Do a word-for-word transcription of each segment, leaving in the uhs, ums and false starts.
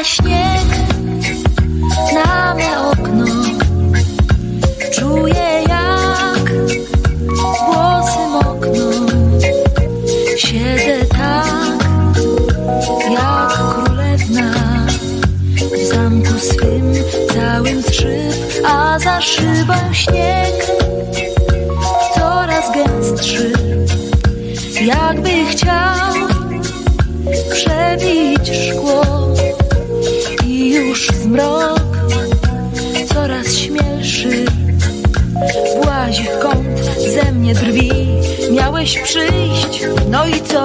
śnieg na me okno. Czuję, jak włosy mokną. Siedzę tak jak królewna w zamku swym całym skrzyp, a za szybą śnieg coraz gęstszy, jakby chciał przebić szkło. I już zmrok coraz śmielszy włazi w kąt, ze mnie drwi. Miałeś przyjść, no i co?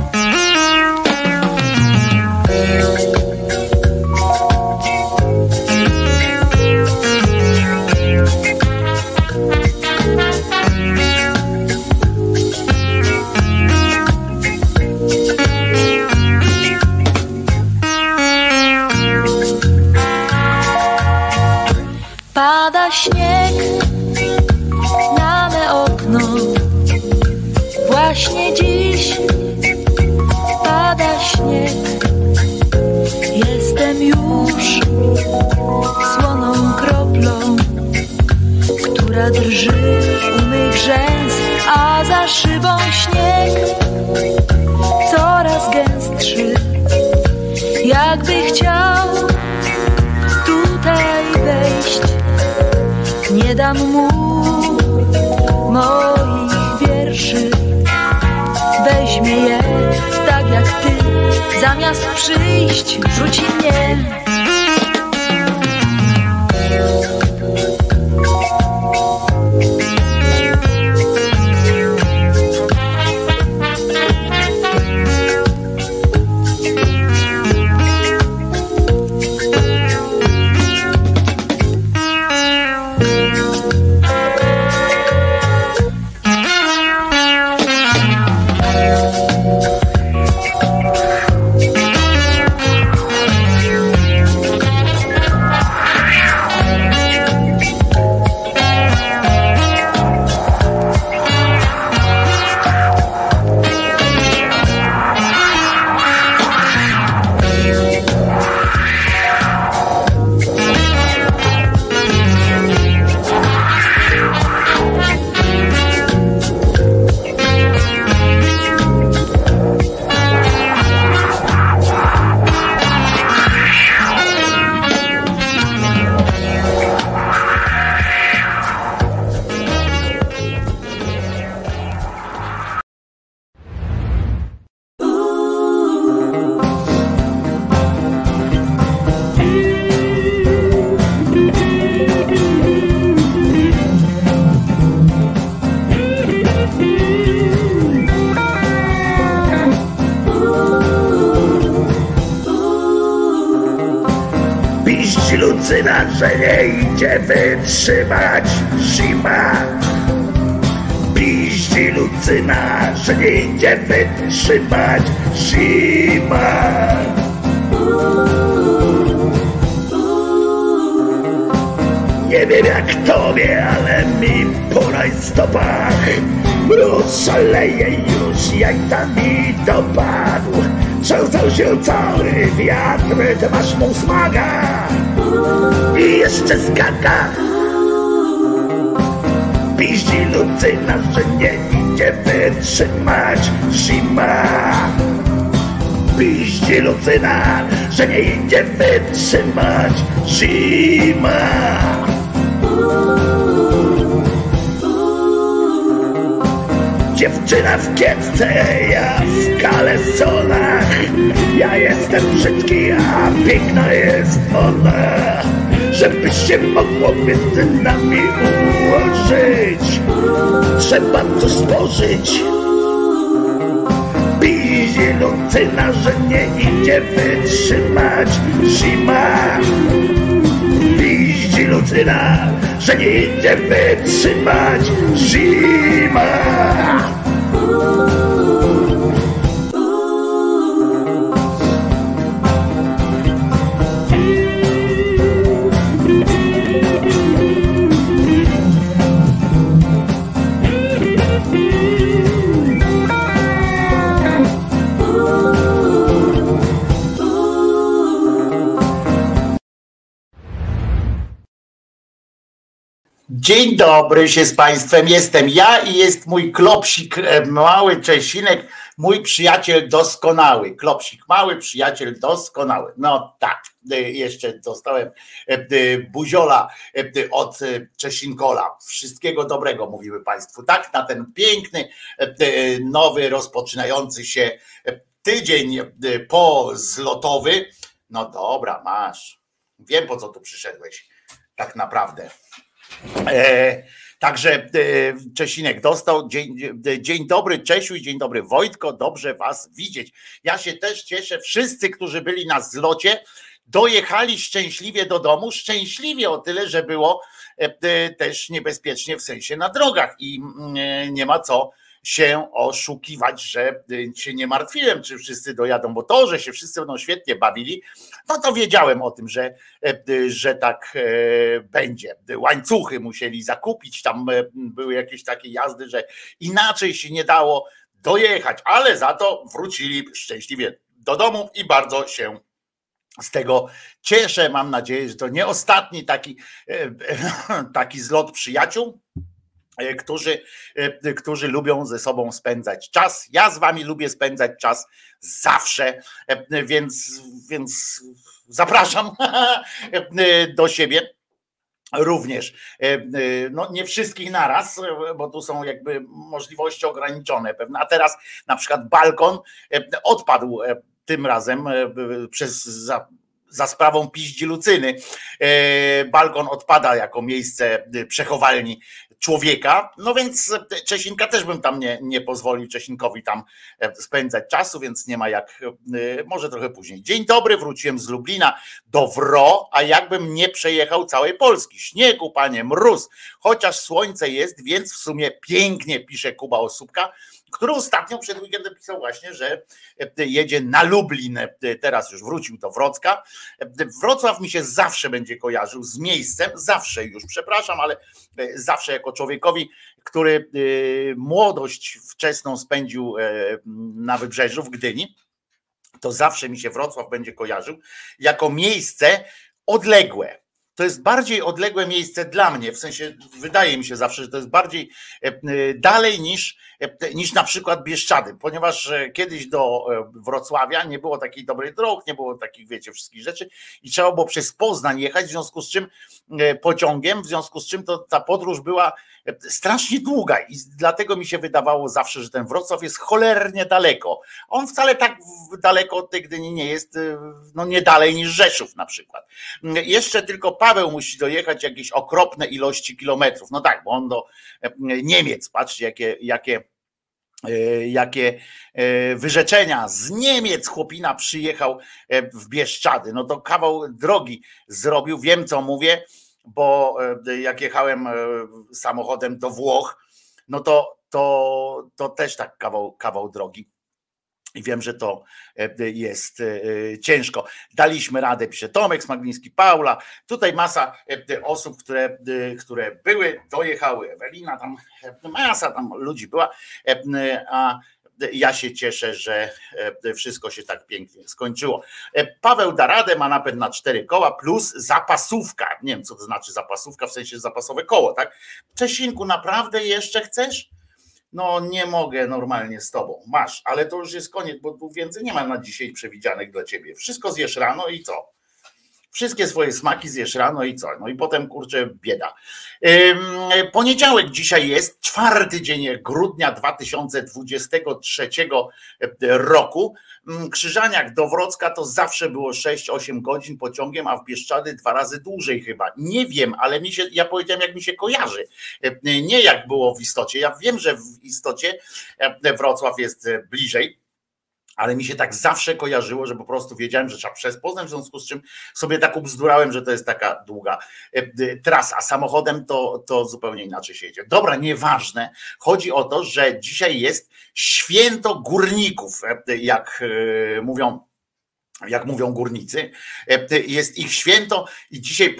Pada śnieg na me okno. Właśnie dziś pada śnieg. Jestem już słoną kroplą, która drży u mych rzęs, a za szybą śnieg coraz gęstszy, jakby chciał tutaj wejść. Nie dam mu moich wierszy, weźmie je tak jak ty, zamiast przyjść rzuci mnie. Lucyna, że nie idzie wytrzymać zima. Piździ Lucyna, że nie idzie wytrzymać zima. Nie wiem jak tobie, ale mi po rajstopach mróz szaleje już, jak tam mi dopadł. Trzęsał się cały wiatr, ty masz mu smaga i jeszcze skaka. Piździ Lucyna, że nie idzie wytrzymać zima. Piździ Lucyna, że nie idzie wytrzymać zima. Dziewczyna w kiecce, ja w kalesonach. Ja jestem brzydki, a piękna jest ona. Żeby się mogło między nami ułożyć, trzeba coś spożyć. Piździ Lucyna, że nie idzie wytrzymać zima. Piździ Lucyna, że nie idzie wytrzymać zima. Dzień dobry się z Państwem, jestem ja i jest mój klopsik, mały Czesinek, mój przyjaciel doskonały, klopsik mały, przyjaciel doskonały, no tak, jeszcze dostałem buziola od Czesinkola, wszystkiego dobrego mówimy Państwu, tak, na ten piękny, nowy, rozpoczynający się tydzień pozlotowy, no dobra, masz, wiem po co tu przyszedłeś, tak naprawdę. E, także e, Czesinek dostał. Dzień, dzień dobry Czesiu i dzień dobry Wojtko, dobrze was widzieć. Ja się też cieszę, wszyscy, którzy byli na zlocie, dojechali szczęśliwie do domu, szczęśliwie o tyle, że było e, też niebezpiecznie w sensie na drogach i e, nie ma co się oszukiwać, że się nie martwiłem, czy wszyscy dojadą, bo to, że się wszyscy będą świetnie bawili, no to wiedziałem o tym, że, że tak będzie. Łańcuchy musieli zakupić, tam były jakieś takie jazdy, że inaczej się nie dało dojechać, ale za to wrócili szczęśliwie do domu i bardzo się z tego cieszę. Mam nadzieję, że to nie ostatni taki, taki zlot przyjaciół, Którzy, którzy lubią ze sobą spędzać czas. Ja z wami lubię spędzać czas zawsze, więc, więc zapraszam do siebie również. No nie wszystkich naraz, bo tu są jakby możliwości ograniczone pewne. A teraz na przykład balkon odpadł tym razem przez za, za sprawą piździ Lucyny. Balkon odpada jako miejsce przechowalni człowieka, no więc Czesinka też bym tam nie, nie pozwolił Czesinkowi tam spędzać czasu, więc nie ma jak, może trochę później. Dzień dobry, wróciłem z Lublina do Wro, a jakbym nie przejechał całej Polski. Śniegu, panie, mróz, chociaż słońce jest, więc w sumie pięknie, pisze Kuba Osóbka, który ostatnio przed weekendem pisał właśnie, że jedzie na Lublin, teraz już wrócił do Wrocka. Wrocław mi się zawsze będzie kojarzył z miejscem, zawsze już, przepraszam, ale zawsze jako człowiekowi, który młodość wczesną spędził na Wybrzeżu w Gdyni, to zawsze mi się Wrocław będzie kojarzył jako miejsce odległe. To jest bardziej odległe miejsce dla mnie, w sensie wydaje mi się zawsze, że to jest bardziej dalej niż, niż na przykład Bieszczady, ponieważ kiedyś do Wrocławia nie było takich dobrych dróg, nie było takich, wiecie, wszystkich rzeczy i trzeba było przez Poznań jechać, w związku z czym pociągiem, w związku z czym to ta podróż była strasznie długa i dlatego mi się wydawało zawsze, że ten Wrocław jest cholernie daleko. On wcale tak daleko od tej Gdyni nie jest, no nie dalej niż Rzeszów na przykład. Jeszcze tylko Paweł musi dojechać jakieś okropne ilości kilometrów. No tak, bo on do Niemiec, patrzcie jakie, jakie, jakie wyrzeczenia. Z Niemiec chłopina przyjechał w Bieszczady. No to kawał drogi zrobił, wiem co mówię, bo jak jechałem samochodem do Włoch, no to, to, to też tak kawał, kawał drogi. I wiem, że to jest ciężko. Daliśmy radę, pisze Tomek Smagliński, Paula. Tutaj masa osób, które, które były, dojechały. Ewelina, tam masa tam ludzi była, a ja się cieszę, że wszystko się tak pięknie skończyło. Paweł da radę, ma napęd na cztery koła plus zapasówka. Nie wiem, co to znaczy zapasówka, w sensie zapasowe koło, tak? Czesinku, naprawdę jeszcze chcesz? No nie mogę normalnie z tobą. Masz, ale to już jest koniec, bo tu więcej nie ma na dzisiaj przewidzianych dla ciebie. Wszystko zjesz rano i co? Wszystkie swoje smaki zjesz rano i co? No i potem, kurczę, bieda. Poniedziałek dzisiaj jest, czwarty dzień grudnia dwa tysiące dwudziestego trzeciego roku. Krzyżaniak do Wrocka to zawsze było sześć osiem godzin pociągiem, a w Bieszczady dwa razy dłużej chyba. Nie wiem, ale mi się, ja powiedziałem, jak mi się kojarzy. Nie jak było w istocie. Ja wiem, że w istocie Wrocław jest bliżej, ale mi się tak zawsze kojarzyło, że po prostu wiedziałem, że trzeba przez Poznań, w związku z czym sobie tak ubzdurałem, że to jest taka długa trasa. Samochodem to, to zupełnie inaczej się jedzie. Dobra, nieważne. Chodzi o to, że dzisiaj jest święto górników, jak mówią jak mówią górnicy, jest ich święto i dzisiaj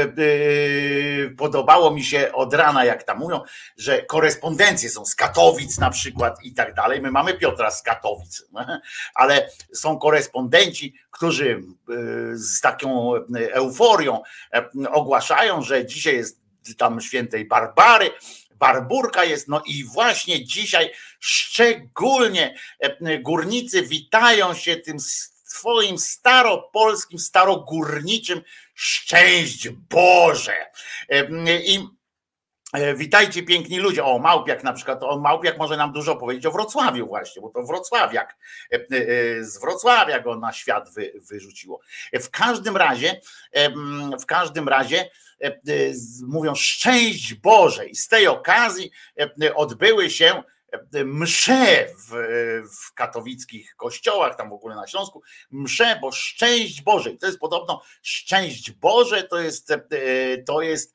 podobało mi się od rana, jak tam mówią, że korespondencje są z Katowic na przykład i tak dalej. My mamy Piotra z Katowic, ale są korespondenci, którzy z taką euforią ogłaszają, że dzisiaj jest tam świętej Barbary, Barburka jest, no i właśnie dzisiaj szczególnie górnicy witają się tym swoim staropolskim, starogórniczym szczęść Boże. I witajcie piękni ludzie. O, Małpiak na przykład, o, Małpiak może nam dużo powiedzieć o Wrocławiu właśnie, bo to Wrocławiak, z Wrocławia go na świat wy, wyrzuciło. W każdym razie, w każdym razie mówią szczęść Boże i z tej okazji odbyły się msze w, w katowickich kościołach, tam w ogóle na Śląsku, msze, bo szczęść Boże. I to jest podobno szczęść Boże, to jest, to jest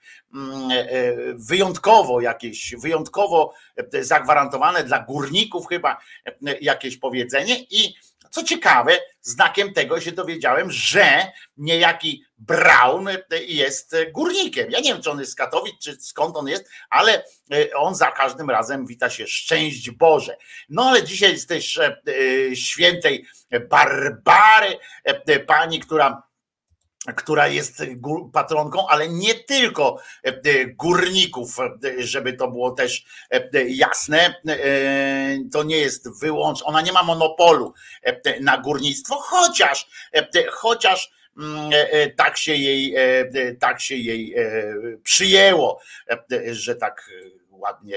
wyjątkowo jakieś, wyjątkowo zagwarantowane dla górników chyba jakieś powiedzenie. I co ciekawe, znakiem tego się dowiedziałem, że niejaki Braun jest górnikiem. Ja nie wiem, czy on jest z Katowic, czy skąd on jest, ale on za każdym razem wita się szczęść Boże. No ale dzisiaj jest też świętej Barbary, pani, która która jest patronką, ale nie tylko górników, żeby to było też jasne. To nie jest wyłącznie, ona nie ma monopolu na górnictwo, chociaż, chociaż tak się jej, tak się jej przyjęło, że tak ładnie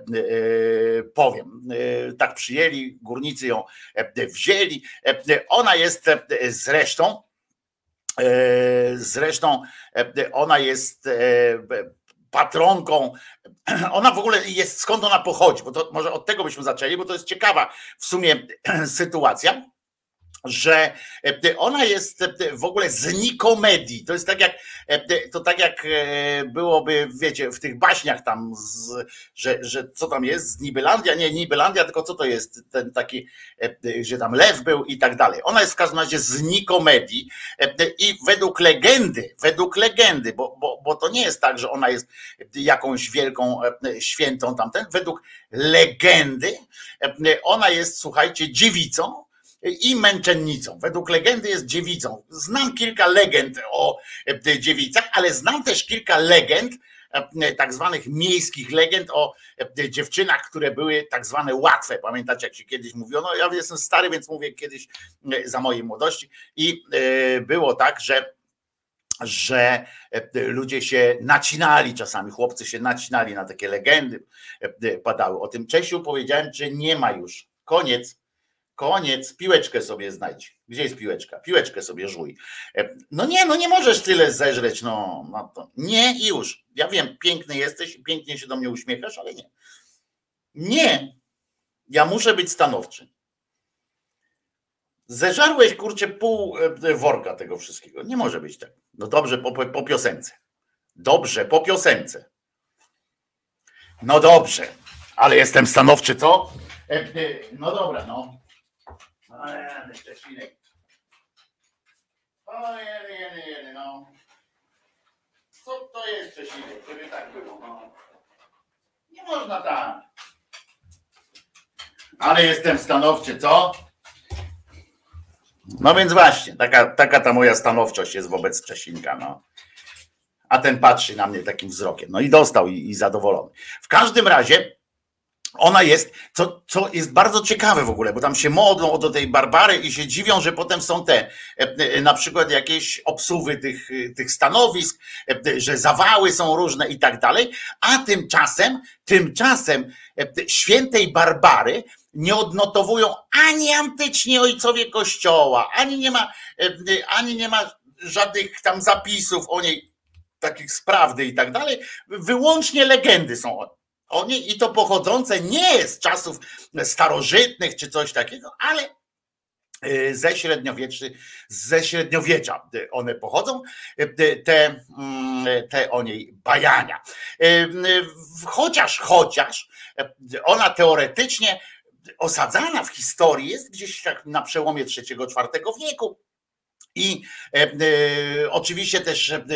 powiem. Tak przyjęli, górnicy ją wzięli. Ona jest zresztą Zresztą ona jest patronką, ona w ogóle jest, skąd ona pochodzi, bo to może od tego byśmy zaczęli, bo to jest ciekawa w sumie sytuacja, że ona jest w ogóle z Nikomedii. To jest tak jak, to tak jak byłoby, wiecie, w tych baśniach tam, z, że, że co tam jest, z Nibelandia, nie Nibelandia, tylko co to jest, ten taki, że tam lew był i tak dalej. Ona jest w każdym razie z Nikomedii i według legendy, według legendy, bo, bo, bo to nie jest tak, że ona jest jakąś wielką świętą tamten, według legendy ona jest, słuchajcie, dziewicą i męczennicą. Według legendy jest dziewicą. Znam kilka legend o dziewicach, ale znam też kilka legend, tak zwanych miejskich legend o dziewczynach, które były tak zwane łatwe. Pamiętacie, jak się kiedyś mówiło? No ja jestem stary, więc mówię kiedyś za mojej młodości. I było tak, że że ludzie się nacinali czasami, chłopcy się nacinali na takie legendy, padały. O tym Czesiu powiedziałem, że nie ma już. Koniec. Koniec, piłeczkę sobie znajdź. Gdzie jest piłeczka? Piłeczkę sobie żuj. No nie, no nie możesz tyle zeżreć, no, no to nie i już. Ja wiem, piękny jesteś, pięknie się do mnie uśmiechasz, ale nie. Nie. Ja muszę być stanowczy. Zeżarłeś, kurczę, pół worka tego wszystkiego. Nie może być tak. No dobrze, po, po piosence. Dobrze, po piosence. No dobrze, ale jestem stanowczy, co? No dobra, no. O jedy, Szczecinek. O jedy, jedy, jedy, no. Co to jest Szczecinek, żeby tak było, no. Nie można tak. Ale jestem stanowczy, co? No więc właśnie, taka, taka ta moja stanowczość jest wobec Czesinka, no. A ten patrzy na mnie takim wzrokiem. No i dostał i, i zadowolony. W każdym razie ona jest, co, co jest bardzo ciekawe w ogóle, bo tam się modlą do tej Barbary i się dziwią, że potem są te na przykład jakieś obsuwy tych, tych stanowisk, że zawały są różne i tak dalej, a tymczasem, tymczasem świętej Barbary nie odnotowują ani antyczni ojcowie Kościoła, ani nie ma, ani nie ma żadnych tam zapisów o niej, takich z prawdy i tak dalej, wyłącznie legendy są o niej i to pochodzące nie z czasów starożytnych czy coś takiego, ale ze średniowieczy, ze średniowiecza one pochodzą, te, te o niej bajania. Chociaż, chociaż ona teoretycznie osadzana w historii jest gdzieś tak na przełomie trzeciego czwartego wieku i e, e, oczywiście też e,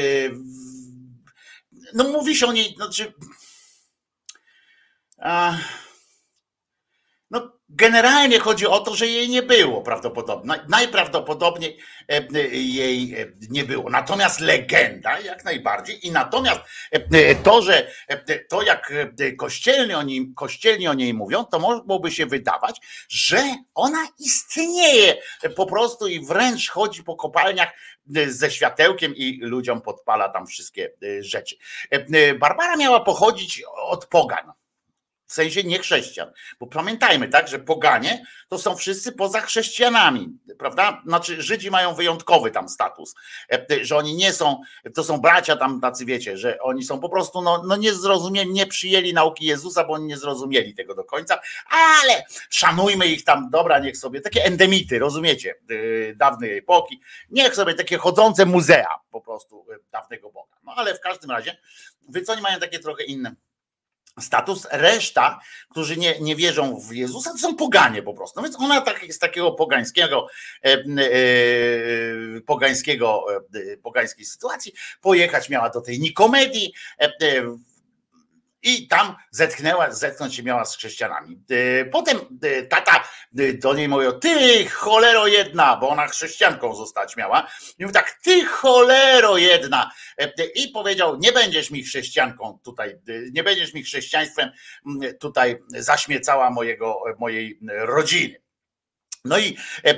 no mówi się o niej, znaczy a, No, generalnie chodzi o to, że jej nie było prawdopodobnie. Najprawdopodobniej jej nie było. Natomiast legenda jak najbardziej i natomiast to, że to jak kościelni o niej, kościelni o niej mówią, to mogłoby się wydawać, że ona istnieje po prostu i wręcz chodzi po kopalniach ze światełkiem i ludziom podpala tam wszystkie rzeczy. Barbara miała pochodzić od pogan. W sensie nie chrześcijan, bo pamiętajmy, tak, że poganie to są wszyscy poza chrześcijanami, prawda? Znaczy Żydzi mają wyjątkowy tam status, że oni nie są, to są bracia tam tacy, wiecie, że oni są po prostu no, no nie zrozumieli, nie przyjęli nauki Jezusa, bo oni nie zrozumieli tego do końca, ale szanujmy ich tam, dobra, niech sobie, takie endemity, rozumiecie, dawnej epoki, niech sobie takie chodzące muzea po prostu dawnego Boga. No ale w każdym razie, wy co, oni mają takie trochę inne status, reszta, którzy nie, nie wierzą w Jezusa, to są poganie po prostu. No więc ona tak, z takiego pogańskiego, e, e, pogańskiego, e, pogańskiej sytuacji pojechać miała do tej Nikomedii e, e, i tam zetchnęła, zetknąć się miała z chrześcijanami. Potem tata do niej mówił, ty cholero jedna, bo ona chrześcijanką zostać miała. I mówi tak, ty cholero jedna. I powiedział, nie będziesz mi chrześcijanką tutaj, nie będziesz mi chrześcijaństwem tutaj zaśmiecała mojego, mojej rodziny. No i,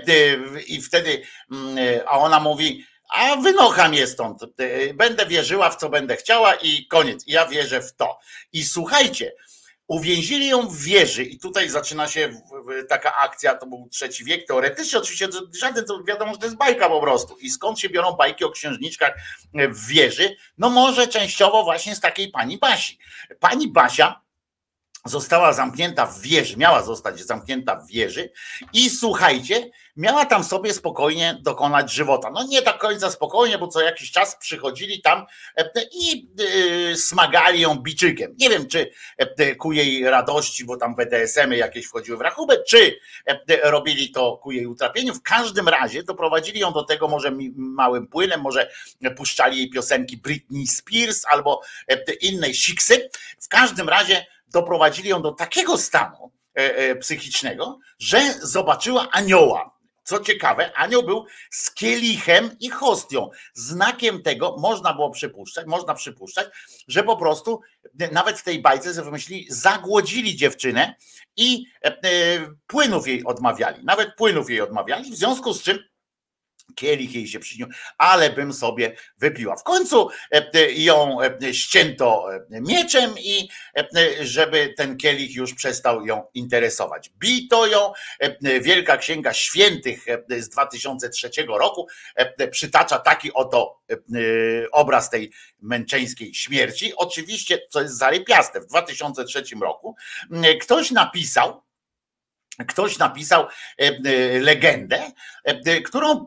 i wtedy, a ona mówi, a wynocha mnie stąd, będę wierzyła w co będę chciała i koniec, ja wierzę w to. I słuchajcie, uwięzili ją w wieży i tutaj zaczyna się taka akcja, to był trzeci wiek, teoretycznie oczywiście żaden, to wiadomo, że to jest bajka po prostu. I skąd się biorą bajki o księżniczkach w wieży? No może częściowo właśnie z takiej pani Basi. Pani Basia została zamknięta w wieży, miała zostać zamknięta w wieży i słuchajcie, miała tam sobie spokojnie dokonać żywota. No nie tak końca spokojnie, bo co jakiś czas przychodzili tam i smagali ją biczykiem. Nie wiem, czy ku jej radości, bo tam B D S M y jakieś wchodziły w rachubę, czy robili to ku jej utrapieniu. W każdym razie doprowadzili ją do tego może małym płynem, może puszczali jej piosenki Britney Spears albo innej siksy. W każdym razie doprowadzili ją do takiego stanu psychicznego, że zobaczyła anioła. Co ciekawe, anioł był z kielichem i hostią. Znakiem tego można było przypuszczać, można przypuszczać, że po prostu nawet w tej bajce sobie wymyślili, zagłodzili dziewczynę i płynów jej odmawiali. Nawet płynów jej odmawiali, w związku z czym kielich jej się przyśnił, ale bym sobie wypiła. W końcu ją ścięto mieczem i żeby ten kielich już przestał ją interesować. Bito ją. Wielka Księga Świętych z dwa tysiące trzeciego roku przytacza taki oto obraz tej męczeńskiej śmierci. Oczywiście, co jest zarypiaste, w dwa tysiące trzecim roku ktoś napisał, Ktoś napisał legendę, którą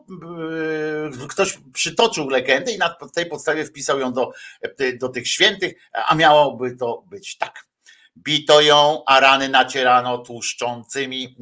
ktoś przytoczył legendę i na tej podstawie wpisał ją do, do tych świętych, a miałoby to być tak. Bito ją, a rany nacierano tłuszczącymi,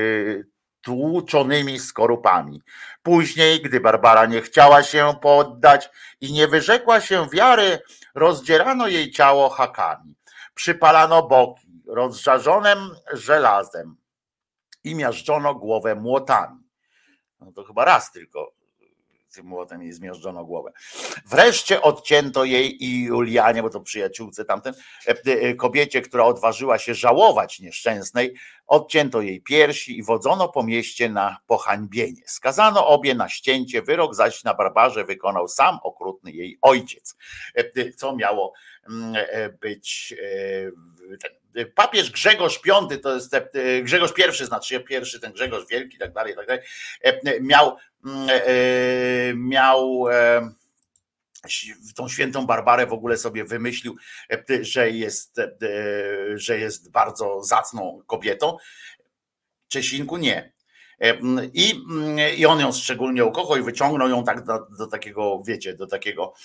tłuczonymi skorupami. Później, gdy Barbara nie chciała się poddać i nie wyrzekła się wiary, rozdzierano jej ciało hakami. Przypalano boki rozżarzonym żelazem i miażdżono głowę młotami. No to chyba raz tylko tym młotem jej zmiażdżono głowę. Wreszcie odcięto jej i Julianie, bo to przyjaciółce tamten, kobiecie, która odważyła się żałować nieszczęsnej, odcięto jej piersi i wodzono po mieście na pohańbienie. Skazano obie na ścięcie, wyrok zaś na Barbarze wykonał sam okrutny jej ojciec. Co miało być ten papież Grzegorz Piąty, to jest Grzegorz Pierwszy, znaczy pierwszy, ten Grzegorz Wielki i tak dalej, i tak dalej, miał, miał tą świętą Barbarę w ogóle sobie wymyślił, że jest, że jest bardzo zacną kobietą. Czesinku nie. I, I on ją szczególnie ukochał i wyciągnął ją tak do, do takiego, wiecie, do takiego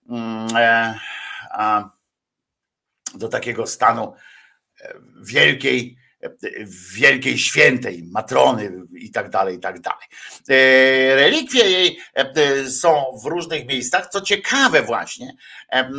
do takiego stanu wielkiej, wielkiej świętej matrony i tak dalej, i tak dalej. Relikwie jej są w różnych miejscach. Co ciekawe właśnie,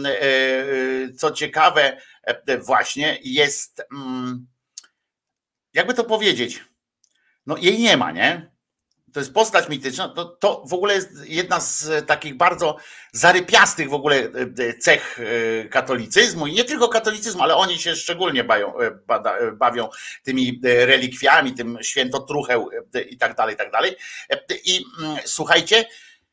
co ciekawe właśnie jest jakby to powiedzieć, no jej nie ma, nie? To jest postać mityczna, to, to w ogóle jest jedna z takich bardzo zarypiastych w ogóle cech katolicyzmu i nie tylko katolicyzmu, ale oni się szczególnie bawią, bawią tymi relikwiami, tym świętotrucheł i tak dalej, i tak dalej. I słuchajcie,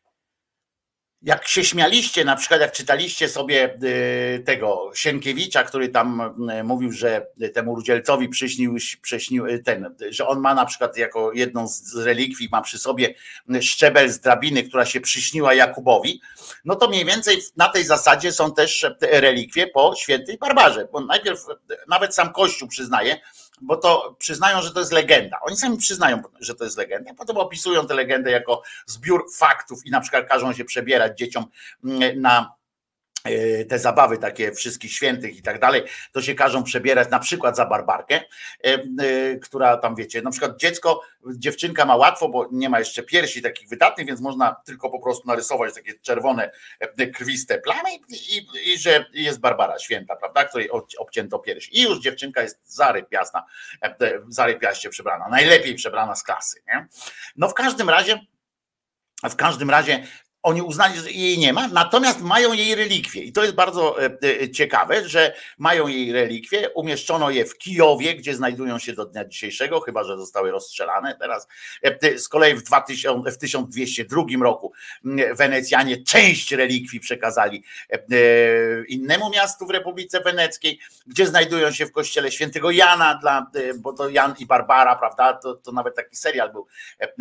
jak się śmialiście, na przykład jak czytaliście sobie tego Sienkiewicza, który tam mówił, że temu Rudzielcowi przyśnił, przyśnił ten, że on ma na przykład jako jedną z relikwii, ma przy sobie szczebel z drabiny, która się przyśniła Jakubowi, no to mniej więcej na tej zasadzie są też relikwie po świętej Barbarze, bo najpierw nawet sam Kościół przyznaje, bo to przyznają, że to jest legenda. Oni sami przyznają, że to jest legenda, potem opisują tę legendę jako zbiór faktów i na przykład każą się przebierać dzieciom na te zabawy takie wszystkich świętych i tak dalej, to się każą przebierać na przykład za Barbarkę, która tam wiecie, na przykład dziecko, dziewczynka ma łatwo, bo nie ma jeszcze piersi takich wydatnych, więc można tylko po prostu narysować takie czerwone krwiste plamy i, i, i że jest Barbara święta, prawda, której obcięto piersi i już dziewczynka jest zarypiasna, zarypiaście przebrana, najlepiej przebrana z klasy, nie? No w każdym razie w każdym razie oni uznali, że jej nie ma, natomiast mają jej relikwie i to jest bardzo ciekawe, że mają jej relikwie, umieszczono je w Kijowie, gdzie znajdują się do dnia dzisiejszego, chyba że zostały rozstrzelane teraz. Z kolei w, dwa tysiące, w tysiąc dwieście drugim roku Wenecjanie część relikwii przekazali innemu miastu w Republice Weneckiej, gdzie znajdują się w kościele świętego Jana, dla, bo to Jan i Barbara, prawda, to, to nawet taki serial był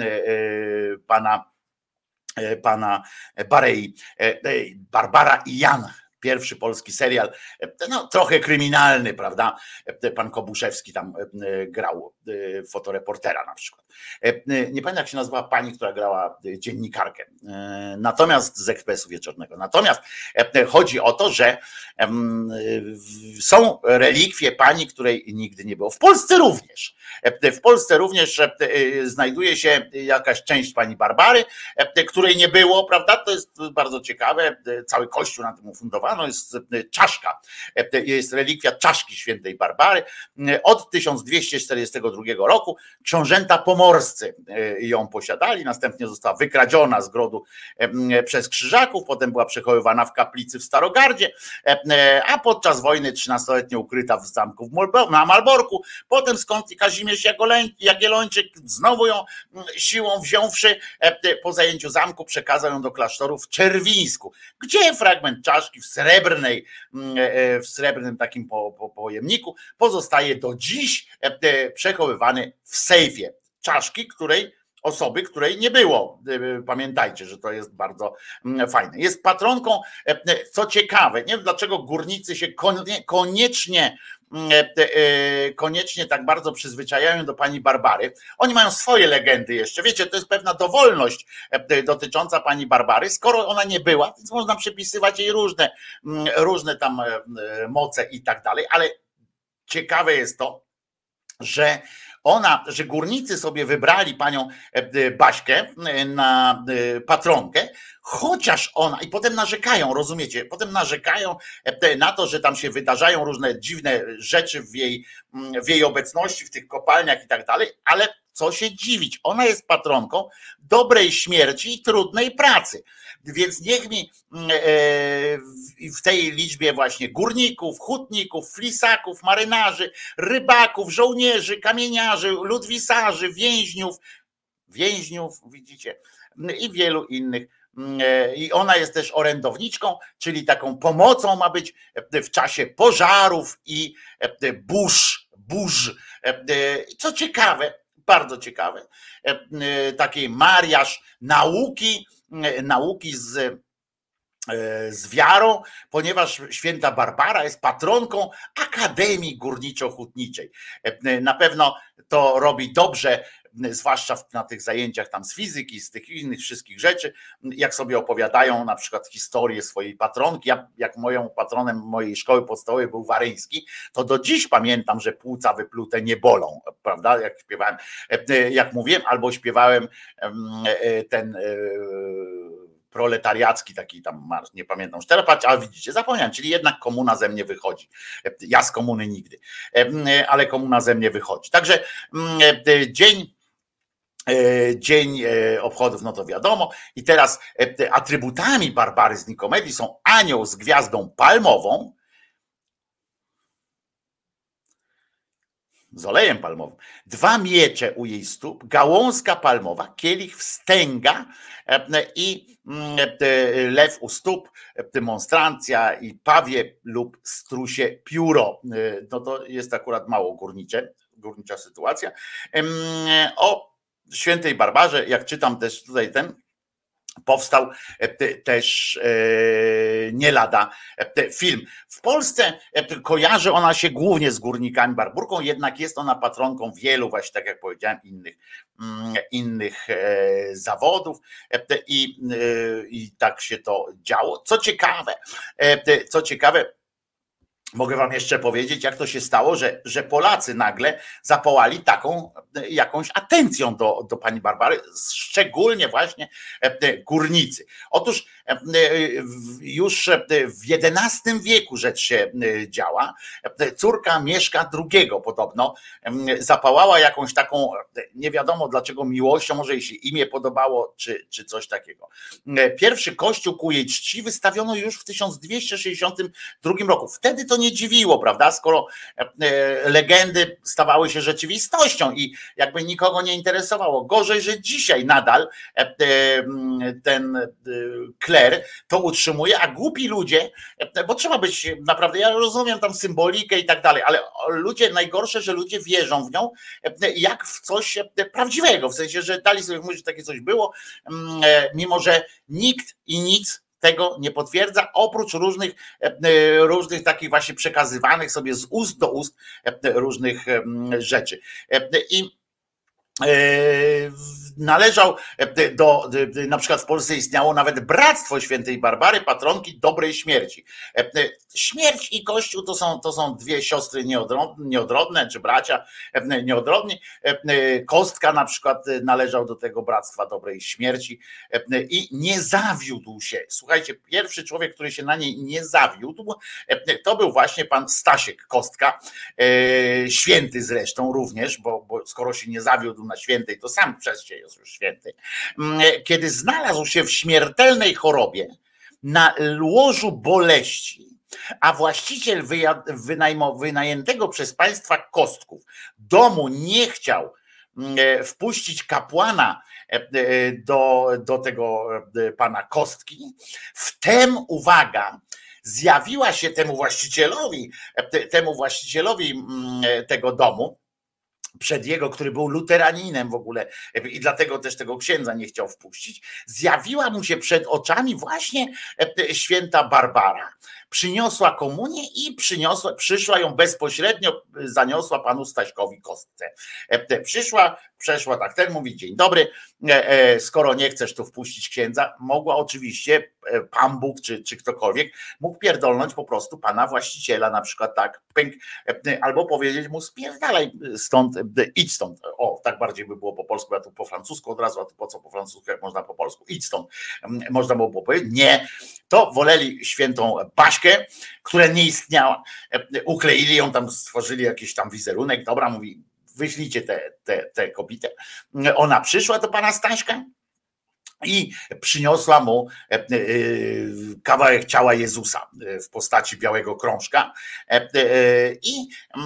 pana pana Barei, Barbara i Jan, pierwszy polski serial, no trochę kryminalny, prawda, pan Kobuszewski tam grał fotoreportera na przykład. Nie pamiętam jak się nazywała pani, która grała dziennikarkę, natomiast z Ekspresu Wieczornego. Natomiast chodzi o to, że są relikwie pani, której nigdy nie było. W Polsce również. W Polsce również znajduje się jakaś część pani Barbary, której nie było, prawda? To jest bardzo ciekawe. Cały kościół na tym ufundowano. Jest czaszka. Jest relikwia czaszki świętej Barbary. Od tysiąc dwieście czterdziestego drugiego roku książęta pomorscy ją posiadali. Następnie została wykradziona z grodu przez Krzyżaków. Potem była przechowywana w kaplicy w Starogardzie, a podczas wojny trzynastoletnio ukryta w zamku na Malborku. Potem skąd Kazimierz Jagiellończyk znowu ją siłą wziąwszy po zajęciu zamku przekazał ją do klasztoru w Czerwińsku, gdzie fragment czaszki w srebrnej, w srebrnym takim po, po, pojemniku pozostaje do dziś przechowywany w sejfie. Czaszki, której osoby, której nie było. Pamiętajcie, że to jest bardzo fajne. Jest patronką, co ciekawe, nie wiem dlaczego górnicy się koniecznie koniecznie tak bardzo przyzwyczajają do pani Barbary. Oni mają swoje legendy jeszcze. Wiecie, to jest pewna dowolność dotycząca pani Barbary. Skoro ona nie była, więc można przypisywać jej różne, różne tam moce i tak dalej, ale ciekawe jest to, że ona, że górnicy sobie wybrali panią Baśkę na patronkę, chociaż ona, i potem narzekają, rozumiecie, potem narzekają na to, że tam się wydarzają różne dziwne rzeczy w jej, w jej obecności, w tych kopalniach i tak dalej, ale co się dziwić, ona jest patronką dobrej śmierci i trudnej pracy. Więc niech mi w tej liczbie właśnie górników, hutników, flisaków, marynarzy, rybaków, żołnierzy, kamieniarzy, ludwisarzy, więźniów, więźniów, widzicie, i wielu innych. I ona jest też orędowniczką, czyli taką pomocą ma być w czasie pożarów i burz, burz. Co ciekawe, bardzo ciekawe, taki mariaż nauki, nauki z, z wiarą, ponieważ święta Barbara jest patronką Akademii Górniczo-Hutniczej. Na pewno to robi dobrze, zwłaszcza na tych zajęciach tam z fizyki, z tych innych wszystkich rzeczy, jak sobie opowiadają na przykład historię swojej patronki. Ja, jak moją patronem mojej szkoły podstawowej był Waryński, to do dziś pamiętam, że płuca wyplute nie bolą, prawda, jak śpiewałem, jak mówiłem, albo śpiewałem ten proletariacki taki tam marsz, nie pamiętam już teraz, ale widzicie, zapomniałem, czyli jednak komuna ze mnie wychodzi. Ja z komuny nigdy, ale komuna ze mnie wychodzi. Także dzień Dzień obchodów, no to wiadomo. I teraz atrybutami Barbary z Nikomedii są anioł z gwiazdą palmową, z olejem palmowym, dwa miecze u jej stóp, gałązka palmowa, kielich wstęga i lew u stóp, demonstrancja i pawie lub strusie pióro. No to jest akurat mało górnicze, górnicza sytuacja. O świętej Barbarze, jak czytam też tutaj ten, powstał też nie lada film. W Polsce kojarzy ona się głównie z górnikami Barburką, jednak jest ona patronką wielu, właśnie tak jak powiedziałem, innych, innych zawodów i, i tak się to działo. Co ciekawe, co ciekawe, mogę wam jeszcze powiedzieć, jak to się stało, że, że Polacy nagle zapołali taką jakąś atencją do, do pani Barbary, szczególnie właśnie górnicy. Otóż już w jedenastym wieku rzecz się działa. Córka Mieszka drugiego podobno zapałała jakąś taką, nie wiadomo dlaczego, miłością, może jej się imię podobało, czy, czy coś takiego. Pierwszy kościół ku jej czci wystawiono już w tysiąc dwieście sześćdziesiątym drugim roku. Wtedy to nie dziwiło, prawda, skoro legendy stawały się rzeczywistością i jakby nikogo nie interesowało. Gorzej, że dzisiaj nadal ten kler to utrzymuje, a głupi ludzie, bo trzeba być naprawdę, ja rozumiem tam symbolikę i tak dalej, ale ludzie, najgorsze, że ludzie wierzą w nią jak w coś prawdziwego, w sensie, że dali sobie mówić, że takie coś było, mimo że nikt i nic tego nie potwierdza, oprócz różnych, różnych takich właśnie przekazywanych sobie z ust do ust różnych rzeczy. I należał do, na przykład w Polsce istniało nawet Bractwo Świętej Barbary, patronki dobrej śmierci. Śmierć i Kościół to są, to są dwie siostry nieodrodne, nieodrodne, czy bracia nieodrodni. Kostka na przykład należał do tego Bractwa Dobrej Śmierci i nie zawiódł się. Słuchajcie, pierwszy człowiek, który się na niej nie zawiódł, to był właśnie pan Stasiek Kostka, święty zresztą również, bo, bo skoro się nie zawiódł na świętej, to sam przez się jest już święty. Kiedy znalazł się w śmiertelnej chorobie, na łożu boleści, a właściciel wynajętego przez państwa kostków domu nie chciał wpuścić kapłana do, do tego pana Kostki, wtem, uwaga, zjawiła się temu właścicielowi, temu właścicielowi tego domu, przed jego, który był luteraninem w ogóle i dlatego też tego księdza nie chciał wpuścić, zjawiła mu się przed oczami właśnie święta Barbara. Przyniosła komunię i przyniosła, przyszła ją bezpośrednio, zaniosła panu Staśkowi Kostce. Przyszła, przeszła tak, ten mówi: dzień dobry, skoro nie chcesz tu wpuścić księdza, mogła oczywiście Pan Bóg czy, czy ktokolwiek mógł pierdolnąć po prostu pana właściciela, na przykład tak, pęk, albo powiedzieć mu: spierdalaj stąd, idź stąd. O, tak bardziej by było po polsku, ja tu po francusku od razu, a tu po co po francusku, jak można po polsku? Idź stąd. Można było powiedzieć. Nie, to woleli świętą Baśkę, która nie istniała. Ukleili ją tam, stworzyli jakiś tam wizerunek. Dobra, mówi: wyślijcie tę te, te kobietę. Ona przyszła do pana Staśka i przyniosła mu kawałek ciała Jezusa w postaci białego krążka i,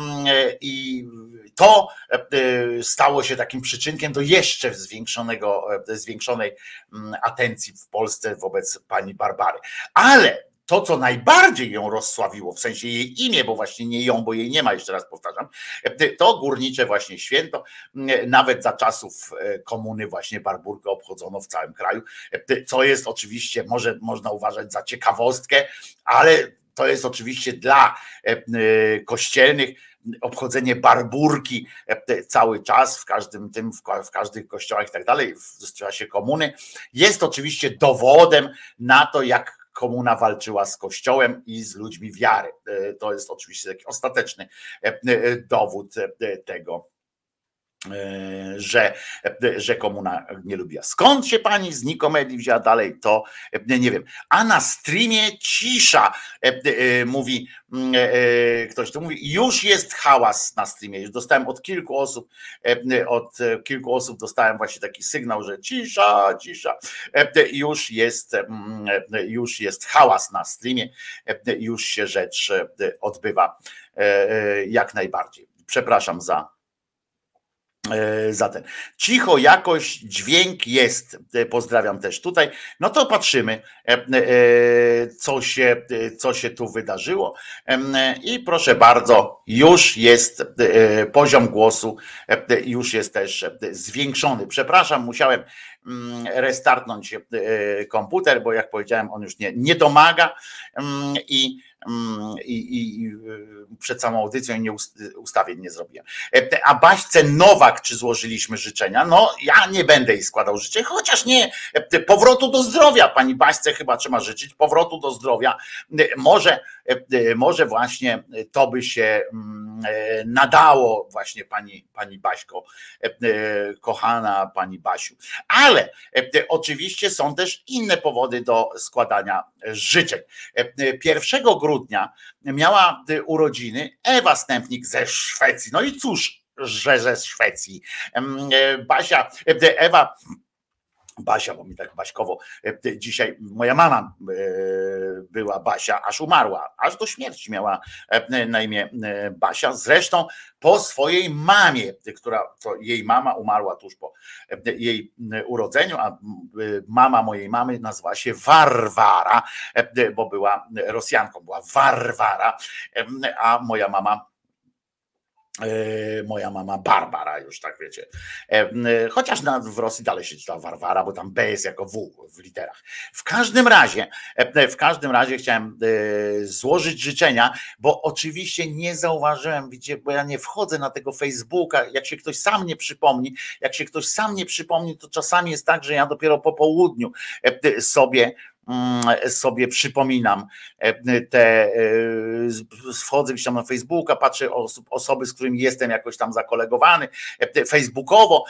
i to stało się takim przyczynkiem do jeszcze zwiększonego, zwiększonej atencji w Polsce wobec pani Barbary. Ale to, co najbardziej ją rozsławiło, w sensie jej imię, bo właśnie nie ją, bo jej nie ma, jeszcze raz powtarzam, to górnicze właśnie święto. Nawet za czasów komuny właśnie Barburkę obchodzono w całym kraju, co jest oczywiście, może można uważać za ciekawostkę, ale to jest oczywiście dla kościelnych obchodzenie Barburki cały czas, w każdym tym, w każdych kościołach i tak dalej, w czasie komuny, jest oczywiście dowodem na to, jak komuna walczyła z Kościołem i z ludźmi wiary. To jest oczywiście taki ostateczny dowód tego, że, że komuna nie lubiła. Skąd się pani z Nikomedii wzięła dalej, to nie wiem. A na streamie cisza, mówi ktoś tu mówi, już jest hałas na streamie. Już dostałem od kilku osób, od kilku osób dostałem właśnie taki sygnał, że cisza, cisza. Już jest, już jest hałas na streamie, już się rzecz odbywa jak najbardziej. Przepraszam za Za ten. Cicho jakoś dźwięk jest. Pozdrawiam też tutaj. No to patrzymy, co się, co się tu wydarzyło. I proszę bardzo, już jest poziom głosu, już jest też zwiększony. Przepraszam, musiałem restartnąć komputer, bo jak powiedziałem, on już nie, nie domaga i I, i, i przed samą audycją nie ustawień nie zrobiłem. A Baśce Nowak, czy złożyliśmy życzenia? No ja nie będę jej składał życzeń, chociaż nie, powrotu do zdrowia pani Baśce chyba trzeba życzyć, powrotu do zdrowia. Może, może właśnie to by się nadało właśnie pani, pani Baśko, kochana pani Basiu. Ale oczywiście są też inne powody do składania życzeń. pierwszego grudnia miała urodziny Ewa Stępnik ze Szwecji. No i cóż, że ze Szwecji. Basia, Ewa, Basia, bo mi tak baśkowo dzisiaj, moja mama była Basia, aż umarła, aż do śmierci miała na imię Basia. Zresztą po swojej mamie, która to jej mama umarła tuż po jej urodzeniu, a mama mojej mamy nazywała się Warwara, bo była Rosjanką, była Warwara, a moja mama moja mama Barbara, już tak wiecie. Chociaż na, w Rosji dalej się czyta Warwara, bo tam B jest jako W w literach. W każdym razie, w każdym razie chciałem złożyć życzenia, bo oczywiście nie zauważyłem, widzicie, bo ja nie wchodzę na tego Facebooka, jak się ktoś sam nie przypomni, jak się ktoś sam nie przypomni, to czasami jest tak, że ja dopiero po południu sobie sobie przypominam te, wchodzę gdzieś tam na Facebooka, patrzę osób, osoby, z którymi jestem jakoś tam zakolegowany facebookowo,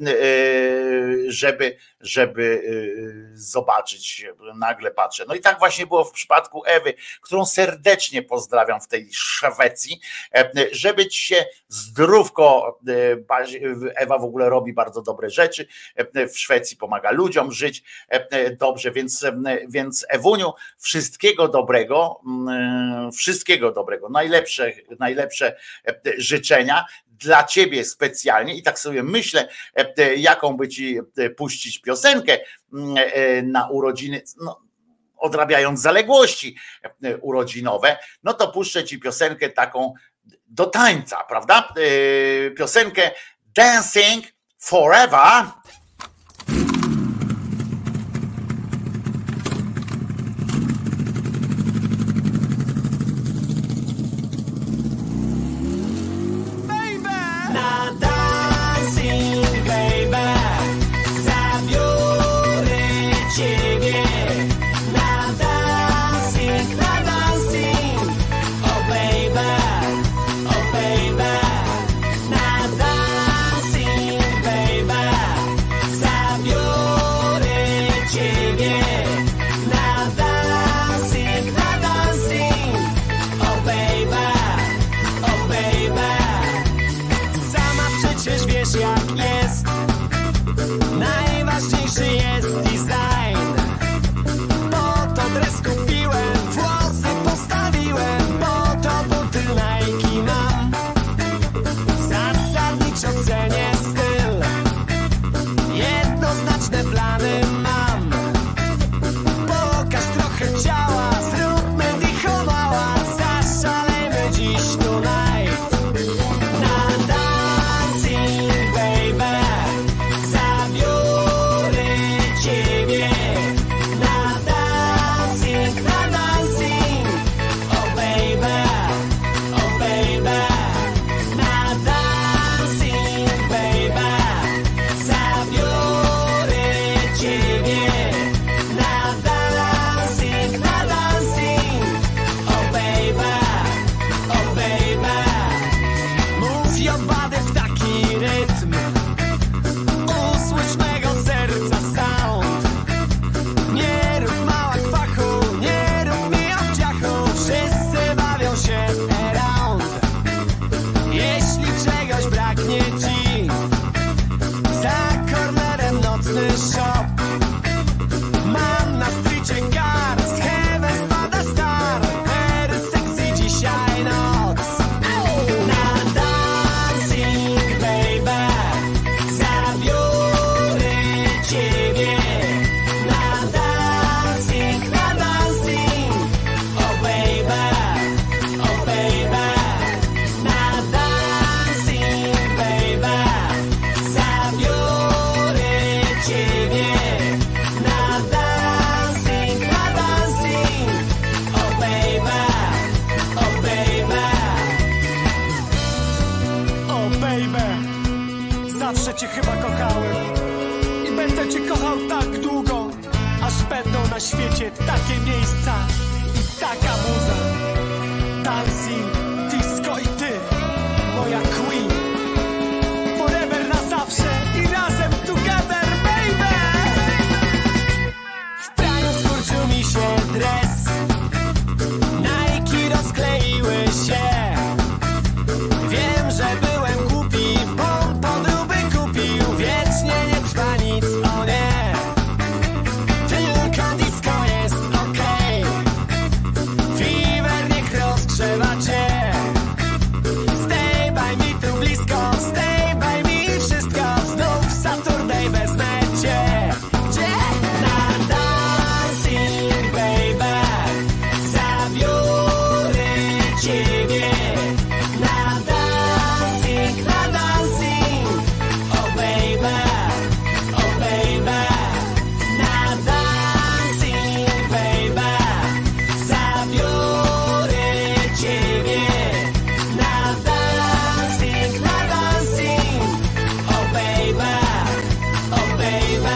żeby, żeby zobaczyć, nagle patrzę. No i tak właśnie było w przypadku Ewy, którą serdecznie pozdrawiam w tej Szwecji, żeby ci się zdrówko, Ewa w ogóle robi bardzo dobre rzeczy, w Szwecji pomaga ludziom żyć dobrze, więc Więc Ewuniu, wszystkiego dobrego, wszystkiego dobrego, najlepsze, najlepsze życzenia dla ciebie specjalnie i tak sobie myślę, jaką by ci puścić piosenkę na urodziny, no, odrabiając zaległości urodzinowe, no to puszczę ci piosenkę taką do tańca, prawda? Piosenkę Dancing Forever. że cię chyba kochałem i będę cię kochał tak długo, aż będą na świecie takie miejsca i taka muza. Dancing, disco i ty, moja queen. Forever na zawsze i razem together, baby. W praniu skurczył mi się dres, Nike rozkleiły się. Wiem, że byłem głupi, bo podróby kupił. Wiecznie nie trwa nic, o nie. Tylko disco jest okej. Fever niech rozgrzewa cię. Stay by me tu blisko, stay by me wszystko. Znów Saturday wezmę cię. Gdzie? Na dancing, baby. Zabiorę ciebie. Na dancing, na dancing. Oh baby, oh baby. Na dancing, baby. Zabiorę ciebie. Na dancing, na dancing. Oh baby, oh baby.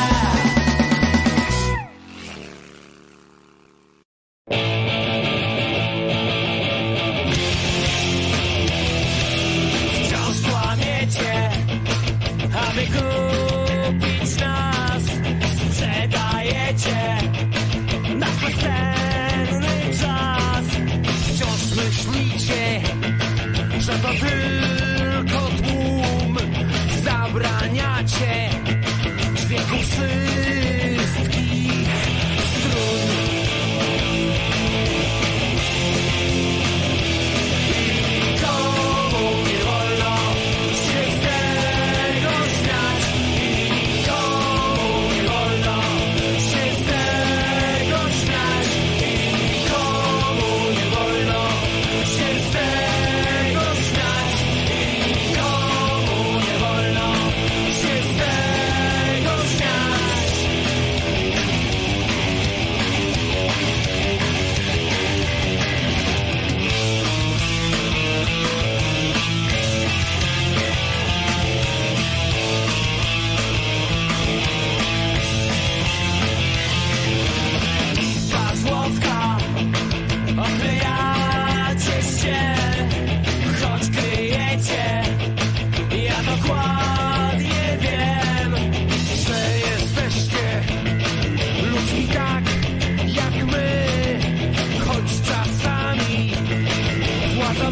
Wciąż kłamiecie, aby kupić nas. Sprzedajecie nasz bezcenny czas. Wciąż myślicie, że to tylko tłum. Zabraniacie dźwięku wszystkich strun. Nikomu nie wolno się z tego śmiać. Nikomu nie wolno się z tego śmiać. Nikomu nie wolno się z tego śmiać. Nikomu nie wolno się z tego śmiać. Pazłotka, oklejacie się, choć kryjecie. Ja dokładnie wiem, że jesteście ludźmi tak jak my, choć czasami władza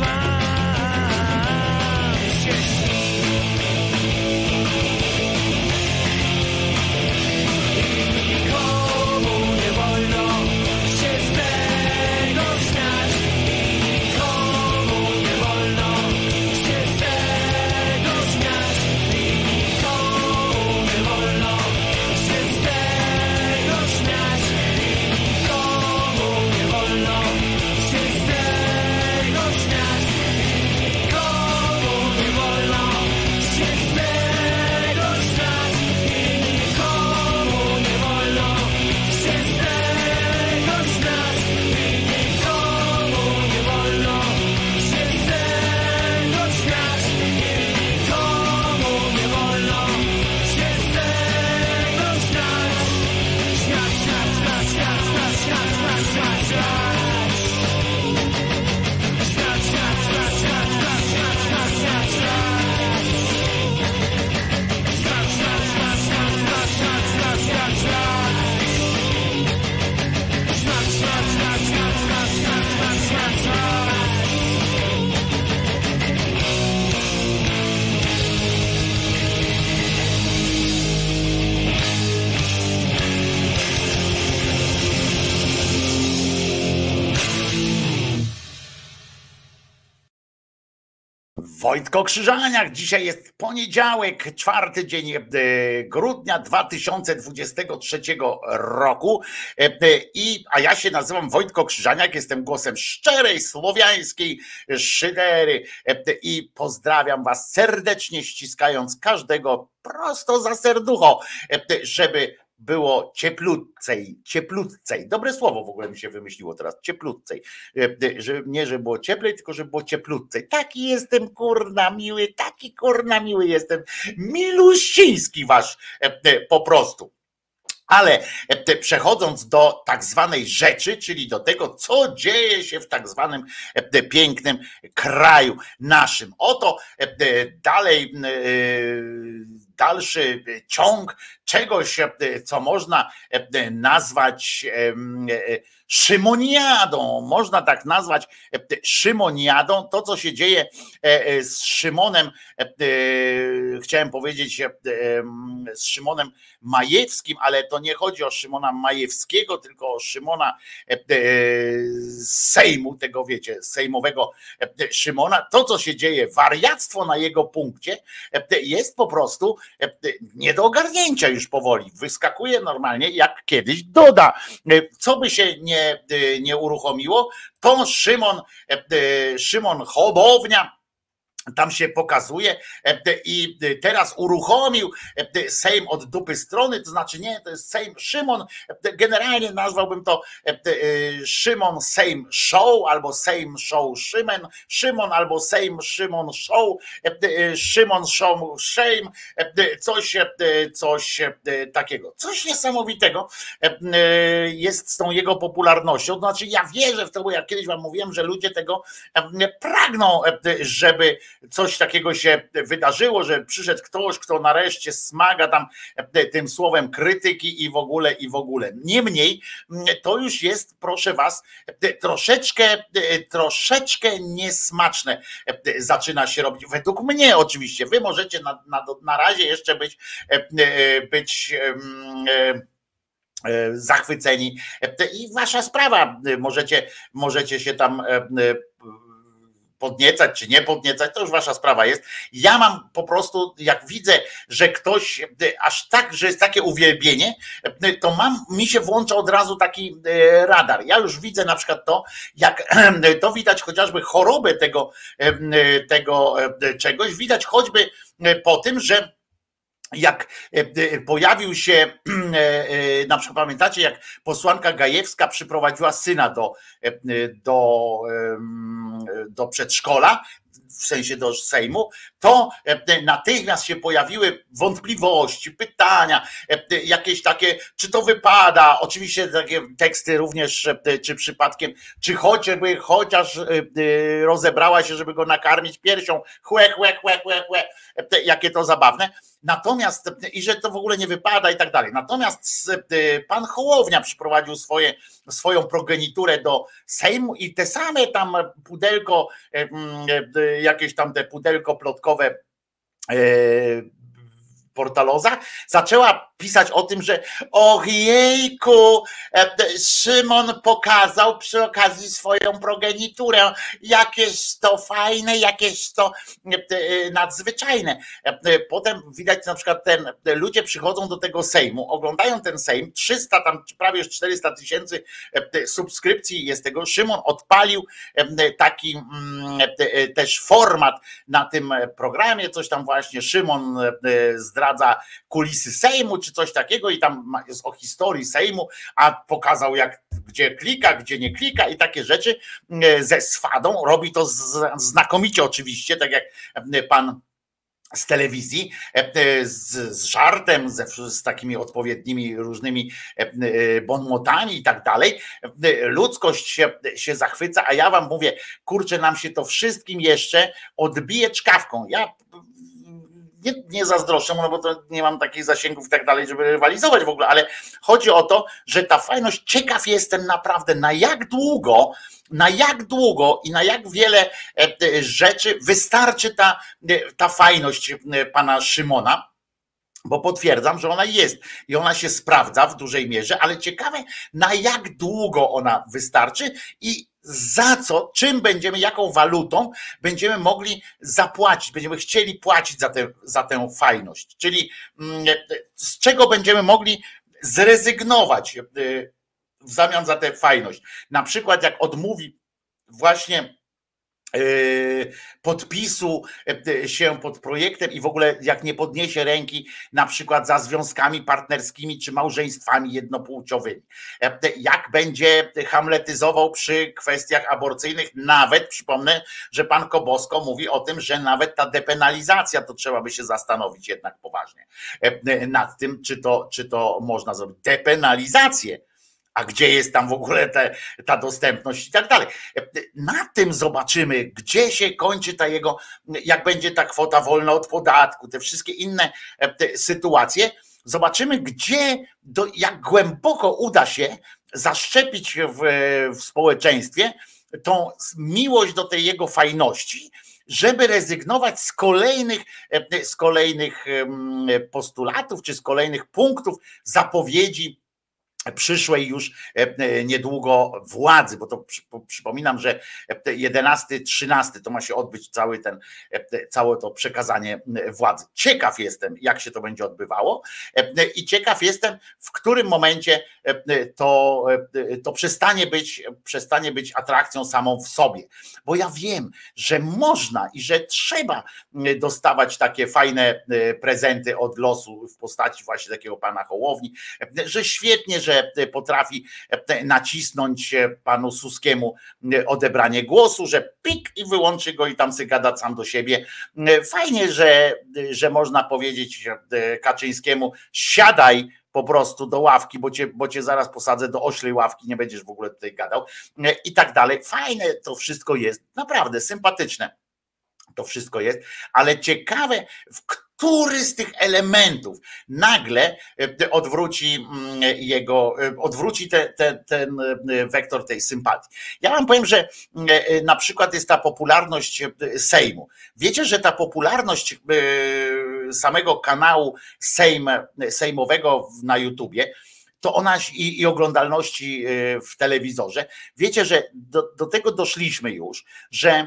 wam się śni. Nikomu nie wolno się z tego śmiać. Nikomu nie wolno się z tego śmiać. Nikomu nie wolno się z tego śmiać. Nikomu nie wolno się z tego śmiać. Nikomu nie wolno się z tego śmiać. Nikomu nie wolno się z tego śmiać. Nikomu nie wolno się z tego śmiać. Nikomu nie wolno się z tego śmiać. Śmiać, śmiać, śmiać, śmiać, śmiać, śmiać, śmiać, śmiać, śmiać. Śmiać, śmiać, śmiać, śmiać, śmiać, śmiać, śmiać, śmiać, śmiać. Śmiać, śmiać, śmiać, śmiać, śmiać, śmiać, śmiać, śmiać, śmiać. Śmiać, śmiać, śmiać, śmiać, śmiać, śmiać, śmiać, śmiać, śmiać, śmiać. Wojtko Krzyżaniak. Dzisiaj jest poniedziałek, czwarty dzień e, grudnia dwa tysiące dwudziestego trzeciego roku. E, e, i, a ja się nazywam Wojtko Krzyżaniak, jestem głosem szczerej, słowiańskiej szydery e, i pozdrawiam was serdecznie, ściskając każdego prosto za serducho, e, żeby było cieplutcej, cieplutcej, dobre słowo w ogóle mi się wymyśliło teraz, cieplutcej, że nie, że było cieplej, tylko że było cieplutcej. Taki jestem kurna miły, taki kurna miły jestem, miluściński wasz po prostu. Ale przechodząc do tak zwanej rzeczy, czyli do tego, co dzieje się w tak zwanym pięknym kraju naszym. Oto dalej dalszy ciąg czegoś, co można nazwać szymoniadą. Można tak nazwać szymoniadą. To, co się dzieje z Szymonem, chciałem powiedzieć z Szymonem Majewskim, ale to nie chodzi o Szymona Majewskiego, tylko o Szymona z Sejmu, tego wiecie, sejmowego Szymona. To, co się dzieje, wariactwo na jego punkcie jest po prostu nie do ogarnięcia już powoli. Wyskakuje normalnie jak kiedyś Doda. Co by się nie, nie uruchomiło, to Szymon, Szymon Hołownia tam się pokazuje i teraz uruchomił Sejm od dupy strony, to znaczy nie, to jest Sejm Szymon, generalnie nazwałbym to Szymon Sejm Show, albo Sejm Show Szymon, Szymon albo Sejm Szymon Show, Szymon Show Sejm, coś, coś takiego. Coś niesamowitego jest z tą jego popularnością, to znaczy ja wierzę w to, bo ja kiedyś wam mówiłem, że ludzie tego pragną, żeby coś takiego się wydarzyło, że przyszedł ktoś, kto nareszcie smaga tam tym słowem krytyki i w ogóle, i w ogóle. Niemniej to już jest, proszę was, troszeczkę, troszeczkę niesmaczne zaczyna się robić. Według mnie oczywiście. Wy możecie na, na, na razie jeszcze być, być zachwyceni i wasza sprawa. Możecie, możecie się tam podniecać czy nie podniecać, to już wasza sprawa jest. Ja mam po prostu, jak widzę, że ktoś aż tak, że jest takie uwielbienie, to mam, mi się włącza od razu taki radar. Ja już widzę na przykład to, jak to widać chociażby chorobę tego, tego czegoś, widać choćby po tym, że jak pojawił się, na przykład pamiętacie, jak posłanka Gajewska przyprowadziła syna do, do, do przedszkola, w sensie do Sejmu, to natychmiast się pojawiły wątpliwości, pytania, jakieś takie, czy to wypada, oczywiście takie teksty również, czy przypadkiem, czy chociażby, chociaż rozebrała się, żeby go nakarmić piersią, chłe, chłe, chłe, chłe, chłe, jakie to zabawne. Natomiast, i że to w ogóle nie wypada i tak dalej. Natomiast pan Hołownia przyprowadził swoje, swoją progeniturę do Sejmu i te same tam pudelko, jakieś tam te pudelko plotkowe Portaloza zaczęła pisać o tym, że och jejku, Szymon pokazał przy okazji swoją progeniturę, jakież to fajne, jakież to nadzwyczajne. Potem widać na przykład ten, ludzie przychodzą do tego Sejmu, oglądają ten Sejm, trzysta tam prawie już czterysta tysięcy subskrypcji jest tego. Szymon odpalił taki też format na tym programie, coś tam właśnie Szymon zdradza kulisy Sejmu, czy coś takiego i tam jest o historii Sejmu, a pokazał jak, gdzie klika, gdzie nie klika i takie rzeczy ze swadą, robi to znakomicie oczywiście, tak jak pan z telewizji, z, z żartem, ze, z takimi odpowiednimi różnymi bonmotami i tak dalej. Ludzkość się, się zachwyca, a ja wam mówię, kurczę, nam się to wszystkim jeszcze odbije czkawką. Ja Nie, nie zazdroszczę, no bo to nie mam takich zasięgów i tak dalej, żeby rywalizować w ogóle, ale chodzi o to, że ta fajność, ciekaw jestem naprawdę, na jak długo, na jak długo i na jak wiele rzeczy wystarczy ta, ta fajność pana Szymona, bo potwierdzam, że ona jest i ona się sprawdza w dużej mierze, ale ciekawe, na jak długo ona wystarczy i za co, czym będziemy, jaką walutą będziemy mogli zapłacić, będziemy chcieli płacić za tę, za tę fajność, czyli z czego będziemy mogli zrezygnować w zamian za tę fajność. Na przykład jak odmówi właśnie podpisu się pod projektem i w ogóle jak nie podniesie ręki na przykład za związkami partnerskimi czy małżeństwami jednopłciowymi. Jak będzie hamletyzował przy kwestiach aborcyjnych, nawet przypomnę, że pan Kobosko mówi o tym, że nawet ta depenalizacja, to trzeba by się zastanowić jednak poważnie nad tym, czy to, czy to można zrobić. Depenalizację. A gdzie jest tam w ogóle te, ta dostępność i tak dalej. Na tym zobaczymy, gdzie się kończy ta jego, jak będzie ta kwota wolna od podatku, te wszystkie inne te sytuacje. Zobaczymy, gdzie, do, jak głęboko uda się zaszczepić w, w społeczeństwie tą miłość do tej jego fajności, żeby rezygnować z kolejnych, z kolejnych postulatów, czy z kolejnych punktów zapowiedzi przyszłej już niedługo władzy, bo to przypominam, że jedenasty trzynasty to ma się odbyć cały ten, całe to przekazanie władzy. Ciekaw jestem, jak się to będzie odbywało i ciekaw jestem, w którym momencie to, to przestanie być, przestanie być atrakcją samą w sobie, bo ja wiem, że można i że trzeba dostawać takie fajne prezenty od losu w postaci właśnie takiego pana Hołowni, że świetnie, że potrafi nacisnąć panu Suskiemu odebranie głosu, że pik i wyłączy go i tam sobie gada sam do siebie. Fajnie, że, że można powiedzieć Kaczyńskiemu, siadaj po prostu do ławki, bo cię, bo cię zaraz posadzę do oślej ławki, nie będziesz w ogóle tutaj gadał i tak dalej. Fajne to wszystko jest, naprawdę sympatyczne. To wszystko jest, ale ciekawe, w który z tych elementów nagle odwróci jego, odwróci te, te, ten wektor tej sympatii. Ja wam powiem, że na przykład jest ta popularność Sejmu. Wiecie, że ta popularność samego kanału Sejm, sejmowego na YouTubie, to ona i, i oglądalności w telewizorze, wiecie, że do, do tego doszliśmy już, że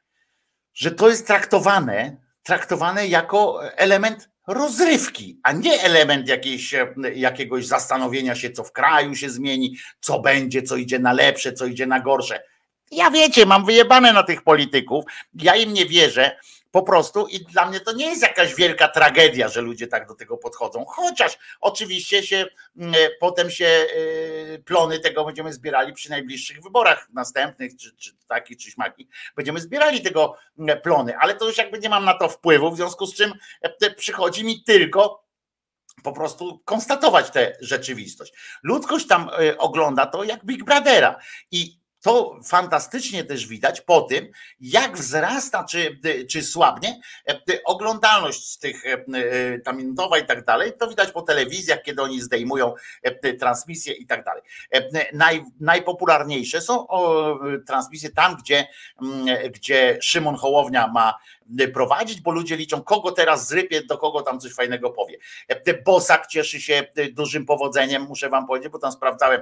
że to jest traktowane, traktowane jako element rozrywki, a nie element jakiejś, jakiegoś zastanowienia się, co w kraju się zmieni, co będzie, co idzie na lepsze, co idzie na gorsze. Ja wiecie, mam wyjebane na tych polityków, ja im nie wierzę po prostu i dla mnie to nie jest jakaś wielka tragedia, że ludzie tak do tego podchodzą, chociaż oczywiście się potem się plony tego będziemy zbierali przy najbliższych wyborach następnych, czy, czy taki, czy śmaki, będziemy zbierali tego plony, ale to już jakby nie mam na to wpływu, w związku z czym przychodzi mi tylko po prostu konstatować tę rzeczywistość. Ludzkość tam ogląda to jak Big Brothera i to fantastycznie też widać po tym, jak wzrasta czy, czy słabnie oglądalność z tych ta minutowa i tak dalej. To widać po telewizjach, kiedy oni zdejmują transmisje i tak dalej. Naj, najpopularniejsze są transmisje tam, gdzie, gdzie Szymon Hołownia ma prowadzić, bo ludzie liczą, kogo teraz zrypie, do kogo tam coś fajnego powie. Bosak cieszy się dużym powodzeniem, muszę wam powiedzieć, bo tam sprawdzałem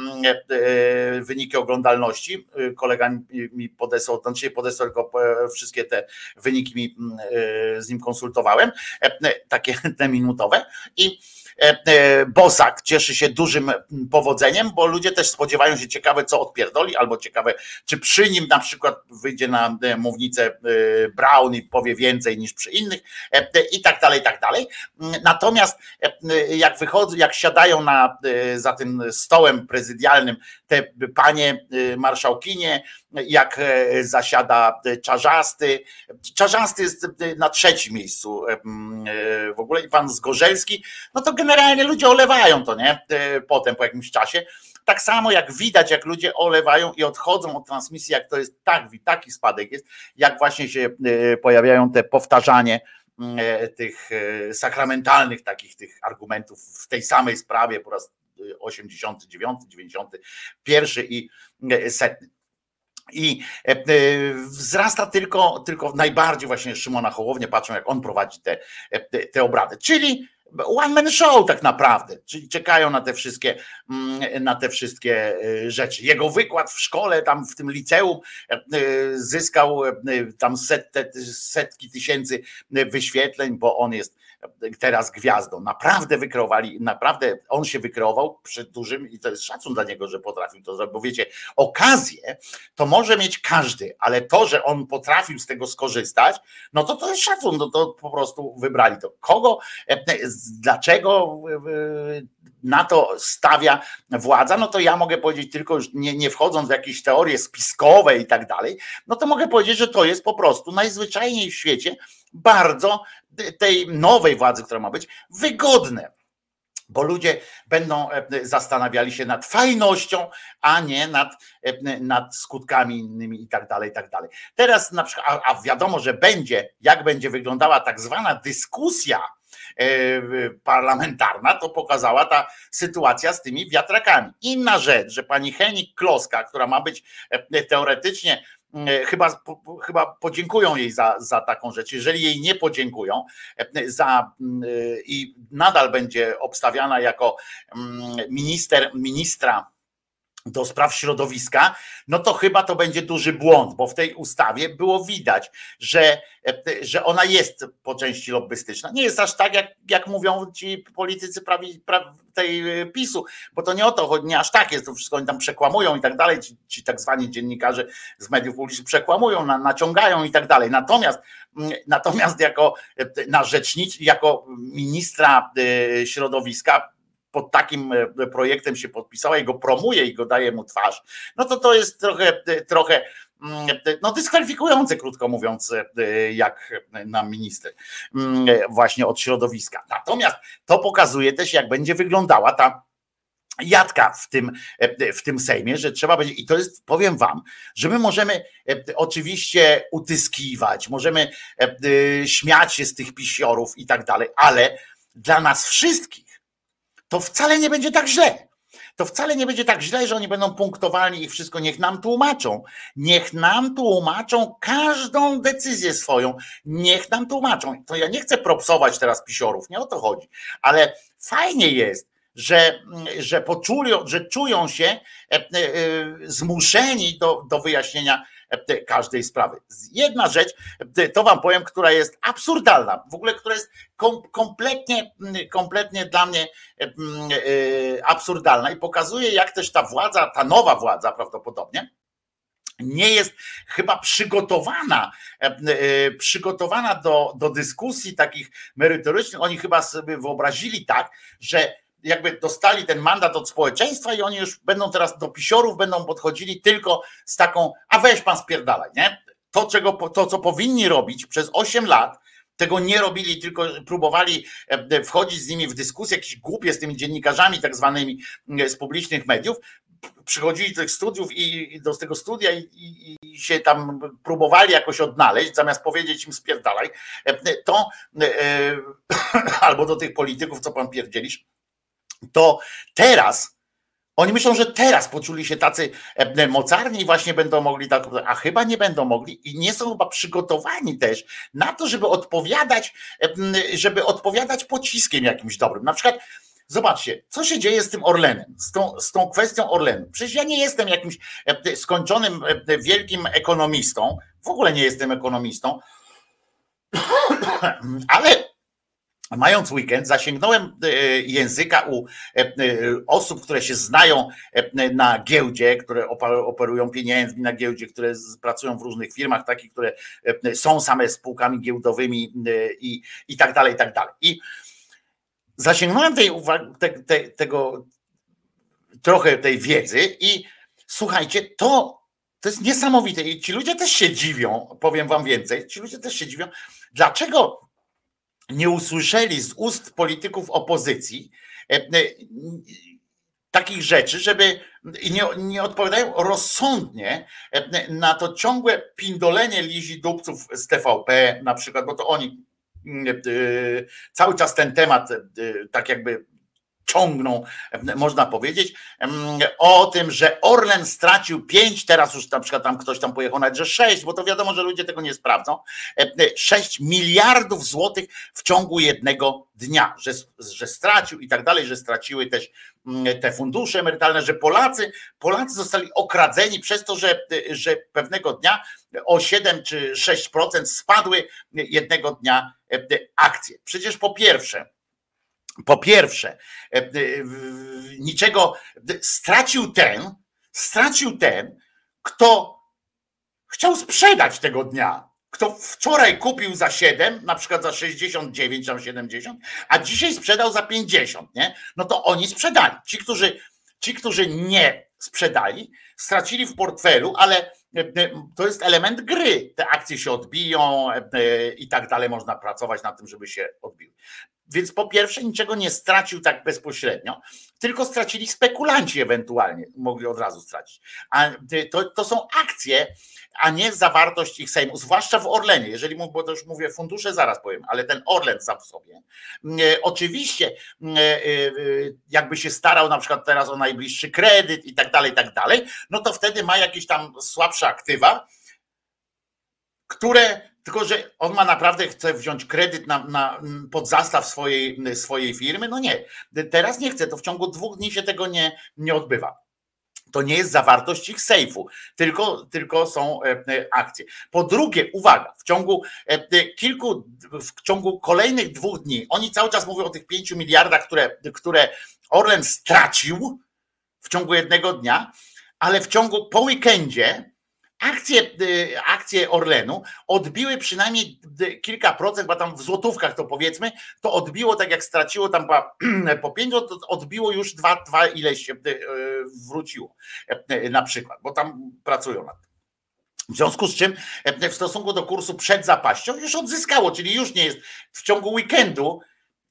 wyniki oglądalności. Kolega mi podesłał, tam się podesłał, tylko wszystkie te wyniki mi z nim konsultowałem, takie te minutowe i Bosak cieszy się dużym powodzeniem, bo ludzie też spodziewają się ciekawe, co odpierdoli, albo ciekawe, czy przy nim na przykład wyjdzie na mównicę Braun i powie więcej niż przy innych i tak dalej, i tak dalej. Natomiast jak wychodzą, jak siadają na, za tym stołem prezydialnym te panie marszałkinie, jak zasiada Czarzasty. Czarzasty jest na trzecim miejscu w ogóle i pan Zgorzelski, no to generalnie ludzie olewają to, nie? Potem po jakimś czasie. Tak samo jak widać, jak ludzie olewają i odchodzą od transmisji, jak to jest tak, taki spadek jest, jak właśnie się pojawiają te powtarzanie tych sakramentalnych takich tych argumentów w tej samej sprawie po raz osiemdziesiąty dziewiąty, dziewięćdziesiąty pierwszy i setny. I wzrasta tylko, tylko najbardziej właśnie Szymona Hołownię, patrzą jak on prowadzi te, te, te obrady. Czyli one man show tak naprawdę, czyli czekają na te wszystkie, na te wszystkie rzeczy. Jego wykład w szkole, tam w tym liceum zyskał tam set, setki tysięcy wyświetleń, bo on jest teraz gwiazdą. Naprawdę wykreowali, naprawdę on się wykreował przed dużym i to jest szacun dla niego, że potrafił to zrobić, bo wiecie, okazję to może mieć każdy, ale to, że on potrafił z tego skorzystać, no to to jest szacun, no to po prostu wybrali to. Kogo, dlaczego na to stawia władza, no to ja mogę powiedzieć tylko, już nie, nie wchodząc w jakieś teorie spiskowe i tak dalej, no to mogę powiedzieć, że to jest po prostu najzwyczajniej w świecie bardzo tej nowej władzy, która ma być, wygodne. Bo ludzie będą zastanawiali się nad fajnością, a nie nad, nad skutkami innymi i tak dalej, i tak dalej. Teraz na przykład, a, a wiadomo, że będzie, jak będzie wyglądała tak zwana dyskusja parlamentarna, to pokazała ta sytuacja z tymi wiatrakami. Inna rzecz, że pani Hennig-Kloska, która ma być teoretycznie, chyba, chyba podziękują jej za, za taką rzecz, jeżeli jej nie podziękują za, i nadal będzie obstawiana jako minister, ministra do spraw środowiska, no to chyba to będzie duży błąd, bo w tej ustawie było widać, że, że ona jest po części lobbystyczna. Nie jest aż tak, jak, jak mówią ci politycy prawi, pra, tej PiSu, bo to nie o to chodzi, nie aż tak jest, to wszystko oni tam przekłamują i tak dalej, ci, ci tak zwani dziennikarze z mediów publicznych przekłamują, na, naciągają i tak dalej. Natomiast, natomiast jako na rzecznicz, jako ministra środowiska pod takim projektem się podpisała i go promuje i go daje mu twarz, no to to jest trochę, trochę no dyskwalifikujące, krótko mówiąc, jak na minister właśnie od środowiska. Natomiast to pokazuje też, jak będzie wyglądała ta jadka w tym, w tym Sejmie, że trzeba będzie, i to jest, powiem wam, że my możemy oczywiście utyskiwać, możemy śmiać się z tych pisiorów i tak dalej, ale dla nas wszystkich to wcale nie będzie tak źle. To wcale nie będzie tak źle, że oni będą punktowalni i wszystko. Niech nam tłumaczą. Niech nam tłumaczą każdą decyzję swoją. Niech nam tłumaczą. To ja nie chcę propsować teraz pisiorów, nie o to chodzi. Ale fajnie jest, że, że poczują, że czują się zmuszeni do, do wyjaśnienia każdej sprawy. Jedna rzecz, to wam powiem, która jest absurdalna, w ogóle, która jest kom, kompletnie, kompletnie dla mnie absurdalna i pokazuje, jak też ta władza, ta nowa władza prawdopodobnie nie jest chyba przygotowana, przygotowana do, do dyskusji takich merytorycznych. Oni chyba sobie wyobrazili tak, że jakby dostali ten mandat od społeczeństwa i oni już będą teraz do pisiorów będą podchodzili tylko z taką, a weź pan spierdalaj, nie? To, czego, to co powinni robić przez osiem lat, tego nie robili, tylko próbowali wchodzić z nimi w dyskusję, jakieś głupie z tymi dziennikarzami tak zwanymi z publicznych mediów, przychodzili do tych studiów i do tego studia i, i, i się tam próbowali jakoś odnaleźć, zamiast powiedzieć im spierdalaj, to albo do tych polityków, co pan pierdzielisz, to teraz oni myślą, że teraz poczuli się tacy mocarni i właśnie będą mogli tak, a chyba nie będą mogli i nie są chyba przygotowani też na to, żeby odpowiadać, żeby odpowiadać pociskiem jakimś dobrym. Na przykład zobaczcie, co się dzieje z tym Orlenem, z tą, z tą kwestią Orlenu. Przecież ja nie jestem jakimś skończonym wielkim ekonomistą, w ogóle nie jestem ekonomistą, ale mając weekend, zasięgnąłem języka u osób, które się znają na giełdzie, które operują pieniędzmi na giełdzie, które pracują w różnych firmach, takich, które są same spółkami giełdowymi i, i tak dalej, i tak dalej. I zasięgnąłem tej uwagi, te, te, tego trochę tej wiedzy i słuchajcie, to, to jest niesamowite i ci ludzie też się dziwią, powiem wam więcej, ci ludzie też się dziwią, dlaczego nie usłyszeli z ust polityków opozycji takich rzeczy, żeby nie, nie odpowiadają rozsądnie na to ciągłe pindolenie lizi dupców z T V P na przykład, bo to oni cały czas ten temat tak jakby ciągną, można powiedzieć, o tym, że Orlen stracił pięć, teraz już na przykład tam ktoś tam pojechał nawet, że sześć, bo to wiadomo, że ludzie tego nie sprawdzą, sześć miliardów złotych w ciągu jednego dnia, że, że stracił i tak dalej, że straciły też te fundusze emerytalne, że Polacy, Polacy zostali okradzeni przez to, że, że pewnego dnia o siedem czy sześć procent spadły jednego dnia akcje. Przecież po pierwsze, Po pierwsze, niczego stracił ten, stracił ten, kto chciał sprzedać tego dnia, kto wczoraj kupił za siedem, na przykład za sześćdziesiąt dziewięć, tam siedemdziesiąt, a dzisiaj sprzedał za pięćdziesiąt, nie? No to oni sprzedali. Ci, którzy, ci, którzy nie sprzedali, stracili w portfelu, ale to jest element gry. Te akcje się odbiją i tak dalej, można pracować nad tym, żeby się odbiły. Więc po pierwsze niczego nie stracił tak bezpośrednio, tylko stracili spekulanci ewentualnie, mogli od razu stracić. A to, to są akcje, a nie zawartość ich Sejmu, zwłaszcza w Orlenie, jeżeli mówię, bo to już mówię fundusze, zaraz powiem, ale ten Orlen sam w sobie, e, oczywiście e, e, jakby się starał na przykład teraz o najbliższy kredyt i tak dalej, i tak dalej, no to wtedy ma jakieś tam słabsze aktywa, które, tylko że on ma naprawdę, chce wziąć kredyt na, na, pod zastaw swojej, swojej firmy, no nie, teraz nie chce, to w ciągu dwóch dni się tego nie, nie odbywa. To nie jest zawartość ich sejfu, tylko, tylko są akcje. Po drugie, uwaga, w ciągu kilku, w ciągu kolejnych dwóch dni, oni cały czas mówią o tych pięciu miliardach, które, które Orlen stracił w ciągu jednego dnia, ale w ciągu, po weekendzie akcje, akcje Orlenu odbiły przynajmniej kilka procent, bo tam w złotówkach to powiedzmy, to odbiło tak jak straciło tam po pięć, to odbiło już dwa, dwa ileś wróciło na przykład, bo tam pracują nad tym. W związku z czym w stosunku do kursu przed zapaścią już odzyskało, czyli już nie jest w ciągu weekendu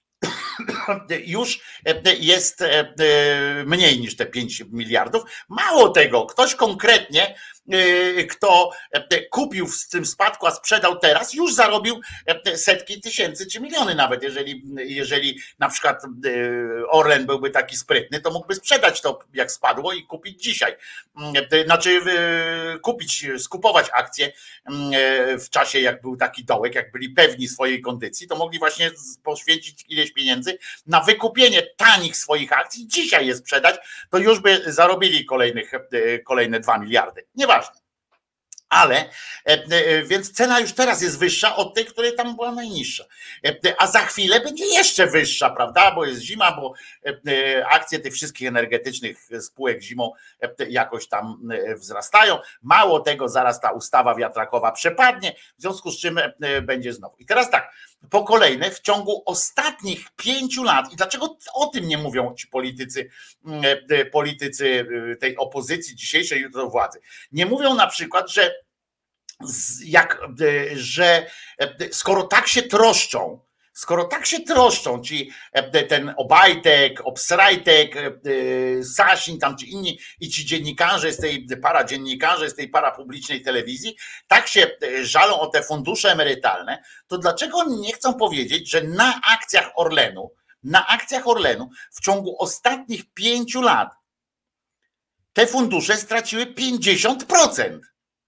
już jest mniej niż te pięć miliardów. Mało tego, ktoś konkretnie, kto kupił w tym spadku, a sprzedał teraz, już zarobił setki tysięcy czy miliony nawet, jeżeli, jeżeli na przykład Orlen byłby taki sprytny, to mógłby sprzedać to jak spadło i kupić dzisiaj. Znaczy kupić, skupować akcje w czasie jak był taki dołek, jak byli pewni swojej kondycji, to mogli właśnie poświęcić ileś pieniędzy na wykupienie tanich swoich akcji, dzisiaj je sprzedać, to już by zarobili kolejnych, kolejne dwa miliardy. Nieważne. Ale, więc cena już teraz jest wyższa od tej, której tam była najniższa. A za chwilę będzie jeszcze wyższa, prawda? Bo jest zima, bo akcje tych wszystkich energetycznych spółek zimą jakoś tam wzrastają. Mało tego, zaraz ta ustawa wiatrakowa przepadnie, w związku z czym będzie znowu. I teraz tak, po kolejne w ciągu ostatnich pięciu lat, i dlaczego o tym nie mówią ci politycy, politycy tej opozycji dzisiejszej, jutro władzy, nie mówią na przykład, że jak, że skoro tak się troszczą, skoro tak się troszczą ci ten Obajtek, Obsrajtek, Sasin tam czy inni i ci dziennikarze z tej para dziennikarze z tej parapublicznej telewizji, tak się żalą o te fundusze emerytalne, to dlaczego oni nie chcą powiedzieć, że na akcjach Orlenu, na akcjach Orlenu w ciągu ostatnich pięciu lat te fundusze straciły pięćdziesiąt procent.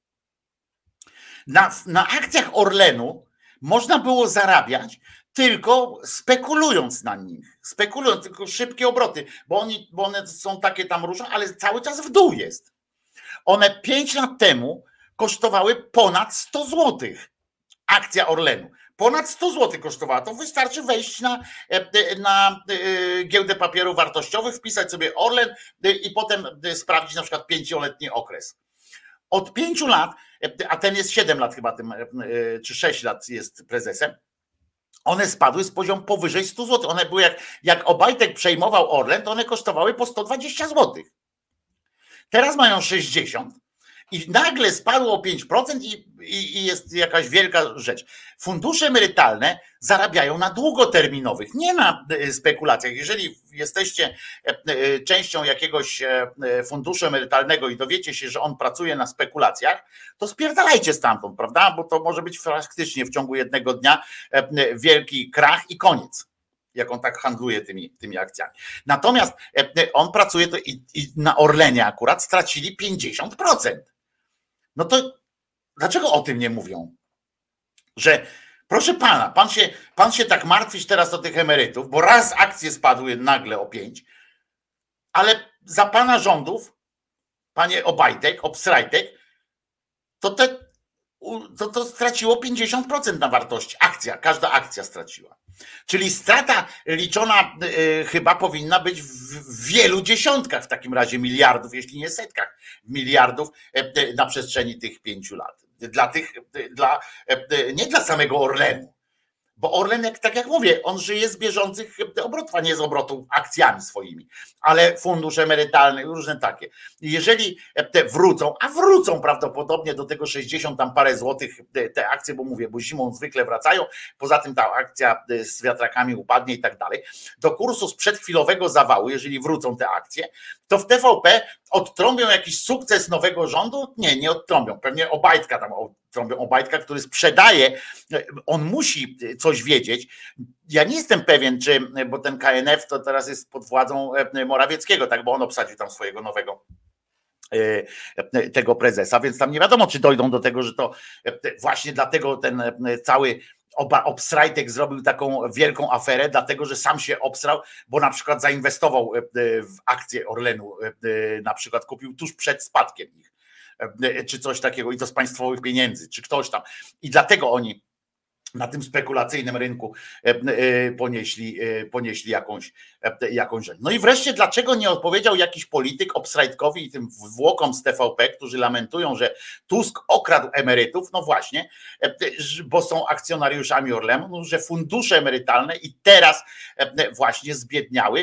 Na, na akcjach Orlenu można było zarabiać tylko spekulując na nich, spekulując, tylko szybkie obroty, bo, oni, bo one są takie tam różne, ale cały czas w dół jest. One pięć lat temu kosztowały ponad sto złotych. Akcja Orlenu. Ponad sto złotych kosztowała. To wystarczy wejść na, na giełdę papierów wartościowych, wpisać sobie Orlen i potem sprawdzić na przykład pięcioletni okres. Od pięciu lat, a ten jest siedem lat chyba tym, czy sześć lat jest prezesem, one spadły z poziomu powyżej stu złotych. One były jak, jak Obajtek przejmował Orlen, to one kosztowały po sto dwadzieścia złotych. Teraz mają sześćdziesiąt i nagle spadło o pięć procent i, i, i jest jakaś wielka rzecz. Fundusze emerytalne zarabiają na długoterminowych, nie na spekulacjach. Jeżeli jesteście częścią jakiegoś funduszu emerytalnego i dowiecie się, że on pracuje na spekulacjach, to spierdalajcie stamtąd, prawda? Bo to może być faktycznie w ciągu jednego dnia wielki krach i koniec. jak on tak handluje tymi, tymi akcjami. Natomiast on pracuje to i, i na Orlenie akurat stracili pięćdziesiąt procent. No to dlaczego o tym nie mówią? Że proszę pana, pan się, pan się tak martwić teraz o tych emerytów, bo raz akcje spadły nagle o pięć, ale za pana rządów, panie Obajtek, Obstrajtek, to, te, to, to straciło pięćdziesiąt procent na wartości. Akcja, każda akcja straciła. Czyli strata liczona y, chyba powinna być w, w wielu dziesiątkach w takim razie miliardów, jeśli nie setkach miliardów y, na przestrzeni tych pięciu lat. Dla tych, y, dla, y, nie dla samego Orlenu. Bo Orlen, jak, tak jak mówię, on żyje z bieżących obrotów, a nie z obrotu akcjami swoimi, ale fundusz emerytalny, różne takie. Jeżeli te wrócą, a wrócą prawdopodobnie do tego sześćdziesiąt tam parę złotych te akcje, bo mówię, bo zimą zwykle wracają, poza tym ta akcja z wiatrakami upadnie i tak dalej, do kursu sprzedchwilowego zawału, jeżeli wrócą te akcje, to w T V P odtrąbią jakiś sukces nowego rządu? Nie, nie odtrąbią. Pewnie Obajtka tam trąbią Obajtka, który sprzedaje, on musi coś wiedzieć. Ja nie jestem pewien, czy, bo ten K N F to teraz jest pod władzą Morawieckiego, tak, bo on obsadził tam swojego nowego tego prezesa, więc tam nie wiadomo, czy dojdą do tego, że to właśnie dlatego ten cały Obstrajtek zrobił taką wielką aferę, dlatego że sam się obsrał, bo na przykład zainwestował w akcje Orlenu, na przykład kupił tuż przed spadkiem ich, czy coś takiego i to z państwowych pieniędzy, czy ktoś tam. I dlatego oni na tym spekulacyjnym rynku ponieśli, ponieśli jakąś, jakąś rzecz. No i wreszcie, dlaczego nie odpowiedział jakiś polityk Obstrajtkowi i tym włokom z T V P, którzy lamentują, że Tusk okradł emerytów, no właśnie, bo są akcjonariuszami Orlenu, no, że fundusze emerytalne i teraz właśnie zbiedniały,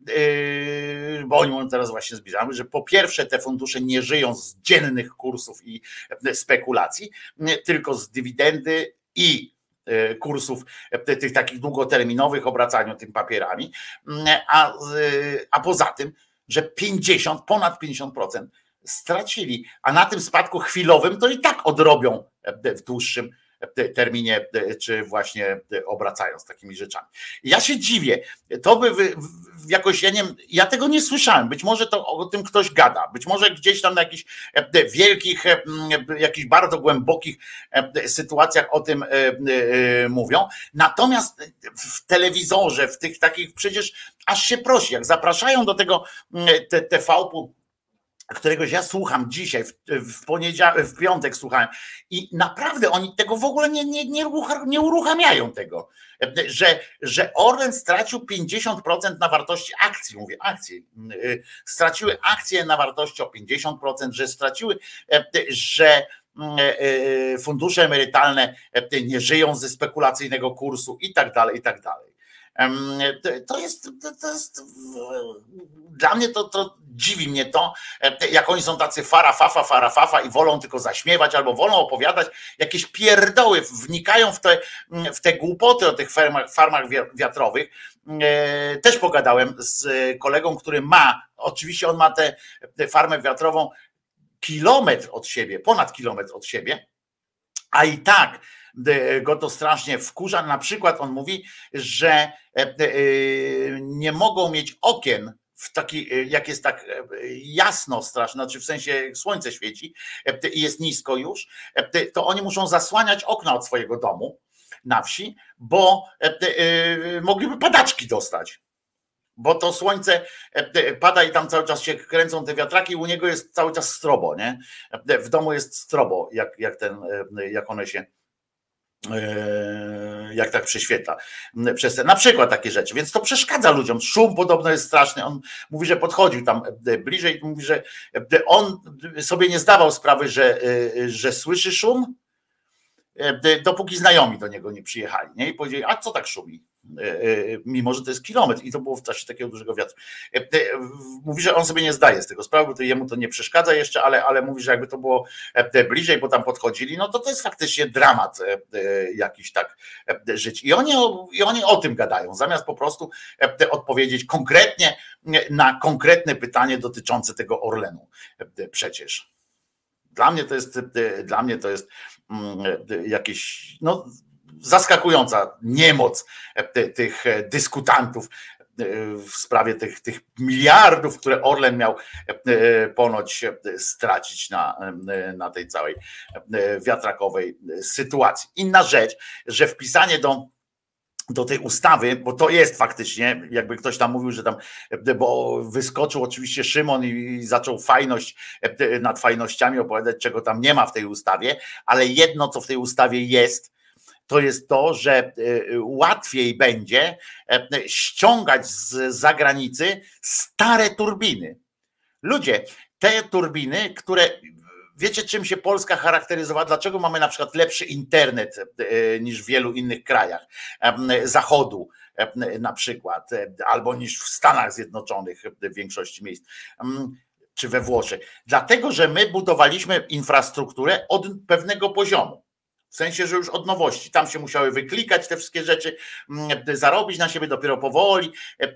bo oni mówią teraz właśnie zbliżamy, że po pierwsze te fundusze nie żyją z dziennych kursów i spekulacji, tylko z dywidendy i kursów tych takich długoterminowych obracaniu tym papierami, a, a poza tym, że pięćdziesiąt, ponad pięćdziesiąt procent stracili, a na tym spadku chwilowym to i tak odrobią w dłuższym terminie, czy właśnie obracając takimi rzeczami. Ja się dziwię, to by jakoś, ja nie wiem, ja tego nie słyszałem, być może to o tym ktoś gada, być może gdzieś tam na jakichś wielkich, jakichś bardzo głębokich sytuacjach o tym mówią, natomiast w telewizorze, w tych takich, przecież aż się prosi, jak zapraszają do tego T V P-u, któregoś ja słucham dzisiaj, w, w poniedziałek, w piątek słuchałem i naprawdę oni tego w ogóle nie, nie, nie, nie uruchamiają tego, że, że Orlen stracił pięćdziesiąt procent na wartości akcji, mówię akcje, straciły akcje na wartości o pięćdziesiąt procent, że straciły, że fundusze emerytalne nie żyją ze spekulacyjnego kursu i tak dalej, i tak dalej. To jest, to jest dla mnie to, to dziwi mnie to, jak oni są tacy farafafa, farafafa i wolą tylko zaśmiewać albo wolą opowiadać jakieś pierdoły, wnikają w te, w te głupoty o tych farmach, farmach wiatrowych. Też pogadałem z kolegą, który ma, oczywiście on ma tę farmę wiatrową kilometr od siebie, ponad kilometr od siebie, a i tak go to strasznie wkurza. Na przykład on mówi, że nie mogą mieć okien w taki, jak jest tak jasno strasznie, znaczy w sensie słońce świeci i jest nisko już, to oni muszą zasłaniać okna od swojego domu na wsi, bo mogliby padaczki dostać. Bo to słońce pada i tam cały czas się kręcą te wiatraki, u niego jest cały czas strobo, nie? W domu jest strobo, jak, jak, ten, jak one się jak tak prześwietla przez te, na przykład takie rzeczy, więc to przeszkadza ludziom. Szum podobno jest straszny. On mówi, że podchodził tam bliżej, mówi, że on sobie nie zdawał sprawy, że, że słyszy szum, dopóki znajomi do niego nie przyjechali, nie? I powiedzieli, a co tak szumi? Mimo że to jest kilometr i to było w czasie takiego dużego wiatru. Mówi, że on sobie nie zdaje z tego sprawy, bo to jemu to nie przeszkadza jeszcze, ale, ale mówi, że jakby to było bliżej, bo tam podchodzili, no to to jest faktycznie dramat jakiś tak żyć. I oni, i oni o tym gadają, zamiast po prostu odpowiedzieć konkretnie na konkretne pytanie dotyczące tego Orlenu. Przecież dla mnie to jest, dla mnie to jest jakieś, no zaskakująca niemoc tych dyskutantów w sprawie tych, tych miliardów, które Orlen miał ponoć stracić na, na tej całej wiatrakowej sytuacji. Inna rzecz, że wpisanie do do tej ustawy, bo to jest faktycznie, jakby ktoś tam mówił, że tam, bo wyskoczył oczywiście Szymon i zaczął fajność nad fajnościami opowiadać, czego tam nie ma w tej ustawie, ale jedno, co w tej ustawie jest, to jest to, że łatwiej będzie ściągać z zagranicy stare turbiny. Ludzie, te turbiny, które... Wiecie, czym się Polska charakteryzowała? Dlaczego mamy na przykład lepszy internet niż w wielu innych krajach Zachodu na przykład, albo niż w Stanach Zjednoczonych w większości miejsc, czy we Włoszech? Dlatego, że my budowaliśmy infrastrukturę od pewnego poziomu. W sensie, że już od nowości. Tam się musiały wyklikać te wszystkie rzeczy, zarobić na siebie, dopiero powoli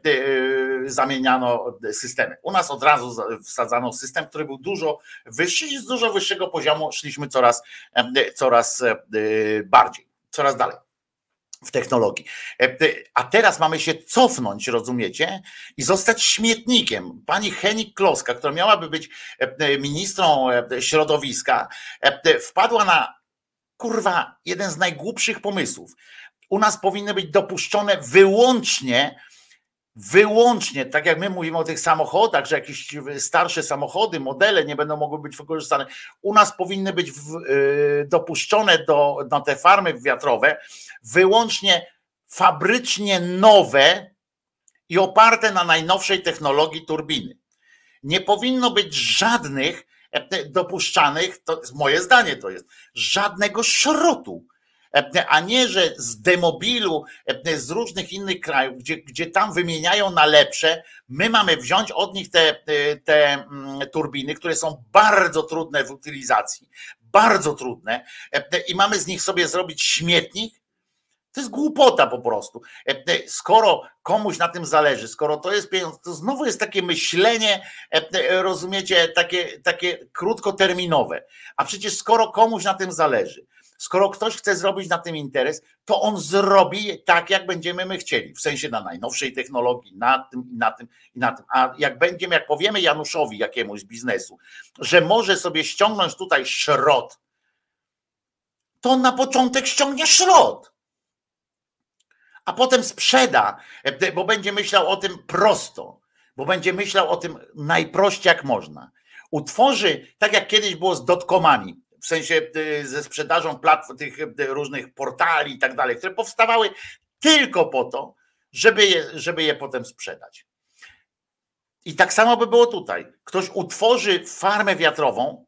zamieniano systemy. U nas od razu wsadzano system, który był dużo wyższy i z dużo wyższego poziomu szliśmy coraz, coraz bardziej, coraz dalej w technologii. A teraz mamy się cofnąć, rozumiecie, i zostać śmietnikiem. Pani Hennig-Kloska, która miałaby być ministrą środowiska, wpadła na kurwa, jeden z najgłupszych pomysłów. U nas powinny być dopuszczone wyłącznie, wyłącznie, tak jak my mówimy o tych samochodach, że jakieś starsze samochody, modele nie będą mogły być wykorzystane. U nas powinny być w, y, dopuszczone do, na te farmy wiatrowe wyłącznie fabrycznie nowe i oparte na najnowszej technologii turbiny. Nie powinno być żadnych dopuszczanych, to jest moje zdanie, to jest żadnego szrotu, a nie, że z demobilu, z różnych innych krajów, gdzie, gdzie tam wymieniają na lepsze, my mamy wziąć od nich te, te turbiny, które są bardzo trudne w utylizacji, bardzo trudne, i mamy z nich sobie zrobić śmietnik. To jest głupota po prostu. Skoro komuś na tym zależy, skoro to jest pieniądz, to znowu jest takie myślenie, rozumiecie, takie, takie krótkoterminowe. A przecież skoro komuś na tym zależy, skoro ktoś chce zrobić na tym interes, to on zrobi tak, jak będziemy my chcieli. W sensie na najnowszej technologii, na tym i na tym i na tym. A jak będziemy, jak powiemy Januszowi jakiemuś biznesu, że może sobie ściągnąć tutaj szrot, to on na początek ściągnie szrot. A potem sprzeda, bo będzie myślał o tym prosto, bo będzie myślał o tym najprościej jak można. Utworzy, tak jak kiedyś było z dotcomami, w sensie ze sprzedażą platform, tych różnych portali i tak dalej, które powstawały tylko po to, żeby je, żeby je potem sprzedać. I tak samo by było tutaj. Ktoś utworzy farmę wiatrową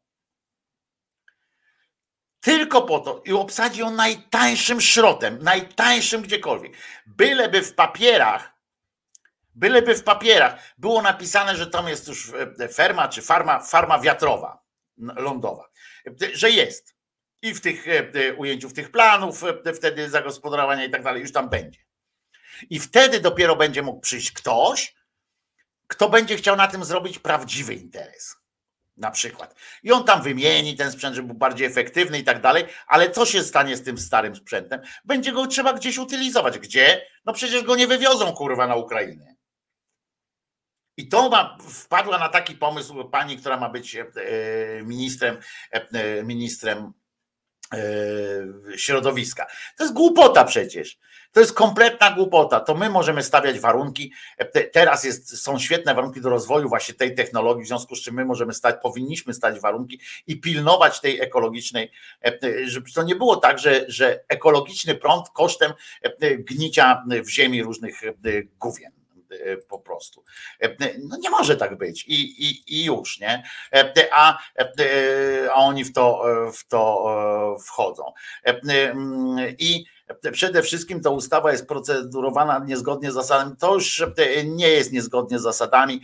tylko po to i obsadzi ją najtańszym szrotem, najtańszym gdziekolwiek. Byleby w papierach, byleby w papierach było napisane, że tam jest już ferma czy farma, farma wiatrowa, lądowa, że jest. I w tych ujęciu, w tych planów wtedy zagospodarowania i tak dalej już tam będzie. I wtedy dopiero będzie mógł przyjść ktoś, kto będzie chciał na tym zrobić prawdziwy interes. Na przykład. I on tam wymieni ten sprzęt, żeby był bardziej efektywny i tak dalej, ale co się stanie z tym starym sprzętem? Będzie go trzeba gdzieś utylizować. Gdzie? No przecież go nie wywiozą, kurwa, na Ukrainę. I to ma, wpadła na taki pomysł pani, która ma być ministrem, ministrem środowiska. To jest głupota przecież. To jest kompletna głupota. To my możemy stawiać warunki. Teraz jest, są świetne warunki do rozwoju właśnie tej technologii, w związku z czym my możemy stać, powinniśmy stać warunki i pilnować tej ekologicznej, żeby to nie było tak, że, że ekologiczny prąd kosztem gnicia w ziemi różnych gówien. Po prostu. No nie może tak być i, i, i już, nie? A, a oni w to, w to wchodzą. I przede wszystkim ta ustawa jest procedurowana niezgodnie z zasadami. To już nie jest niezgodnie z zasadami.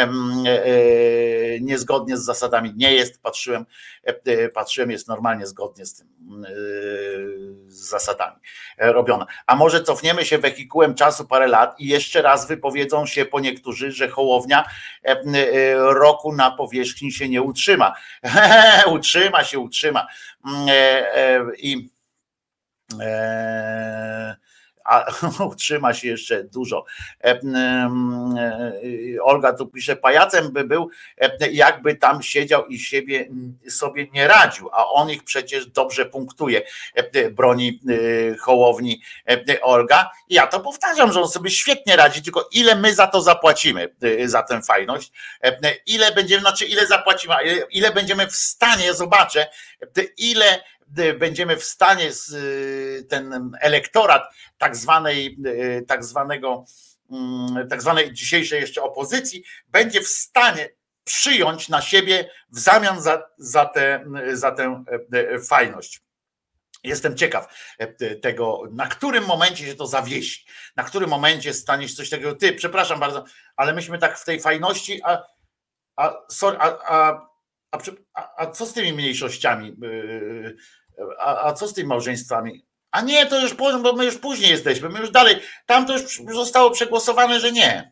Niezgodnie z zasadami nie jest. Patrzyłem, patrzyłem, jest normalnie zgodnie z tym, z zasadami robiona. A może cofniemy się wehikułem czasu parę lat i jeszcze raz wypowiedzą się po niektórzy, że Hołownia roku na powierzchni się nie utrzyma. Utrzyma się, utrzyma. I Eee, a utrzyma się jeszcze dużo. E, e, Olga tu pisze, pajacem by był, e, jakby tam siedział i siebie sobie nie radził, a on ich przecież dobrze punktuje, e, broni e, Hołowni e, Olga. I ja to powtarzam, że on sobie świetnie radzi, tylko ile my za to zapłacimy, e, za tę fajność, e, ile będziemy, znaczy ile zapłacimy, ile, ile będziemy w stanie, ja zobaczę, e, ile będziemy w stanie ten elektorat tak zwanej, tak zwanego, tak zwanej dzisiejszej jeszcze opozycji będzie w stanie przyjąć na siebie w zamian za, za, tę, za tę fajność. Jestem ciekaw tego, na którym momencie się to zawiesi, na którym momencie stanie się coś takiego. Ty, przepraszam bardzo, ale myśmy tak w tej fajności, a, a, sorry, a, a, a, a, a co z tymi mniejszościami? A, a co z tymi małżeństwami? A nie, to już, bo my już później jesteśmy, my już dalej, tam to już zostało przegłosowane, że nie.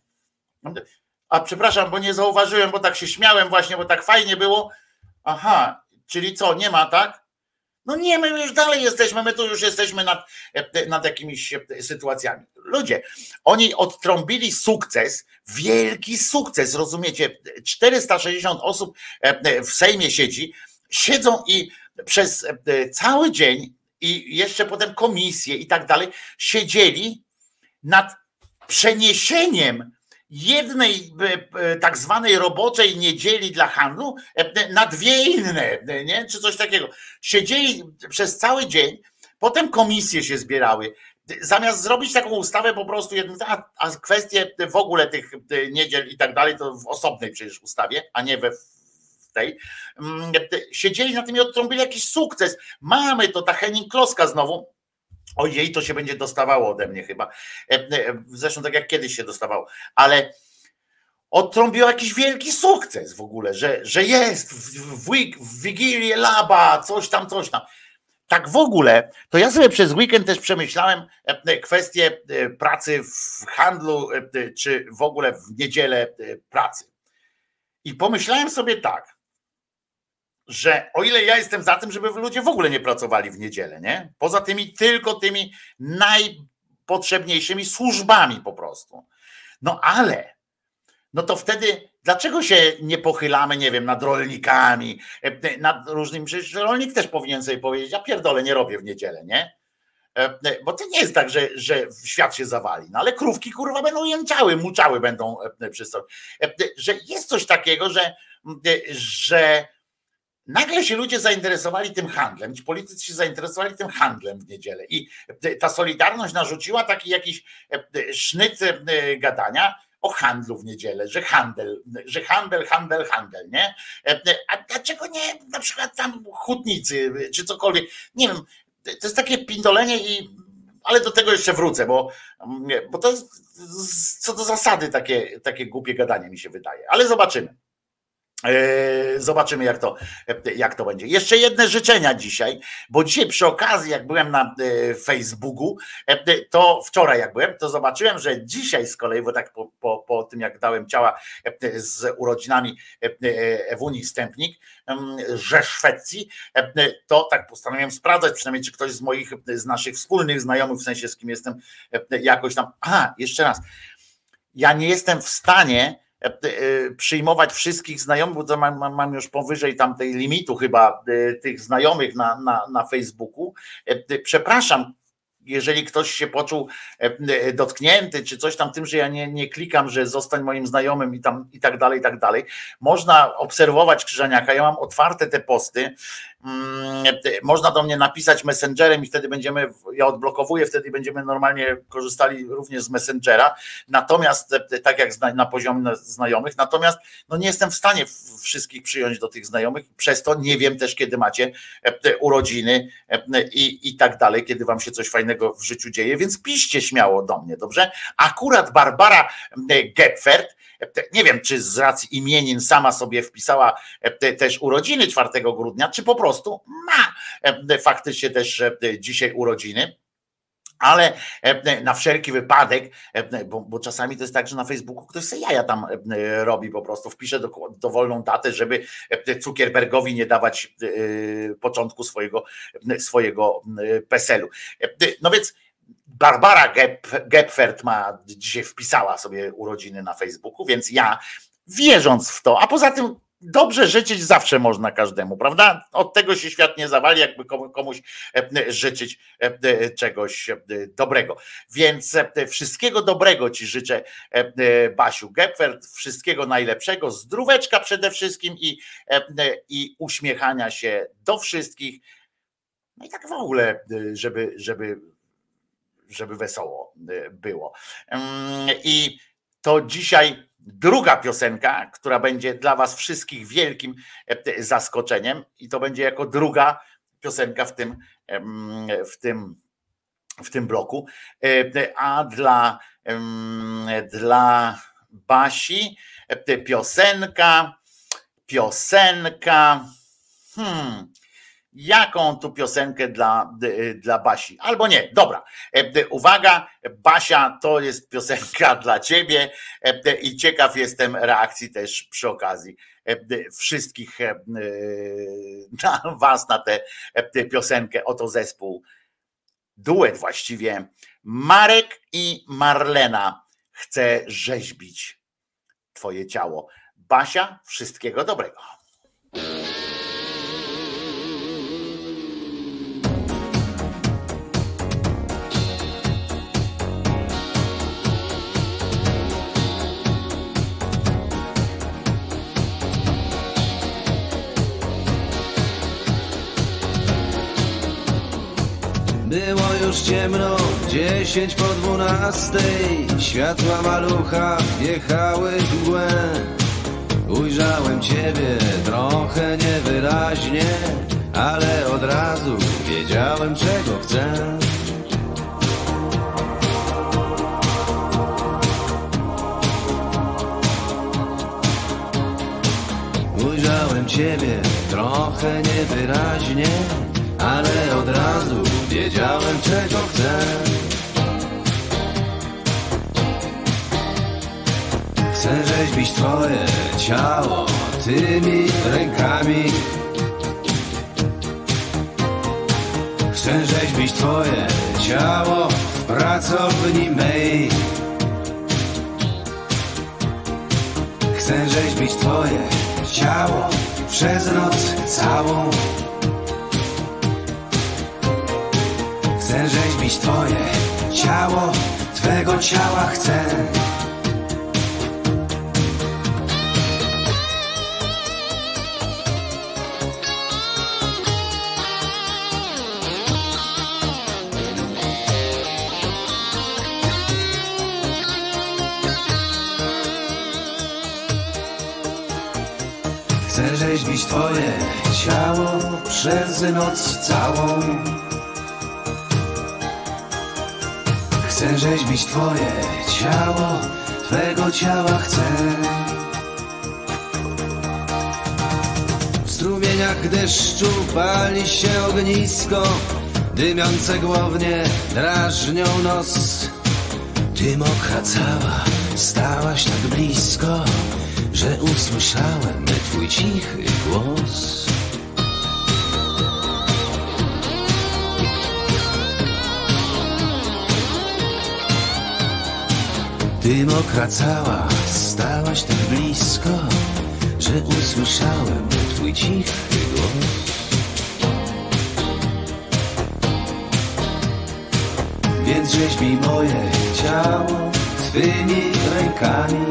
A przepraszam, bo nie zauważyłem, bo tak się śmiałem właśnie, bo tak fajnie było. Aha, czyli co, nie ma, tak? No nie, my już dalej jesteśmy, my tu już jesteśmy nad, nad jakimiś sytuacjami. Ludzie, oni odtrąbili sukces, wielki sukces, rozumiecie? czterysta sześćdziesiąt osób w Sejmie siedzi, siedzą i przez cały dzień i jeszcze potem komisje i tak dalej, siedzieli nad przeniesieniem jednej tak zwanej roboczej niedzieli dla handlu na dwie inne, nie? Czy coś takiego. Siedzieli przez cały dzień, potem komisje się zbierały. Zamiast zrobić taką ustawę po prostu, a, a kwestie w ogóle tych niedziel i tak dalej, to w osobnej przecież ustawie, a nie we tej, siedzieli na tym i odtrąbili jakiś sukces. Mamy to, ta Henning-Kloska znowu, ojej, to się będzie dostawało ode mnie chyba, zresztą tak jak kiedyś się dostawało, ale odtrąbiła jakiś wielki sukces w ogóle, że, że jest w, w, w Wigilię Laba, coś tam, coś tam. Tak w ogóle, to ja sobie przez weekend też przemyślałem kwestię pracy w handlu, czy w ogóle w niedzielę pracy. I pomyślałem sobie tak, że o ile ja jestem za tym, żeby ludzie w ogóle nie pracowali w niedzielę, nie? Poza tymi tylko tymi najpotrzebniejszymi służbami po prostu. No ale, no to wtedy dlaczego się nie pochylamy, nie wiem, nad rolnikami, nad różnymi, przecież rolnik też powinien sobie powiedzieć, ja pierdolę, nie robię w niedzielę, nie? Bo to nie jest tak, że, że świat się zawali, no ale krówki kurwa będą jęczały, muczały będą przez to. Że jest coś takiego, że, że nagle się ludzie zainteresowali tym handlem, ci politycy się zainteresowali tym handlem w niedzielę i ta Solidarność narzuciła taki jakiś sznyt gadania o handlu w niedzielę, że handel, że handel, handel, handel, nie? A dlaczego nie na przykład tam hutnicy czy cokolwiek, nie wiem, to jest takie pindolenie i ale do tego jeszcze wrócę, bo, bo to jest co do zasady takie, takie głupie gadanie mi się wydaje, ale zobaczymy. Zobaczymy jak to, jak to będzie. Jeszcze jedne życzenia dzisiaj, bo dzisiaj przy okazji jak byłem na Facebooku, to wczoraj jak byłem, to zobaczyłem, że dzisiaj z kolei, bo tak po, po, po tym jak dałem ciała z urodzinami Ewuni Stępnik, że Szwecji, to tak postanowiłem sprawdzać, przynajmniej czy ktoś z moich, z naszych wspólnych znajomych, w sensie z kim jestem jakoś tam, a jeszcze raz, ja nie jestem w stanie przyjmować wszystkich znajomych, bo to mam, mam, mam już powyżej tamtej limitu chyba tych znajomych na, na, na Facebooku. Przepraszam, jeżeli ktoś się poczuł dotknięty, czy coś tam tym, że ja nie, nie klikam, że zostań moim znajomym i tam i tak dalej, i tak dalej. Można obserwować Krzyżaniaka, ja mam otwarte te posty, można do mnie napisać messengerem i wtedy będziemy, ja odblokowuję, wtedy będziemy normalnie korzystali również z Messengera, natomiast tak jak na poziomie znajomych, natomiast no nie jestem w stanie wszystkich przyjąć do tych znajomych, przez to nie wiem też kiedy macie urodziny i, i tak dalej, kiedy wam się coś fajnego w życiu dzieje, więc piszcie śmiało do mnie, dobrze? Akurat Barbara Gepfert, nie wiem, czy z racji imienin sama sobie wpisała też urodziny czwartego grudnia, czy po prostu ma faktycznie też dzisiaj urodziny, Ale na wszelki wypadek, bo, bo czasami to jest tak, że na Facebooku ktoś sobie jaja tam robi po prostu, wpisze do, dowolną datę, żeby Zuckerbergowi nie dawać początku swojego, swojego PESEL-u. No więc Barbara Gepfert ma dzisiaj wpisała sobie urodziny na Facebooku, więc ja wierząc w to, a poza tym dobrze życzyć zawsze można każdemu, prawda? Od tego się świat nie zawali, jakby komuś życzyć czegoś dobrego. Więc wszystkiego dobrego ci życzę, Basiu Gepfert, wszystkiego najlepszego, zdróweczka przede wszystkim i, i uśmiechania się do wszystkich. No i tak w ogóle, żeby, żeby, żeby wesoło było. I to dzisiaj druga piosenka, która będzie dla was wszystkich wielkim zaskoczeniem i to będzie jako druga piosenka w tym, w tym, w tym bloku, a dla, dla Basi piosenka, piosenka, hmm, jaką tu piosenkę dla, dla Basi? Albo nie, dobra. Uwaga, Basia, to jest piosenka dla ciebie i ciekaw jestem reakcji też przy okazji wszystkich na was, na tę piosenkę. Oto zespół, duet właściwie, Marek i Marlena. Chcę rzeźbić twoje ciało. Basia, wszystkiego dobrego. Było już ciemno, dziesięć po dwunastej. Światła malucha wjechały w mgłę. Ujrzałem ciebie trochę niewyraźnie, ale od razu wiedziałem, czego chcę. Ujrzałem ciebie trochę niewyraźnie, ale od razu wiedziałem, czego chcę. Chcę rzeźbić twoje ciało tymi rękami. Chcę rzeźbić twoje ciało w pracowni mej. Chcę rzeźbić twoje ciało przez noc całą. Chcę rzeźbić twoje ciało, twego ciała chcę. Chcę rzeźbić twoje ciało przez noc całą. Chcę rzeźbić twoje ciało, twego ciała chcę. W strumieniach deszczu pali się ognisko, dymiące głownie drażnią nos. Ty mokra cała, stałaś tak blisko, że usłyszałem twój cichy głos. Ty mokra cała, stałaś tak blisko, że usłyszałem twój cichy głos. Więc rzeźbij moje ciało twymi rękami.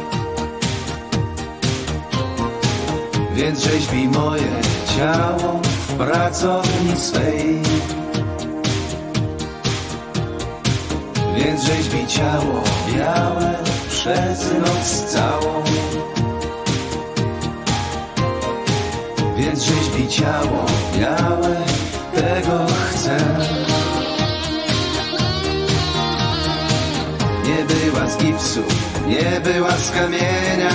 Więc rzeźbij moje ciało w pracowni swej. Więc rzeźbij ciało białe przez noc całą. Więc rzeźbij ciało białe, tego chcę. Nie była z gipsu, nie była z kamienia.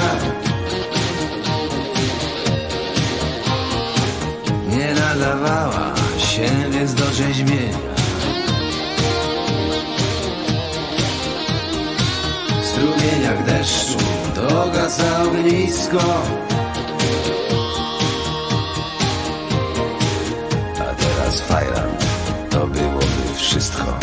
Nie nadawała się więc do rzeźbienia. strumieniach deszczu dogasa ognisko. A teraz fajran, to byłoby wszystko.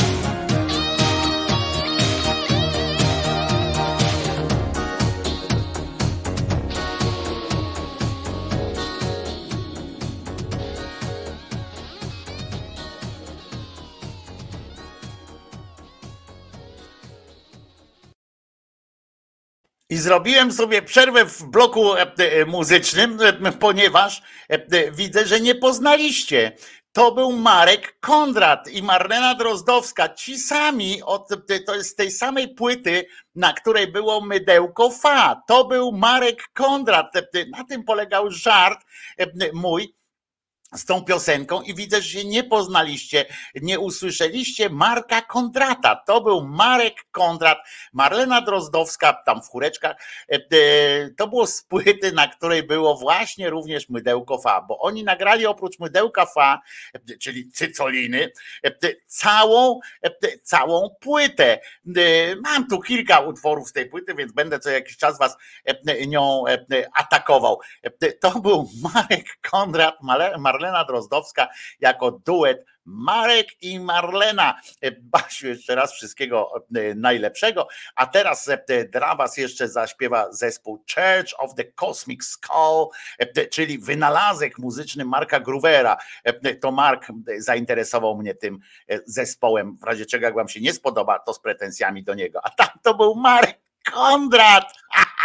I zrobiłem sobie przerwę w bloku muzycznym, ponieważ widzę, że nie poznaliście. To był Marek Kondrat i Marlena Drozdowska. Ci sami, od, to jest z tej samej płyty, na której było Mydełko Fa. To był Marek Kondrat. Na tym polegał żart mój z tą piosenką i widzę, że się nie poznaliście, nie usłyszeliście Marka Kondrata. To był Marek Kondrat, Marlena Drozdowska, tam w chóreczkach. To było z płyty, na której było właśnie również Mydełko Fa, bo oni nagrali oprócz Mydełka Fa, czyli Cycoliny, całą, całą płytę. Mam tu kilka utworów z tej płyty, więc będę co jakiś czas was nią atakował. To był Marek Kondrat, Marlena Marlena Drozdowska jako duet Marek i Marlena. Basiu, jeszcze raz wszystkiego najlepszego. A teraz dla was jeszcze zaśpiewa zespół Church of the Cosmic Skull, czyli wynalazek muzyczny Marka Groovera. To Mark zainteresował mnie tym zespołem. W razie czego jak wam się nie spodoba, to z pretensjami do niego. A tam to był Marek Kondrat.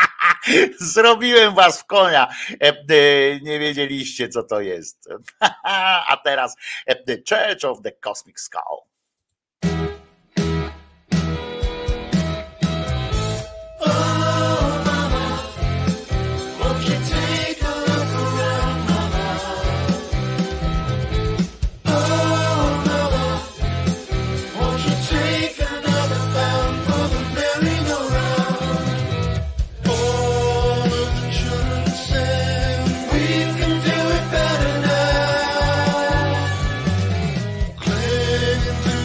Zrobiłem was w konia. Nie wiedzieliście, co to jest. A teraz The Church of the Cosmic Skull. Clinging to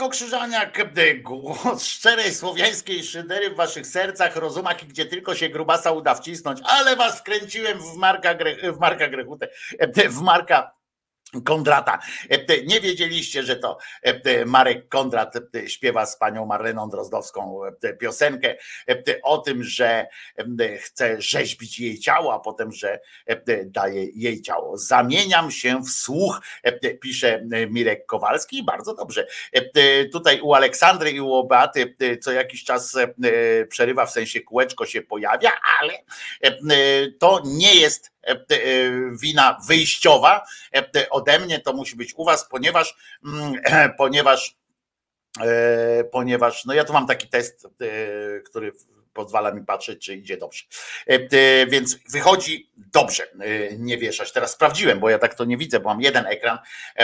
Marko Krzyżaniak, głos szczerej słowiańskiej szydery w waszych sercach, rozumach i gdzie tylko się grubasa uda wcisnąć, ale was wkręciłem w Marka, w Marka Grechutę, w Marka Kondrata. Nie wiedzieliście, że to Marek Kondrat śpiewa z panią Marleną Drozdowską piosenkę o tym, że chce rzeźbić jej ciało, a potem, że daje jej ciało. Zamieniam się w słuch, pisze Mirek Kowalski. Bardzo dobrze. Tutaj u Aleksandry i u Beaty co jakiś czas przerywa, w sensie kółeczko się pojawia, ale to nie jest wina wyjściowa ode mnie, to musi być u was, ponieważ ponieważ ponieważ no ja tu mam taki test, który pozwala mi patrzeć, czy idzie dobrze. Więc wychodzi dobrze nie wieszać. Teraz sprawdziłem, bo ja tak to nie widzę, bo mam jeden ekran.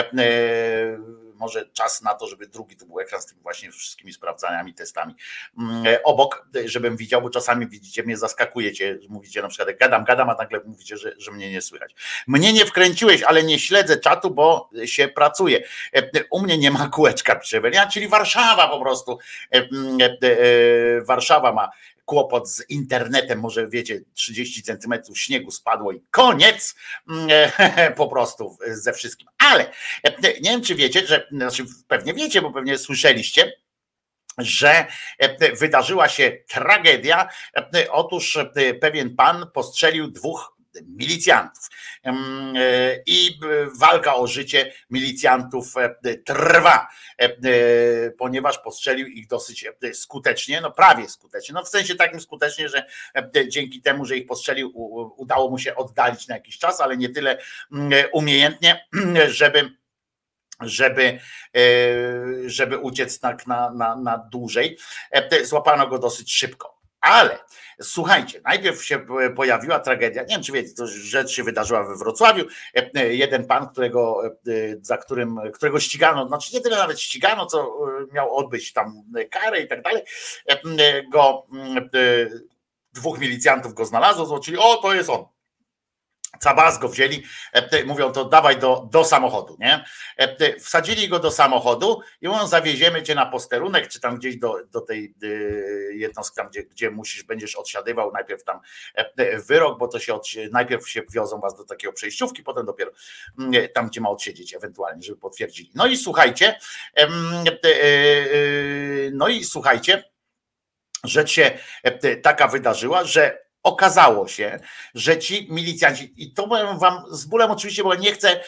Może czas na to, żeby drugi to był ekran z tymi właśnie wszystkimi sprawdzaniami, testami obok, żebym widział, bo czasami widzicie, mnie zaskakujecie, mówicie na przykład gadam, gadam, a nagle mówicie, że, że mnie nie słychać. Mnie nie wkręciłeś, ale nie śledzę czatu, bo się pracuje. U mnie nie ma kółeczka, pisze Ewelina, czyli Warszawa po prostu. Warszawa ma kłopot z internetem, może wiecie, trzydzieści centymetrów śniegu spadło i koniec po prostu ze wszystkim. Ale nie wiem, czy wiecie, że, znaczy pewnie wiecie, bo pewnie słyszeliście, że wydarzyła się tragedia. Otóż pewien pan postrzelił dwóch milicjantów i walka o życie milicjantów trwa, ponieważ postrzelił ich dosyć skutecznie, no prawie skutecznie, no w sensie takim skutecznie, że dzięki temu, że ich postrzelił, udało mu się oddalić na jakiś czas, ale nie tyle umiejętnie, żeby żeby, żeby uciec tak na, na, na dłużej. Złapano go dosyć szybko. Ale słuchajcie, najpierw się pojawiła tragedia, nie wiem czy wiecie, to rzecz się wydarzyła we Wrocławiu, jeden pan, którego, za którym, którego ścigano, znaczy nie tyle nawet ścigano, co miał odbyć tam karę i tak dalej, go, dwóch milicjantów go znalazło, czyli o, to jest on. Cabas go wzięli, mówią to dawaj do, do samochodu, nie? Wsadzili go do samochodu i mówią zawieziemy cię na posterunek, czy tam gdzieś do, do tej jednostki, tam gdzie, gdzie musisz, będziesz odsiadywał najpierw tam wyrok, bo to się od, najpierw się wiozą was do takiego przejściówki, potem dopiero tam, gdzie ma odsiedzieć ewentualnie, żeby potwierdzili. No i słuchajcie, no i słuchajcie, rzecz się taka wydarzyła, że okazało się, że ci milicjanci, i to powiem wam z bólem oczywiście, bo nie chcę,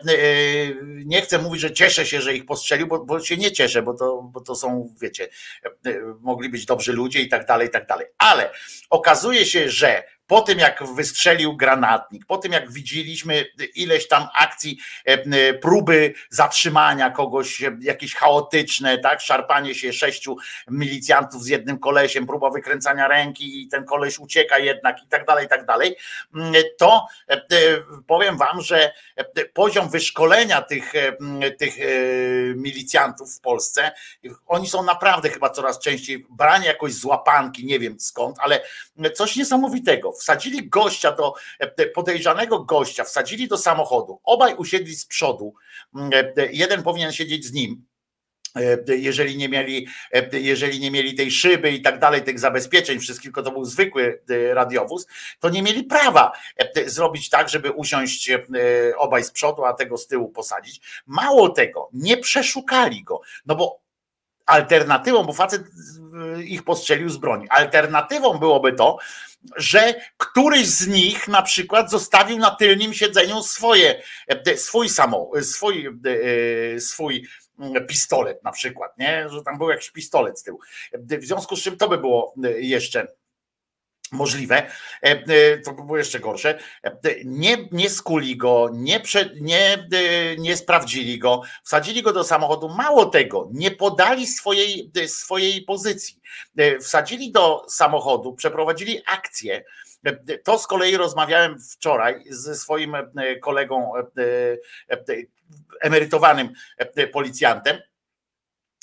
nie chcę mówić, że cieszę się, że ich postrzelił, bo, bo się nie cieszę, bo to, bo to są, wiecie, mogli być dobrzy ludzie i tak dalej, i tak dalej. Ale okazuje się, że po tym jak wystrzelił granatnik, po tym jak widzieliśmy ileś tam akcji, próby zatrzymania kogoś, jakieś chaotyczne, tak, szarpanie się sześciu milicjantów z jednym kolesiem, próba wykręcania ręki i ten koleś ucieka jednak i tak dalej, i tak dalej, to powiem wam, że poziom wyszkolenia tych, tych milicjantów w Polsce, oni są naprawdę chyba coraz częściej brani jakoś z łapanki, nie wiem skąd, ale coś niesamowitego. Wsadzili gościa do, podejrzanego gościa, wsadzili do samochodu, obaj usiedli z przodu, jeden powinien siedzieć z nim, jeżeli nie mieli, jeżeli nie mieli tej szyby i tak dalej, tych zabezpieczeń wszystkich, tylko to był zwykły radiowóz, to nie mieli prawa zrobić tak, żeby usiąść obaj z przodu, a tego z tyłu posadzić. Mało tego, nie przeszukali go, no bo alternatywą, bo facet ich postrzelił z broni, alternatywą byłoby to, że któryś z nich na przykład zostawił na tylnym siedzeniu swoje, swój samochód, swój, swój pistolet na przykład, nie? Że tam był jakiś pistolet z tyłu. W związku z czym to by było jeszcze możliwe, to by było jeszcze gorsze. Nie, nie skuli go, nie, prze, nie, nie sprawdzili go, wsadzili go do samochodu. Mało tego, nie podali swojej, swojej pozycji. Wsadzili do samochodu, przeprowadzili akcję. To z kolei rozmawiałem wczoraj ze swoim kolegą emerytowanym policjantem.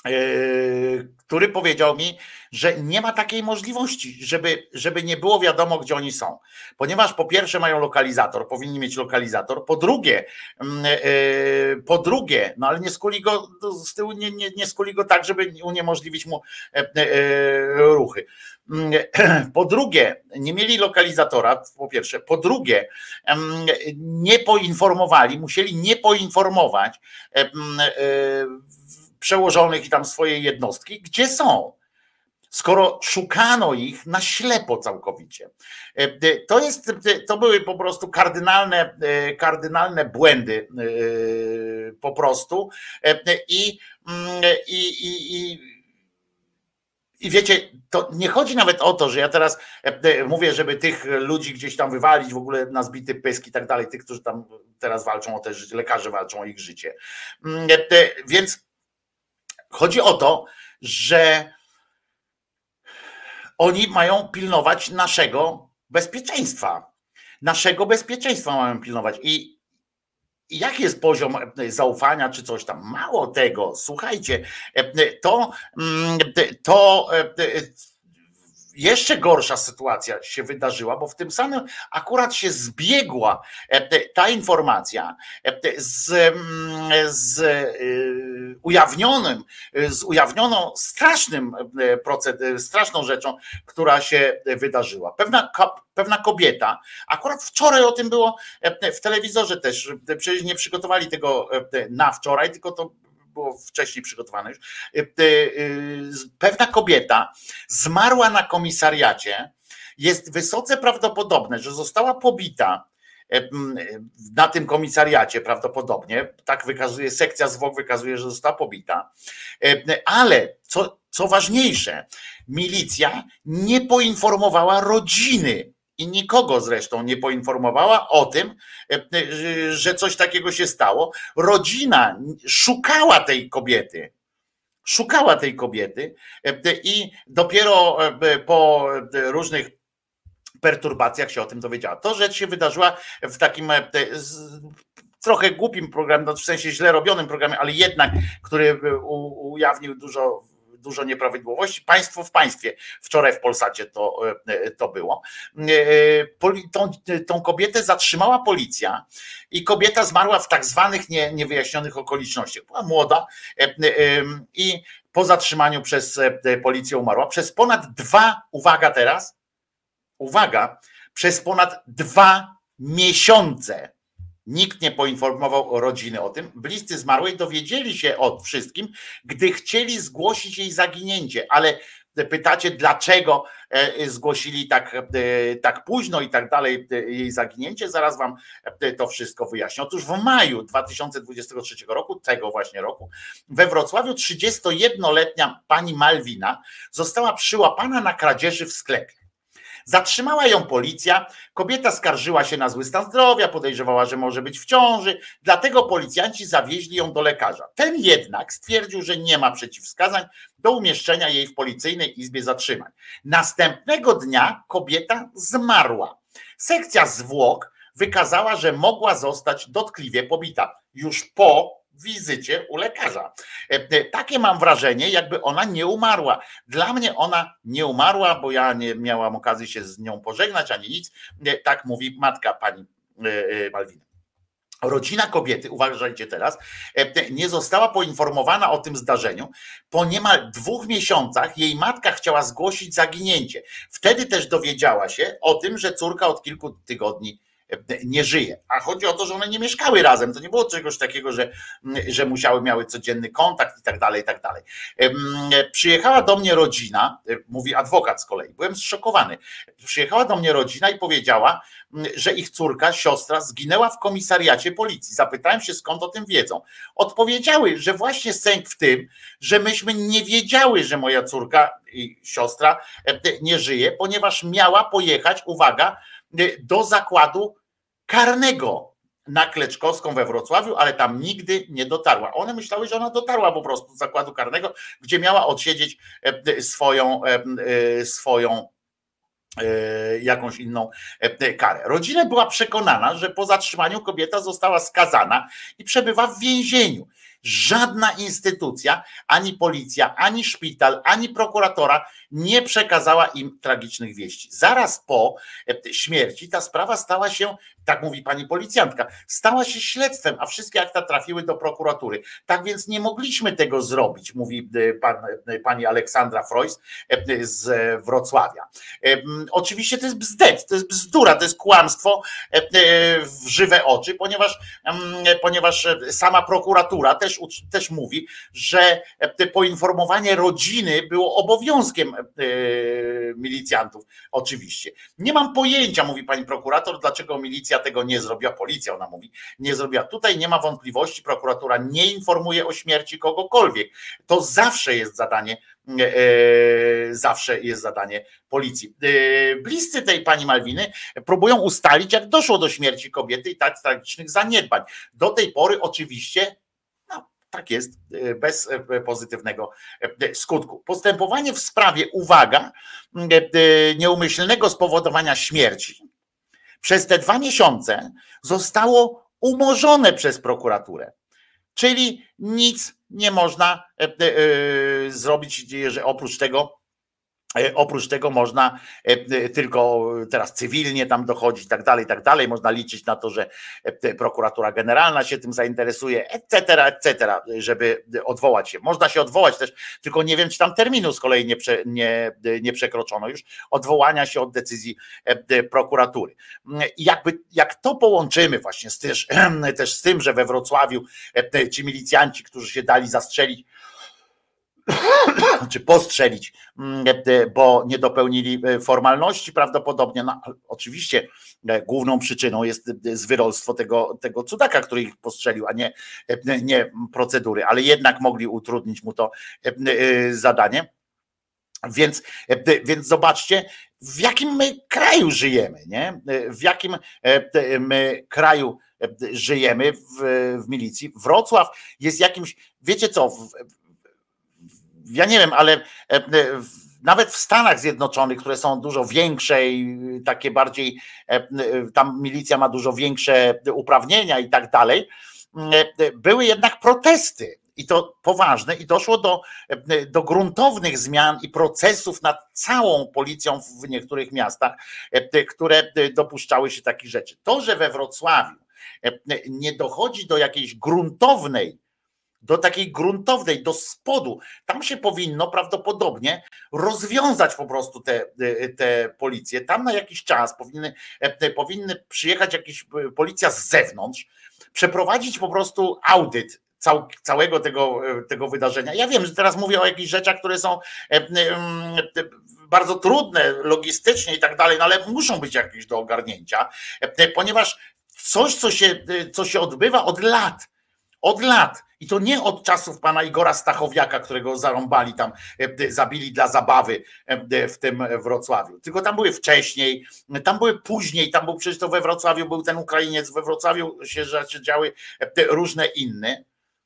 który powiedział mi, że nie ma takiej możliwości, żeby, żeby nie było wiadomo, gdzie oni są. Ponieważ po pierwsze mają lokalizator, powinni mieć lokalizator, po drugie, po drugie, no ale nie skuli go z tyłu, nie, nie, nie skuli go tak, żeby uniemożliwić mu ruchy. Po drugie, nie mieli lokalizatora, po pierwsze. Po drugie, nie poinformowali, musieli nie poinformować przełożonych i tam swojej jednostki, gdzie są, skoro szukano ich na ślepo całkowicie. To jest, to były po prostu kardynalne, kardynalne błędy po prostu i, i, i, i I wiecie, to nie chodzi nawet o to, że ja teraz mówię, żeby tych ludzi gdzieś tam wywalić w ogóle na zbity pysk i tak dalej, tych, którzy tam teraz walczą o te życie, lekarze walczą o ich życie. Więc chodzi o to, że oni mają pilnować naszego bezpieczeństwa. Naszego bezpieczeństwa mają pilnować. I jaki jest poziom zaufania czy coś tam? Mało tego, słuchajcie, to, to jeszcze gorsza sytuacja się wydarzyła, bo w tym samym akurat się zbiegła ta informacja z, z ujawnionym, z ujawnioną strasznym proced- straszną rzeczą, która się wydarzyła. Pewna, pewna kobieta, akurat wczoraj o tym było w telewizorze też, przecież nie przygotowali tego na wczoraj, tylko to było wcześniej przygotowane już. Pewna kobieta zmarła na komisariacie. Jest wysoce prawdopodobne, że została pobita na tym komisariacie prawdopodobnie. Tak wykazuje, sekcja zwłok wykazuje, że została pobita. Ale co, co ważniejsze, milicja nie poinformowała rodziny i nikogo zresztą nie poinformowała o tym, że coś takiego się stało. Rodzina szukała tej kobiety. Szukała tej kobiety i dopiero po różnych perturbacjach się o tym dowiedziała. To rzecz się wydarzyła w takim trochę głupim programie, no w sensie źle robionym programie, ale jednak, który ujawnił dużo dużo nieprawidłowości. Państwo w państwie. Wczoraj w Polsacie to, to było. Tą, tą kobietę zatrzymała policja i kobieta zmarła w tak zwanych nie, niewyjaśnionych okolicznościach. Była młoda i po zatrzymaniu przez policję umarła. Przez ponad dwa, uwaga teraz, uwaga, przez ponad dwa miesiące nikt nie poinformował rodziny o tym. Bliscy zmarłej dowiedzieli się o wszystkim, gdy chcieli zgłosić jej zaginięcie, ale pytacie, dlaczego zgłosili tak, tak późno i tak dalej jej zaginięcie? Zaraz wam to wszystko wyjaśnię. Otóż w maju dwa tysiące dwudziestego trzeciego roku, tego właśnie roku, we Wrocławiu trzydziestojednoletnia pani Malwina została przyłapana na kradzieży w sklepie. Zatrzymała ją policja, kobieta skarżyła się na zły stan zdrowia, podejrzewała, że może być w ciąży, dlatego policjanci zawieźli ją do lekarza. Ten jednak stwierdził, że nie ma przeciwwskazań do umieszczenia jej w policyjnej izbie zatrzymań. Następnego dnia kobieta zmarła. Sekcja zwłok wykazała, że mogła zostać dotkliwie pobita już po wizycie u lekarza. Takie mam wrażenie, jakby ona nie umarła. Dla mnie ona nie umarła, bo ja nie miałam okazji się z nią pożegnać, ani nic. Tak mówi matka pani Malwiny. Rodzina kobiety, uważajcie teraz, nie została poinformowana o tym zdarzeniu. Po niemal dwóch miesiącach jej matka chciała zgłosić zaginięcie. Wtedy też dowiedziała się o tym, że córka od kilku tygodni nie żyje. A chodzi o to, że one nie mieszkały razem. To nie było czegoś takiego, że, że musiały, miały codzienny kontakt i tak dalej, i tak dalej. Przyjechała do mnie rodzina, mówi adwokat z kolei, byłem zszokowany. Przyjechała do mnie rodzina i powiedziała, że ich córka, siostra zginęła w komisariacie policji. Zapytałem się, skąd o tym wiedzą. Odpowiedziały, że właśnie sęk w tym, że myśmy nie wiedziały, że moja córka i siostra nie żyje, ponieważ miała pojechać, uwaga, do zakładu karnego na Kleczkowską we Wrocławiu, ale tam nigdy nie dotarła. One myślały, że ona dotarła po prostu do zakładu karnego, gdzie miała odsiedzieć swoją, swoją jakąś inną karę. Rodzina była przekonana, że po zatrzymaniu kobieta została skazana i przebywa w więzieniu. żadna instytucja, ani policja, ani szpital, ani prokuratora nie przekazała im tragicznych wieści. Zaraz po śmierci ta sprawa stała się, tak mówi pani policjantka, stała się śledztwem, a wszystkie akta trafiły do prokuratury. Tak więc nie mogliśmy tego zrobić, mówi pan, pani Aleksandra Freuss z Wrocławia. Oczywiście to jest bzdec, to jest bzdura, to jest kłamstwo w żywe oczy, ponieważ, ponieważ sama prokuratura też, też mówi, że poinformowanie rodziny było obowiązkiem milicjantów. Oczywiście. Nie mam pojęcia, mówi pani prokurator, dlaczego milicja tego nie zrobiła, policja ona mówi, nie zrobiła. Tutaj nie ma wątpliwości, prokuratura nie informuje o śmierci kogokolwiek. To zawsze jest zadanie, zawsze jest zadanie policji. Bliscy tej pani Malwiny próbują ustalić, jak doszło do śmierci kobiety i tak tragicznych zaniedbań. Do tej pory oczywiście tak jest, bez pozytywnego skutku. Postępowanie w sprawie, uwaga, nieumyślnego spowodowania śmierci przez te dwa miesiące zostało umorzone przez prokuraturę. Czyli nic nie można zrobić, że oprócz tego Oprócz tego można tylko teraz cywilnie tam dochodzić i tak dalej, i tak dalej. Można liczyć na to, że prokuratura generalna się tym zainteresuje, et cetera, et cetera, żeby odwołać się. Można się odwołać też, tylko nie wiem, czy tam terminu z kolei nie, prze, nie, nie przekroczono już, odwołania się od decyzji prokuratury. I jakby, jak to połączymy właśnie z też, też z tym, że we Wrocławiu ci milicjanci, którzy się dali zastrzelić, czy postrzelić, bo nie dopełnili formalności prawdopodobnie. No, oczywiście główną przyczyną jest zwyrolstwo tego, tego cudaka, który ich postrzelił, a nie, nie procedury, ale jednak mogli utrudnić mu to zadanie. Więc, więc zobaczcie, w jakim my kraju żyjemy, nie? W jakim my kraju żyjemy w, w milicji. Wrocław jest jakimś, wiecie co, w, ja nie wiem, ale nawet w Stanach Zjednoczonych, które są dużo większe i takie bardziej, tam milicja ma dużo większe uprawnienia i tak dalej, były jednak protesty i to poważne i doszło do, do gruntownych zmian i procesów nad całą policją w niektórych miastach, które dopuszczały się takich rzeczy. To, że we Wrocławiu nie dochodzi do jakiejś gruntownej do takiej gruntownej, do spodu. Tam się powinno prawdopodobnie rozwiązać po prostu te, te policje. Tam na jakiś czas powinny, powinny przyjechać jakaś policja z zewnątrz, przeprowadzić po prostu audyt cał, całego tego, tego wydarzenia. Ja wiem, że teraz mówię o jakichś rzeczach, które są bardzo trudne logistycznie i tak dalej, no ale muszą być jakieś do ogarnięcia, ponieważ coś, co się, co się odbywa od lat, Od lat. I to nie od czasów pana Igora Stachowiaka, którego zarąbali tam, zabili dla zabawy w tym Wrocławiu. Tylko tam były wcześniej, tam były później, tam był przecież to we Wrocławiu, był ten Ukrainiec, we Wrocławiu się rzeczy działy różne inne.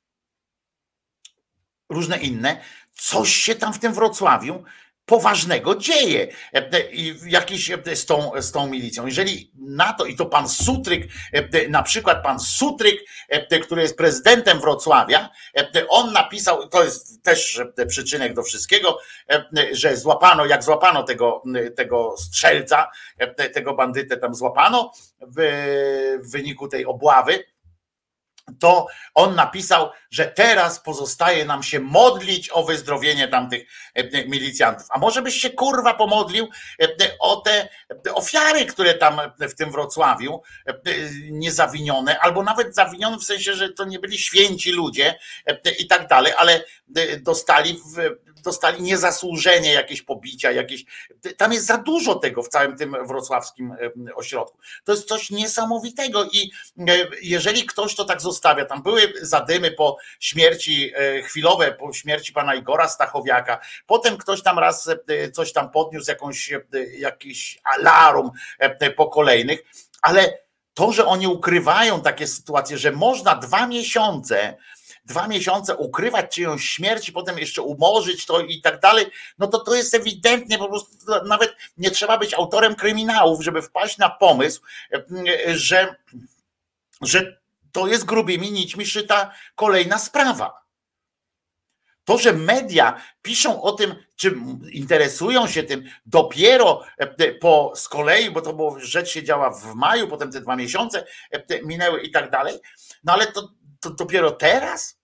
Różne inne. Coś się tam w tym Wrocławiu poważnego dzieje jakiś z tą, z tą milicją. Jeżeli na to, i to pan Sutryk, na przykład pan Sutryk, który jest prezydentem Wrocławia, on napisał, to jest też przyczynek do wszystkiego, że złapano, jak złapano tego, tego strzelca, tego bandytę tam złapano w, w wyniku tej obławy, to on napisał, że teraz pozostaje nam się modlić o wyzdrowienie tamtych milicjantów. A może byś się kurwa pomodlił o te ofiary, które tam w tym Wrocławiu niezawinione, albo nawet zawinione w sensie, że to nie byli święci ludzie i tak dalej, ale dostali w dostali niezasłużenie jakieś pobicia, jakieś. Tam jest za dużo tego w całym tym wrocławskim ośrodku. To jest coś niesamowitego i jeżeli ktoś to tak zostawia, tam były zadymy po śmierci, chwilowe po śmierci pana Igora Stachowiaka, potem ktoś tam raz coś tam podniósł, jakąś, jakiś alarm po kolejnych, ale to, że oni ukrywają takie sytuacje, że można dwa miesiące dwa miesiące ukrywać czyjąś śmierć i potem jeszcze umorzyć to i tak dalej, no to to jest ewidentnie, po prostu nawet nie trzeba być autorem kryminałów, żeby wpaść na pomysł, że, że to jest grubymi nićmi szyta kolejna sprawa. To, że media piszą o tym, czy interesują się tym dopiero po z kolei, bo to było, rzecz się działa w maju, potem te dwa miesiące minęły i tak dalej, no ale to, to dopiero teraz?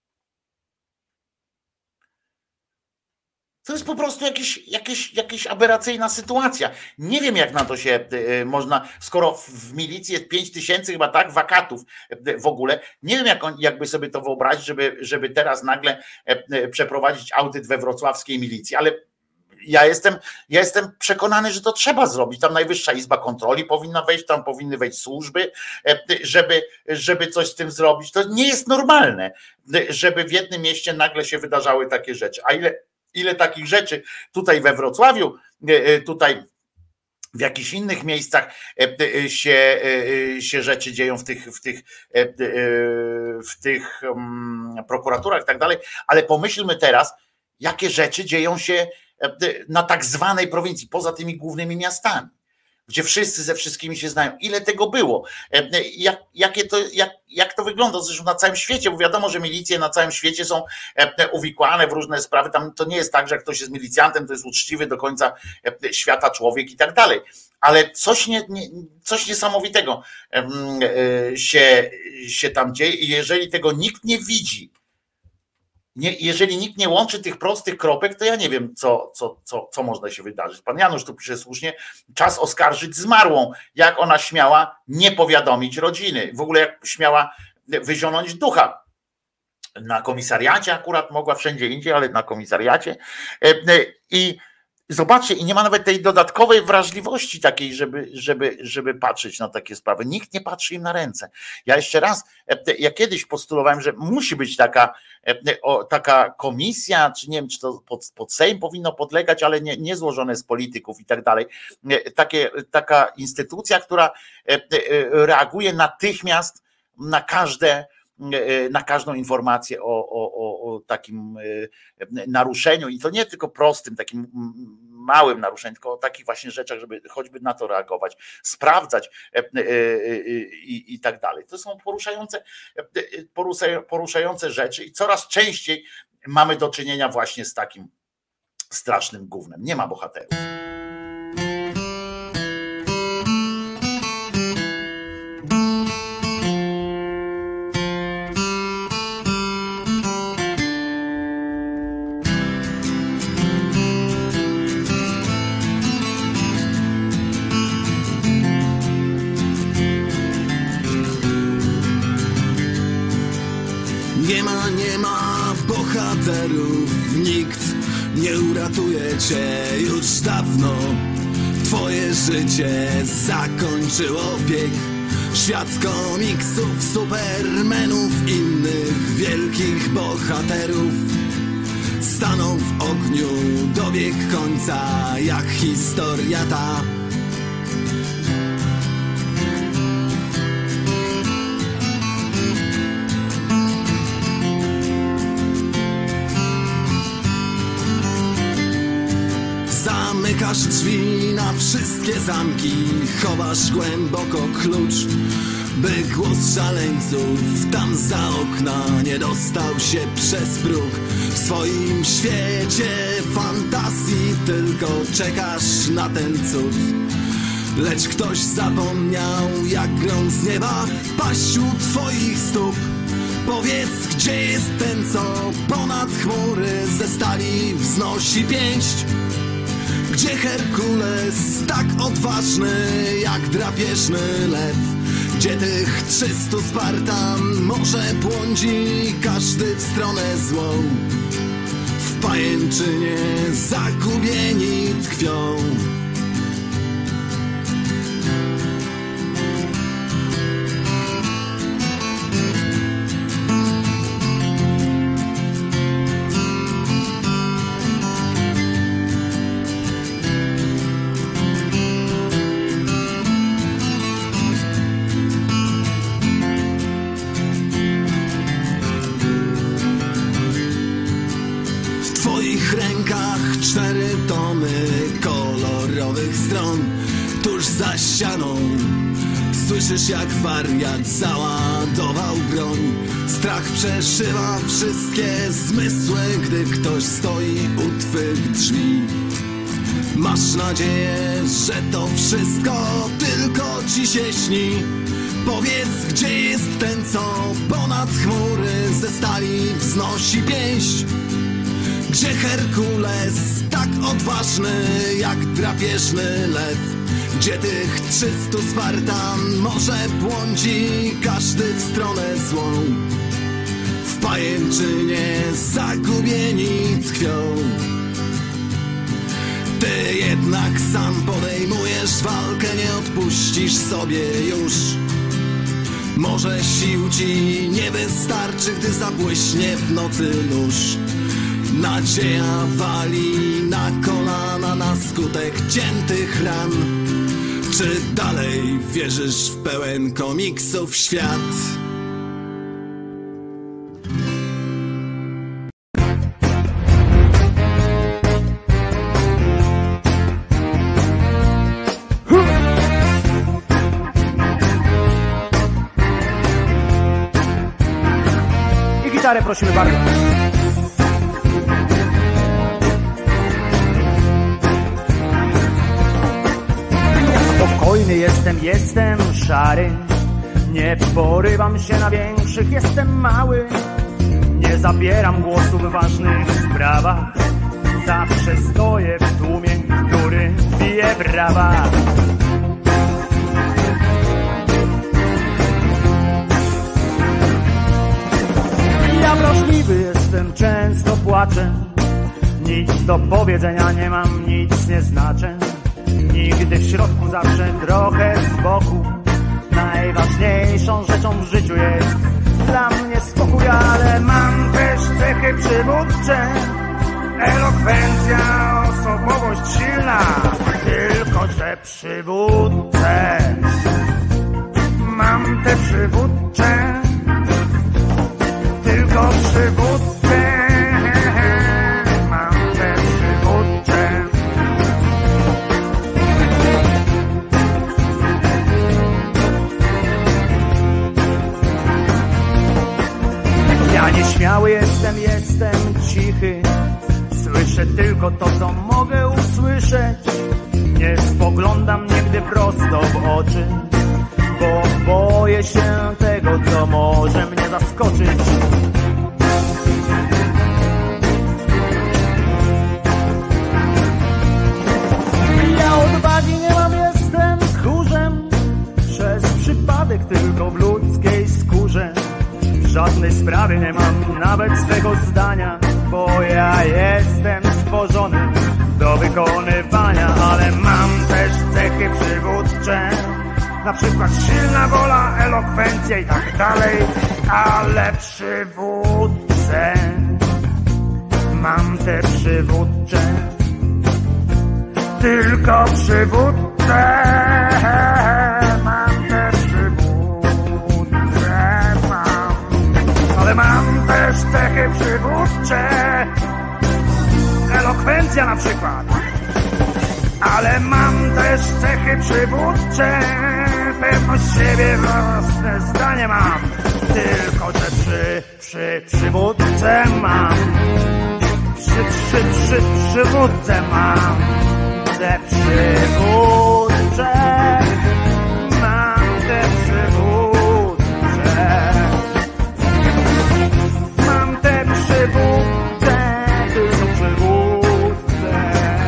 To jest po prostu jakieś, jakieś, jakieś aberracyjna sytuacja. Nie wiem, jak na to się y, można, skoro w, w milicji jest pięć tysięcy chyba tak wakatów y, w ogóle. Nie wiem, jak on, jakby sobie to wyobrazić, żeby, żeby teraz nagle y, y, przeprowadzić audyt we wrocławskiej milicji, ale ja jestem, ja jestem przekonany, że to trzeba zrobić. Tam Najwyższa Izba Kontroli powinna wejść, tam powinny wejść służby, żeby, żeby coś z tym zrobić. To nie jest normalne, żeby w jednym mieście nagle się wydarzały takie rzeczy. A ile Ile takich rzeczy tutaj we Wrocławiu, tutaj w jakichś innych miejscach się, się rzeczy dzieją w tych, w tych, w tych prokuraturach i tak dalej, ale pomyślmy teraz, jakie rzeczy dzieją się na tak zwanej prowincji, poza tymi głównymi miastami, gdzie wszyscy ze wszystkimi się znają. Ile tego było? Jak, jakie to, jak, jak to wygląda? Zresztą na całym świecie, bo wiadomo, że milicje na całym świecie są uwikłane w różne sprawy. Tam to nie jest tak, że jak ktoś jest milicjantem, to jest uczciwy do końca świata człowiek i tak dalej. Ale coś, nie, nie, coś niesamowitego się, się tam dzieje i jeżeli tego nikt nie widzi, Nie, jeżeli nikt nie łączy tych prostych kropek, to ja nie wiem, co, co, co, co można się wydarzyć. Pan Janusz tu pisze słusznie, czas oskarżyć zmarłą, jak ona śmiała nie powiadomić rodziny, w ogóle jak śmiała wyzionąć ducha. Na komisariacie akurat mogła, wszędzie indziej, ale na komisariacie. I zobaczcie, i nie ma nawet tej dodatkowej wrażliwości takiej, żeby, żeby, żeby patrzeć na takie sprawy. Nikt nie patrzy im na ręce. Ja jeszcze raz, ja kiedyś postulowałem, że musi być taka, taka komisja, czy nie wiem, czy to pod, pod Sejm powinno podlegać, ale nie, nie złożone z polityków i tak dalej. Takie, taka instytucja, która reaguje natychmiast na każde na każdą informację o, o, o, o takim naruszeniu i to nie tylko prostym, takim małym naruszeniu, tylko o takich właśnie rzeczach, żeby choćby na to reagować, sprawdzać i, i tak dalej. To są poruszające, poruszające rzeczy i coraz częściej mamy do czynienia właśnie z takim strasznym gównem. Nie ma bohaterów. Nikt nie uratuje cię już dawno. Twoje życie zakończyło bieg. Świat komiksów, supermenów, innych wielkich bohaterów stanął w ogniu, dobiegł końca jak historia ta. Zamykasz drzwi na wszystkie zamki, chowasz głęboko klucz, by głos szaleńców tam za okna nie dostał się przez próg. W swoim świecie fantazji tylko czekasz na ten cud. Lecz ktoś zapomniał, jak grom z nieba paść u twoich stóp. Powiedz, gdzie jest ten, co ponad chmury ze stali wznosi pięść? Gdzie Herkules tak odważny jak drapieżny lew? Gdzie tych trzystu Spartan może błądzi każdy w stronę złą? W pajęczynie zagubieni tkwią. Za ścianą Słyszysz jak wariat załadował broń. Strach przeszywa wszystkie zmysły, gdy ktoś stoi u twych drzwi. Masz nadzieję, że to wszystko tylko ci się śni. Powiedz, gdzie jest ten, co ponad chmury ze stali wznosi pięść? Gdzie Herkules, tak odważny jak drapieżny lew? Gdzie tych trzystu Spartan może błądzi każdy w stronę złą? W pajęczynie zagubieni tkwią. Ty jednak sam podejmujesz walkę, nie odpuścisz sobie już. Może sił ci nie wystarczy, gdy zabłyśnie w nocy nóż. Nadzieja wali na kolana na skutek ciętych ran. Czy dalej wierzysz w pełen komiksów świat? I gitarę prosimy bardzo. Spokojny jestem, jestem szary. Nie porywam się na większych, jestem mały. Nie zabieram głosu w ważnych sprawach. Zawsze stoję w tłumie, który bije brawa. Ja wrażliwy jestem, często płaczę. Nic do powiedzenia nie mam, nic nie znaczę. Nigdy w środku, zawsze trochę z boku. Najważniejszą rzeczą w życiu jest dla mnie spokój, ale mam też cechy przywódcze. Elokwencja, osobowość silna. Tylko że przywódcę mam te przywódcze. Tylko przywódcę mam te przywódcze. Ja nieśmiały jestem, jestem cichy. Słyszę tylko to, co mogę usłyszeć. Nie spoglądam nigdy prosto w oczy, bo boję się tego, co może mnie zaskoczyć. Ja odwagi nie mam, jestem tchórzem. Przez przypadek tylko w ludzkiej skórze. Żadnej sprawy nie mam nawet swego zdania, bo ja jestem stworzony do wykonywania, ale mam też cechy przywódcze. Na przykład silna wola, elokwencja i tak dalej, ale przywódcę mam te przywódcze. Tylko przywódcę mam te przywódcze mam. Ale mam też cechy przywódcze. Elokwencja na przykład. Ale mam też cechy przywódcze. Pewność siebie, własne zdanie mam. Tylko że przy, przy przywódce mam. Przy, przy, przy przywódce mam. Te przywódcze. Mam te przywódcze. Mam te przywódcze. Tylko przywódce.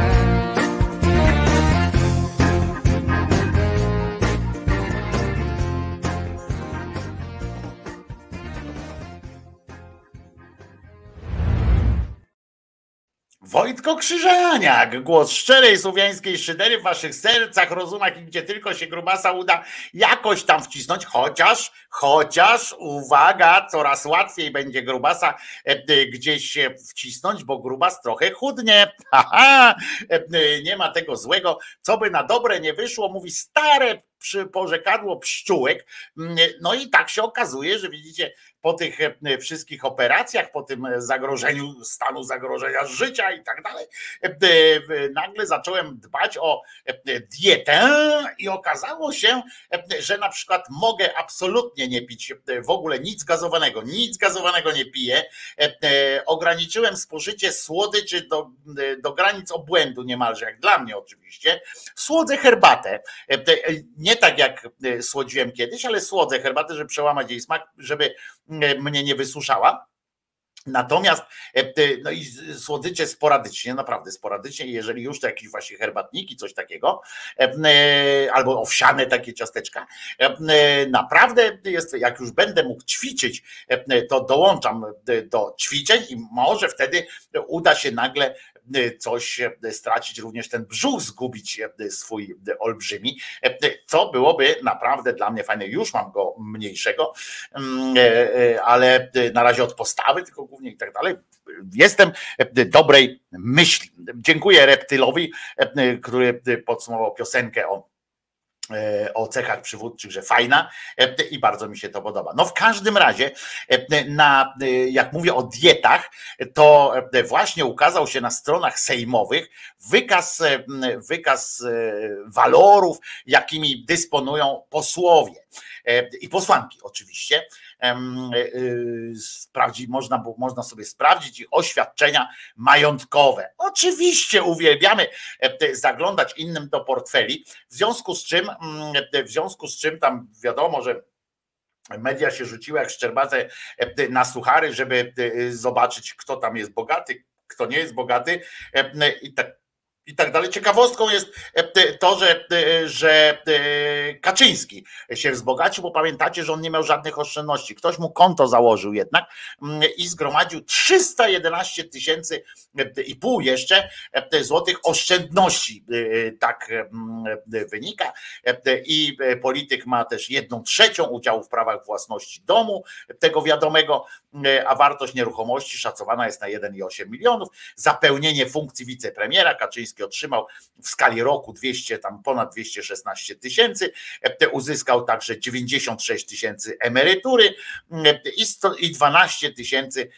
Wojtko Krzyżaniak, głos szczerej słowiańskiej szydery w waszych sercach, rozumach i gdzie tylko się grubasa uda jakoś tam wcisnąć, chociaż, chociaż, uwaga, coraz łatwiej będzie grubasa e, gdzieś się wcisnąć, bo grubas trochę chudnie. Haha, e, nie ma tego złego, co by na dobre nie wyszło, mówi stare przy porzekadło pszczółek. No i tak się okazuje, że widzicie, po tych wszystkich operacjach, po tym zagrożeniu stanu zagrożenia życia i tak dalej, nagle zacząłem dbać o dietę i okazało się, że na przykład mogę absolutnie nie pić w ogóle nic gazowanego, nic gazowanego nie piję. Ograniczyłem spożycie słodyczy do, do granic obłędu niemalże, jak dla mnie oczywiście. Słodzę herbatę, nie tak jak słodziłem kiedyś, ale słodzę herbatę, żeby przełamać jej smak, żeby mnie nie wysuszała. Natomiast no i słodycze sporadycznie, naprawdę sporadycznie, jeżeli już to jakieś właśnie herbatniki, coś takiego, albo owsiane takie ciasteczka, naprawdę jest, jak już będę mógł ćwiczyć, to dołączam do ćwiczeń i może wtedy uda się nagle coś stracić, również ten brzuch zgubić swój olbrzymi, co byłoby naprawdę dla mnie fajne. Już mam go mniejszego, ale na razie od postawy, tylko głównie i tak dalej. Jestem dobrej myśli. Dziękuję Reptylowi, który podsumował piosenkę o o cechach przywódczych, że fajna i bardzo mi się to podoba. No w każdym razie, na, jak mówię o dietach, to właśnie ukazał się na stronach sejmowych wykaz, wykaz walorów, jakimi dysponują posłowie i posłanki oczywiście. Sprawdzi, można, można sobie sprawdzić ich oświadczenia majątkowe. Oczywiście uwielbiamy zaglądać innym do portfeli, w związku z czym, w związku z czym tam wiadomo, że media się rzuciły jak szczerbate na suchary, żeby zobaczyć, kto tam jest bogaty, kto nie jest bogaty i tak. I tak dalej. Ciekawostką jest to, że, że Kaczyński się wzbogacił, bo pamiętacie, że on nie miał żadnych oszczędności. Ktoś mu konto założył jednak i zgromadził trzysta jedenaście tysięcy i pół jeszcze złotych oszczędności. Tak wynika. I polityk ma też jedną trzecią udziału w prawach własności domu, tego wiadomego, a wartość nieruchomości szacowana jest na jeden przecinek osiem milionów. Zapełnienie funkcji wicepremiera Kaczyński otrzymał w skali roku dwieście, tam ponad dwieście szesnaście tysięcy, uzyskał także dziewięćdziesiąt sześć tysięcy emerytury i dwanaście tysięcy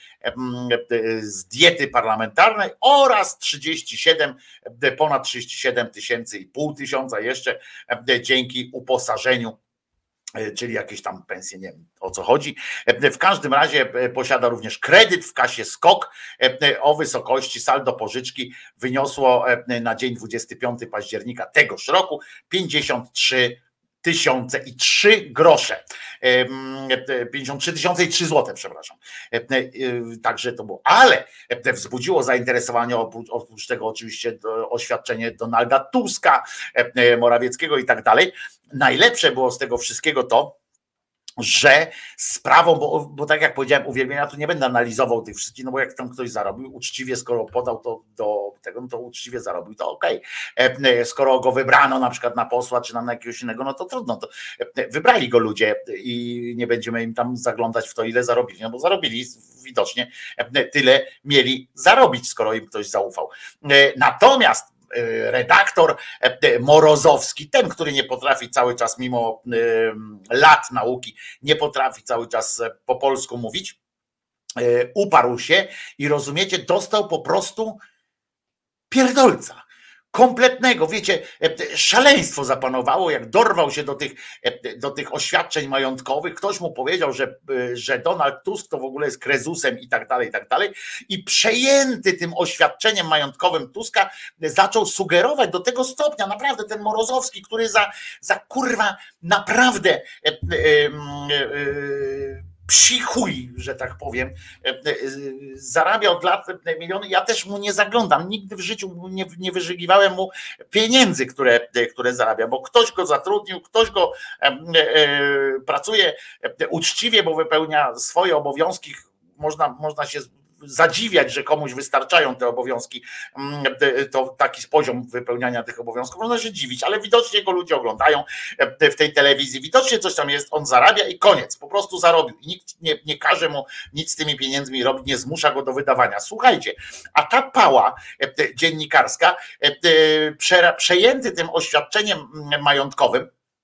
z diety parlamentarnej oraz trzydzieści siedem, ponad trzydzieści siedem tysięcy i pół tysiąca jeszcze dzięki uposażeniu, czyli jakieś tam pensje, nie wiem o co chodzi. W każdym razie posiada również kredyt w kasie SKOK o wysokości saldo pożyczki wyniosło na dzień dwudziestego piątego października tegoż roku pięćdziesiąt trzy tysiące i trzy grosze. pięćdziesiąt trzy tysiące i trzy złote, przepraszam. Także to było. Ale wzbudziło zainteresowanie oprócz tego oczywiście oświadczenie Donalda Tuska, Morawieckiego i tak dalej. Najlepsze było z tego wszystkiego to, że sprawą, bo, bo tak jak powiedziałem, uwielbienia, tu nie będę analizował tych wszystkich, no bo jak tam ktoś zarobił, uczciwie, skoro podał to do tego, no to uczciwie zarobił, to okej. Okay. Skoro go wybrano na przykład na posła, czy na jakiegoś innego, no to trudno, to wybrali go ludzie i nie będziemy im tam zaglądać w to, ile zarobili, no bo zarobili widocznie, tyle mieli zarobić, skoro im ktoś zaufał. Natomiast redaktor Morozowski, ten, który nie potrafi cały czas, mimo lat nauki, nie potrafi cały czas po polsku mówić, uparł się i rozumiecie, dostał po prostu pierdolca. Kompletnego, wiecie, szaleństwo zapanowało, jak dorwał się do tych, do tych oświadczeń majątkowych. Ktoś mu powiedział, że, że Donald Tusk to w ogóle jest krezusem i tak dalej, i tak dalej. I przejęty tym oświadczeniem majątkowym Tuska zaczął sugerować do tego stopnia, naprawdę ten Morozowski, który za, za kurwa naprawdę e, e, e, psi chuj, że tak powiem, zarabia od lat miliony. Ja też mu nie zaglądam, nigdy w życiu nie, nie wyżygiwałem mu pieniędzy, które, które zarabia, bo ktoś go zatrudnił, ktoś go e, e, pracuje uczciwie, bo wypełnia swoje obowiązki. Można, można się zadziwiać, że komuś wystarczają te obowiązki, to taki poziom wypełniania tych obowiązków, można się dziwić, ale widocznie go ludzie oglądają w tej telewizji, widocznie coś tam jest, on zarabia i koniec, po prostu zarobił i nikt nie, nie każe mu nic z tymi pieniędzmi robić, nie zmusza go do wydawania. Słuchajcie, a ta pała dziennikarska, przejęty tym oświadczeniem majątkowym,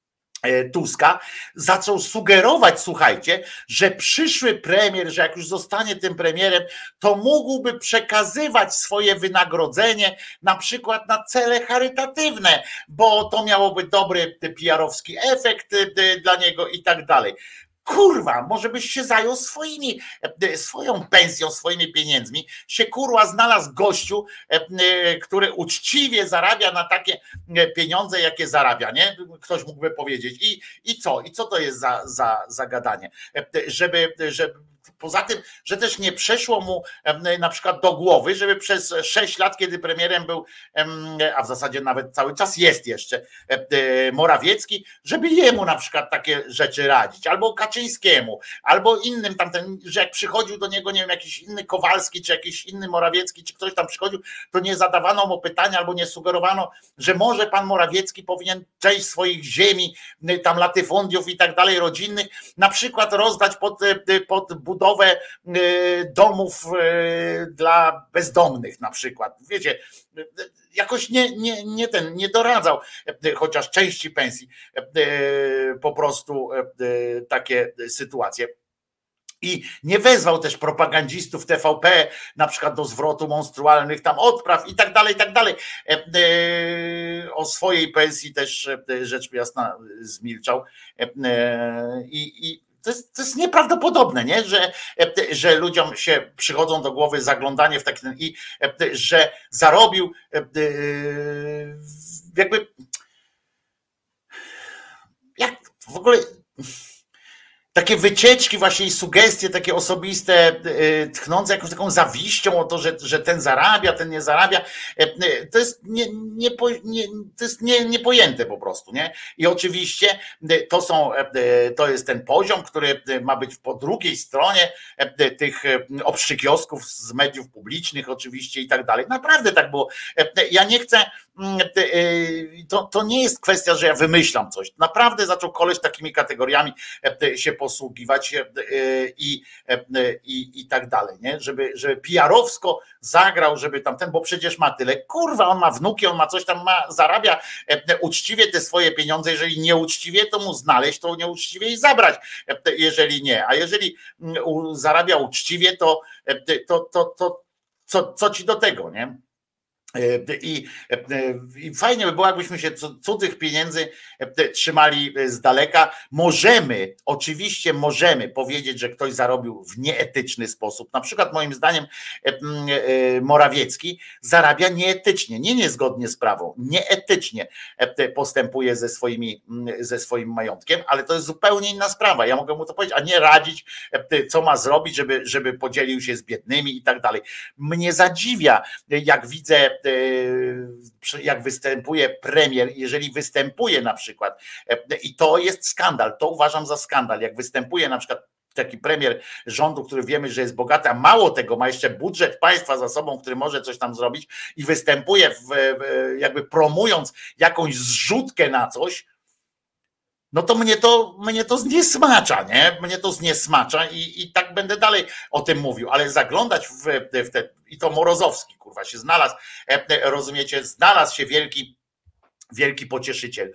Tuska, zaczął sugerować, słuchajcie, że przyszły premier, że jak już zostanie tym premierem, to mógłby przekazywać swoje wynagrodzenie na przykład na cele charytatywne, bo to miałoby dobry P R-owski efekt dla niego i tak dalej. Kurwa, może byś się zajął swoimi, swoją pensją, swoimi pieniędzmi, się kurwa znalazł gościu, który uczciwie zarabia na takie pieniądze, jakie zarabia, nie? Ktoś mógłby powiedzieć. I, i co? I co to jest za, za, za gadanie? Żeby, żeby poza tym, że też nie przeszło mu na przykład do głowy, żeby przez sześć lat, kiedy premierem był, a w zasadzie nawet cały czas jest jeszcze Morawiecki, żeby jemu na przykład takie rzeczy radzić, albo Kaczyńskiemu, albo innym tamten, że jak przychodził do niego, nie wiem, jakiś inny Kowalski, czy jakiś inny Morawiecki, czy ktoś tam przychodził, to nie zadawano mu pytania, albo nie sugerowano, że może pan Morawiecki powinien część swoich ziemi, tam latyfundiów i tak dalej, rodzinnych, na przykład rozdać pod, pod budowę domów dla bezdomnych na przykład. Wiecie, jakoś nie, nie, nie ten, nie doradzał chociaż części pensji po prostu takie sytuacje. I nie wezwał też propagandzistów T V P na przykład do zwrotu monstrualnych tam odpraw i tak dalej, i tak dalej. O swojej pensji też rzecz jasna zmilczał. I, i To jest, to jest nieprawdopodobne, nie? Że, że ludziom się przychodzą do głowy zaglądanie w taki ten i że zarobił jakby jak w ogóle takie wycieczki właśnie i sugestie takie osobiste, tchnące jakąś taką zawiścią o to, że, że ten zarabia, ten nie zarabia, to jest, nie, nie, nie, to jest nie, niepojęte po prostu, nie? I oczywiście to są, to jest ten poziom, który ma być po drugiej stronie tych obszczykiosków z mediów publicznych oczywiście i tak dalej. Naprawdę tak było. Ja nie chcę, to, to nie jest kwestia, że ja wymyślam coś. Naprawdę zaczął koleś takimi kategoriami się posługiwać i, i, i tak dalej, nie? Żeby, żeby P R-owsko zagrał, żeby tamten, bo przecież ma tyle, kurwa, on ma wnuki, on ma coś tam, ma, zarabia uczciwie te swoje pieniądze, jeżeli nieuczciwie, to mu znaleźć, to nieuczciwie i zabrać, jeżeli nie, a jeżeli zarabia uczciwie, to, to, to, to co, co ci do tego, nie? I, I fajnie by było, jakbyśmy się cudzych pieniędzy trzymali z daleka. Możemy, oczywiście możemy powiedzieć, że ktoś zarobił w nieetyczny sposób. Na przykład moim zdaniem Morawiecki zarabia nieetycznie, nie niezgodnie z prawą, nieetycznie postępuje ze, swoimi, ze swoim majątkiem, ale to jest zupełnie inna sprawa. Ja mogę mu to powiedzieć, a nie radzić, co ma zrobić, żeby, żeby podzielił się z biednymi i tak dalej. Mnie zadziwia, jak widzę, jak występuje premier, jeżeli występuje na przykład, i to jest skandal, to uważam za skandal, jak występuje na przykład taki premier rządu, który wiemy, że jest bogaty, a mało tego, ma jeszcze budżet państwa za sobą, który może coś tam zrobić i występuje w, jakby promując jakąś zrzutkę na coś, no to mnie to, mnie to zniesmacza, nie? Mnie to zniesmacza i, i tak będę dalej o tym mówił, ale zaglądać w, w te, i to Morozowski, kurwa, się znalazł, rozumiecie, znalazł się wielki, wielki pocieszyciel,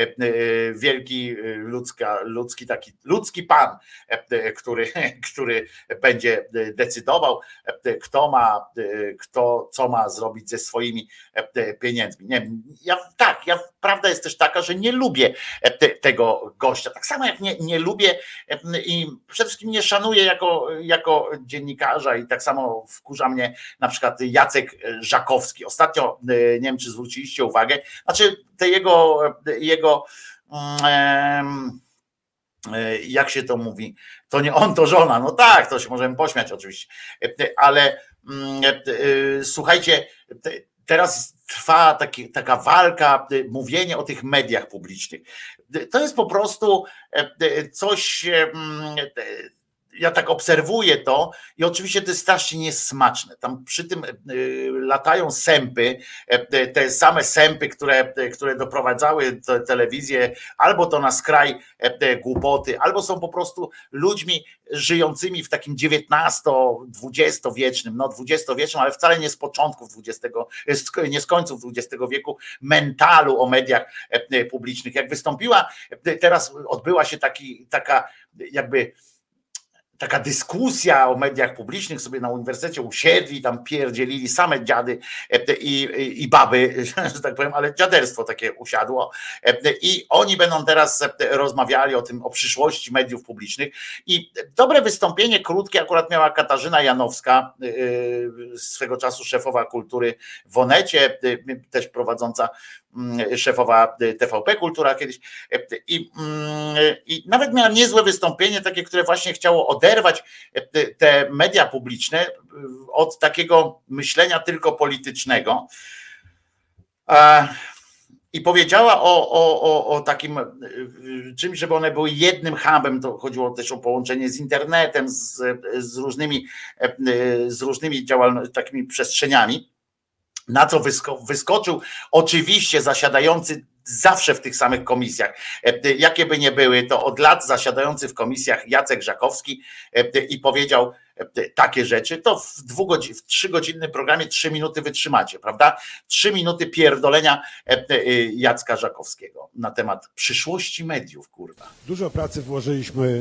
wielki ludzka, ludzki taki, ludzki pan, który, który będzie decydował, kto ma, kto co ma zrobić ze swoimi pieniędzmi. Nie, ja tak, ja, prawda jest też taka, że nie lubię tego gościa, tak samo jak nie, nie lubię i przede wszystkim nie szanuję jako, jako dziennikarza i tak samo wkurza mnie na przykład Jacek Żakowski. Ostatnio, nie wiem, czy zwróciliście uwagę, znaczy te jego, jego jak się to mówi, to nie on, to żona, no tak, to się możemy pośmiać oczywiście, ale słuchajcie, teraz trwa taki, taka walka, mówienie o tych mediach publicznych. To jest po prostu coś, ja tak obserwuję to i oczywiście to jest strasznie niesmaczne. Tam przy tym latają sępy, te same sępy, które, które doprowadzały te telewizję albo to na skraj głupoty, albo są po prostu ludźmi żyjącymi w takim dziewiętnasto-dwudziestowiecznym, no dwudziestowiecznym, ale wcale nie z początków dwudziestego, nie z końców dwudziestego wieku mentalu o mediach publicznych. Jak wystąpiła, teraz odbyła się taki, taka jakby taka dyskusja o mediach publicznych, sobie na uniwersytecie usiedli, tam pierdzielili same dziady i, i, i baby, że tak powiem, ale dziaderstwo takie usiadło i oni będą teraz rozmawiali o tym, o przyszłości mediów publicznych i dobre wystąpienie, krótkie akurat miała Katarzyna Janowska, swego czasu szefowa kultury w Onecie, też prowadząca szefowa T V P Kultura kiedyś i, i nawet miała niezłe wystąpienie, takie, które właśnie chciało oderwać te media publiczne od takiego myślenia tylko politycznego i powiedziała o, o, o, o takim czymś, żeby one były jednym hubem, to chodziło też o połączenie z internetem, z, z różnymi z różnymi działalnościami, takimi przestrzeniami. Na co wyskoczył oczywiście zasiadający zawsze w tych samych komisjach, jakie by nie były, to od lat zasiadający w komisjach Jacek Żakowski i powiedział takie rzeczy, to w, dwugodzi- w trzygodzinnym programie trzy minuty wytrzymacie, prawda? Trzy minuty pierdolenia Jacka Żakowskiego na temat przyszłości mediów, kurwa. Dużo pracy włożyliśmy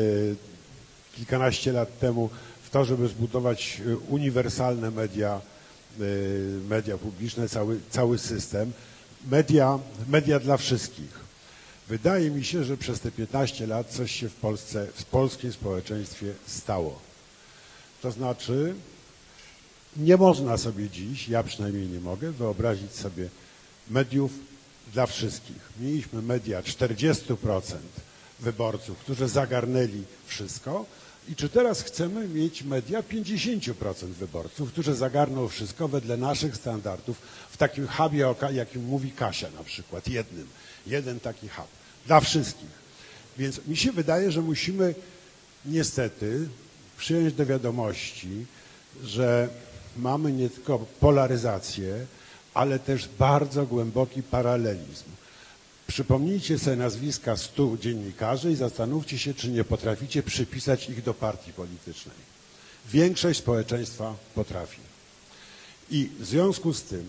kilkanaście lat temu w to, żeby zbudować uniwersalne media, media publiczne, cały, cały system, media, media dla wszystkich. Wydaje mi się, że przez te piętnaście lat coś się w Polsce, w polskim społeczeństwie stało. To znaczy, nie można sobie dziś, ja przynajmniej nie mogę, wyobrazić sobie mediów dla wszystkich. Mieliśmy media czterdzieści procent wyborców, którzy zagarnęli wszystko. I czy teraz chcemy mieć media pięćdziesiąt procent wyborców, którzy zagarną wszystko wedle naszych standardów w takim hubie, o jakim mówi Kasia na przykład, jednym, jeden taki hub, dla wszystkich. Więc mi się wydaje, że musimy niestety przyjąć do wiadomości, że mamy nie tylko polaryzację, ale też bardzo głęboki paralelizm. Przypomnijcie sobie nazwiska stu dziennikarzy i zastanówcie się, czy nie potraficie przypisać ich do partii politycznej. Większość społeczeństwa potrafi. I w związku z tym,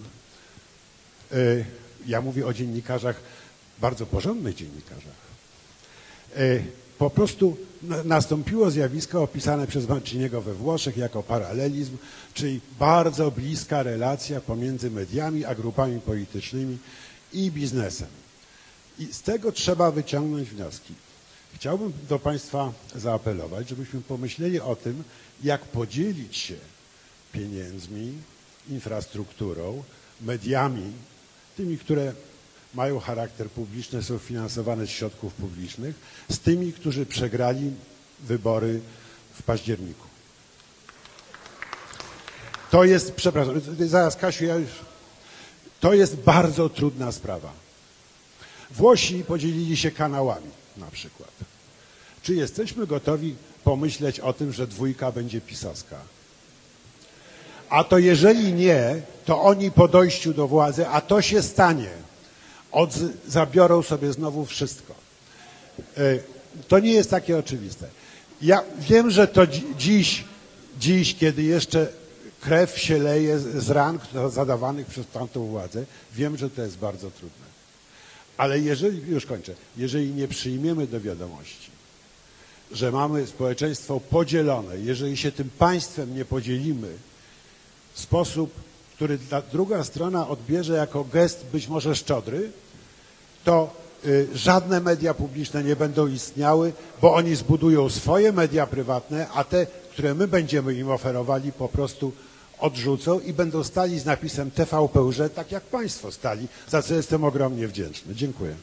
y, ja mówię o dziennikarzach, bardzo porządnych dziennikarzach, y, po prostu nastąpiło zjawisko opisane przez Manciniego we Włoszech jako paralelizm, czyli bardzo bliska relacja pomiędzy mediami a grupami politycznymi i biznesem. I z tego trzeba wyciągnąć wnioski. Chciałbym do Państwa zaapelować, żebyśmy pomyśleli o tym, jak podzielić się pieniędzmi, infrastrukturą, mediami, tymi, które mają charakter publiczny, są finansowane z środków publicznych, z tymi, którzy przegrali wybory w październiku. To jest, przepraszam, zaraz Kasiu, ja już, to jest bardzo trudna sprawa. Włosi podzielili się kanałami na przykład. Czy jesteśmy gotowi pomyśleć o tym, że dwójka będzie pisowska? A to jeżeli nie, to oni po dojściu do władzy, a to się stanie, od, zabiorą sobie znowu wszystko. To nie jest takie oczywiste. Ja wiem, że to dziś, dziś, kiedy jeszcze krew się leje z ran zadawanych przez tamtą władzę, wiem, że to jest bardzo trudne. Ale jeżeli, już kończę, jeżeli nie przyjmiemy do wiadomości, że mamy społeczeństwo podzielone, jeżeli się tym państwem nie podzielimy w sposób, który druga strona odbierze jako gest być może szczodry, to y, żadne media publiczne nie będą istniały, bo oni zbudują swoje media prywatne, a te, które my będziemy im oferowali, po prostu odrzucą i będą stali z napisem T V P U Ż, tak jak Państwo stali, za co jestem ogromnie wdzięczny. Dziękuję.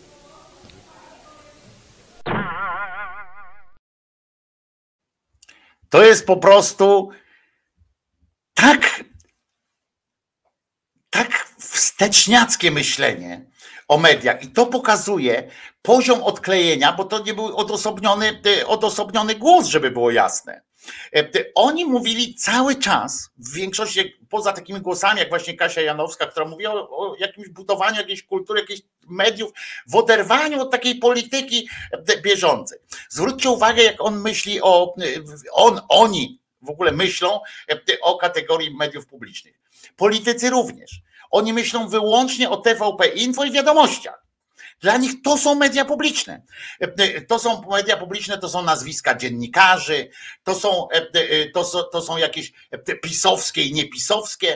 To jest po prostu tak, tak wsteczniackie myślenie o mediach i to pokazuje poziom odklejenia, bo to nie był odosobniony, odosobniony głos, żeby było jasne. Oni mówili cały czas, w większości, poza takimi głosami, jak właśnie Kasia Janowska, która mówiła o jakimś budowaniu jakiejś kultury, jakichś mediów, w oderwaniu od takiej polityki bieżącej. Zwróćcie uwagę, jak on myśli o, on, oni w ogóle myślą o kategorii mediów publicznych. Politycy również. Oni myślą wyłącznie o T V P Info i Wiadomościach. Dla nich to są media publiczne. To są media publiczne, to są nazwiska dziennikarzy, to są, to są, to są jakieś pisowskie i niepisowskie.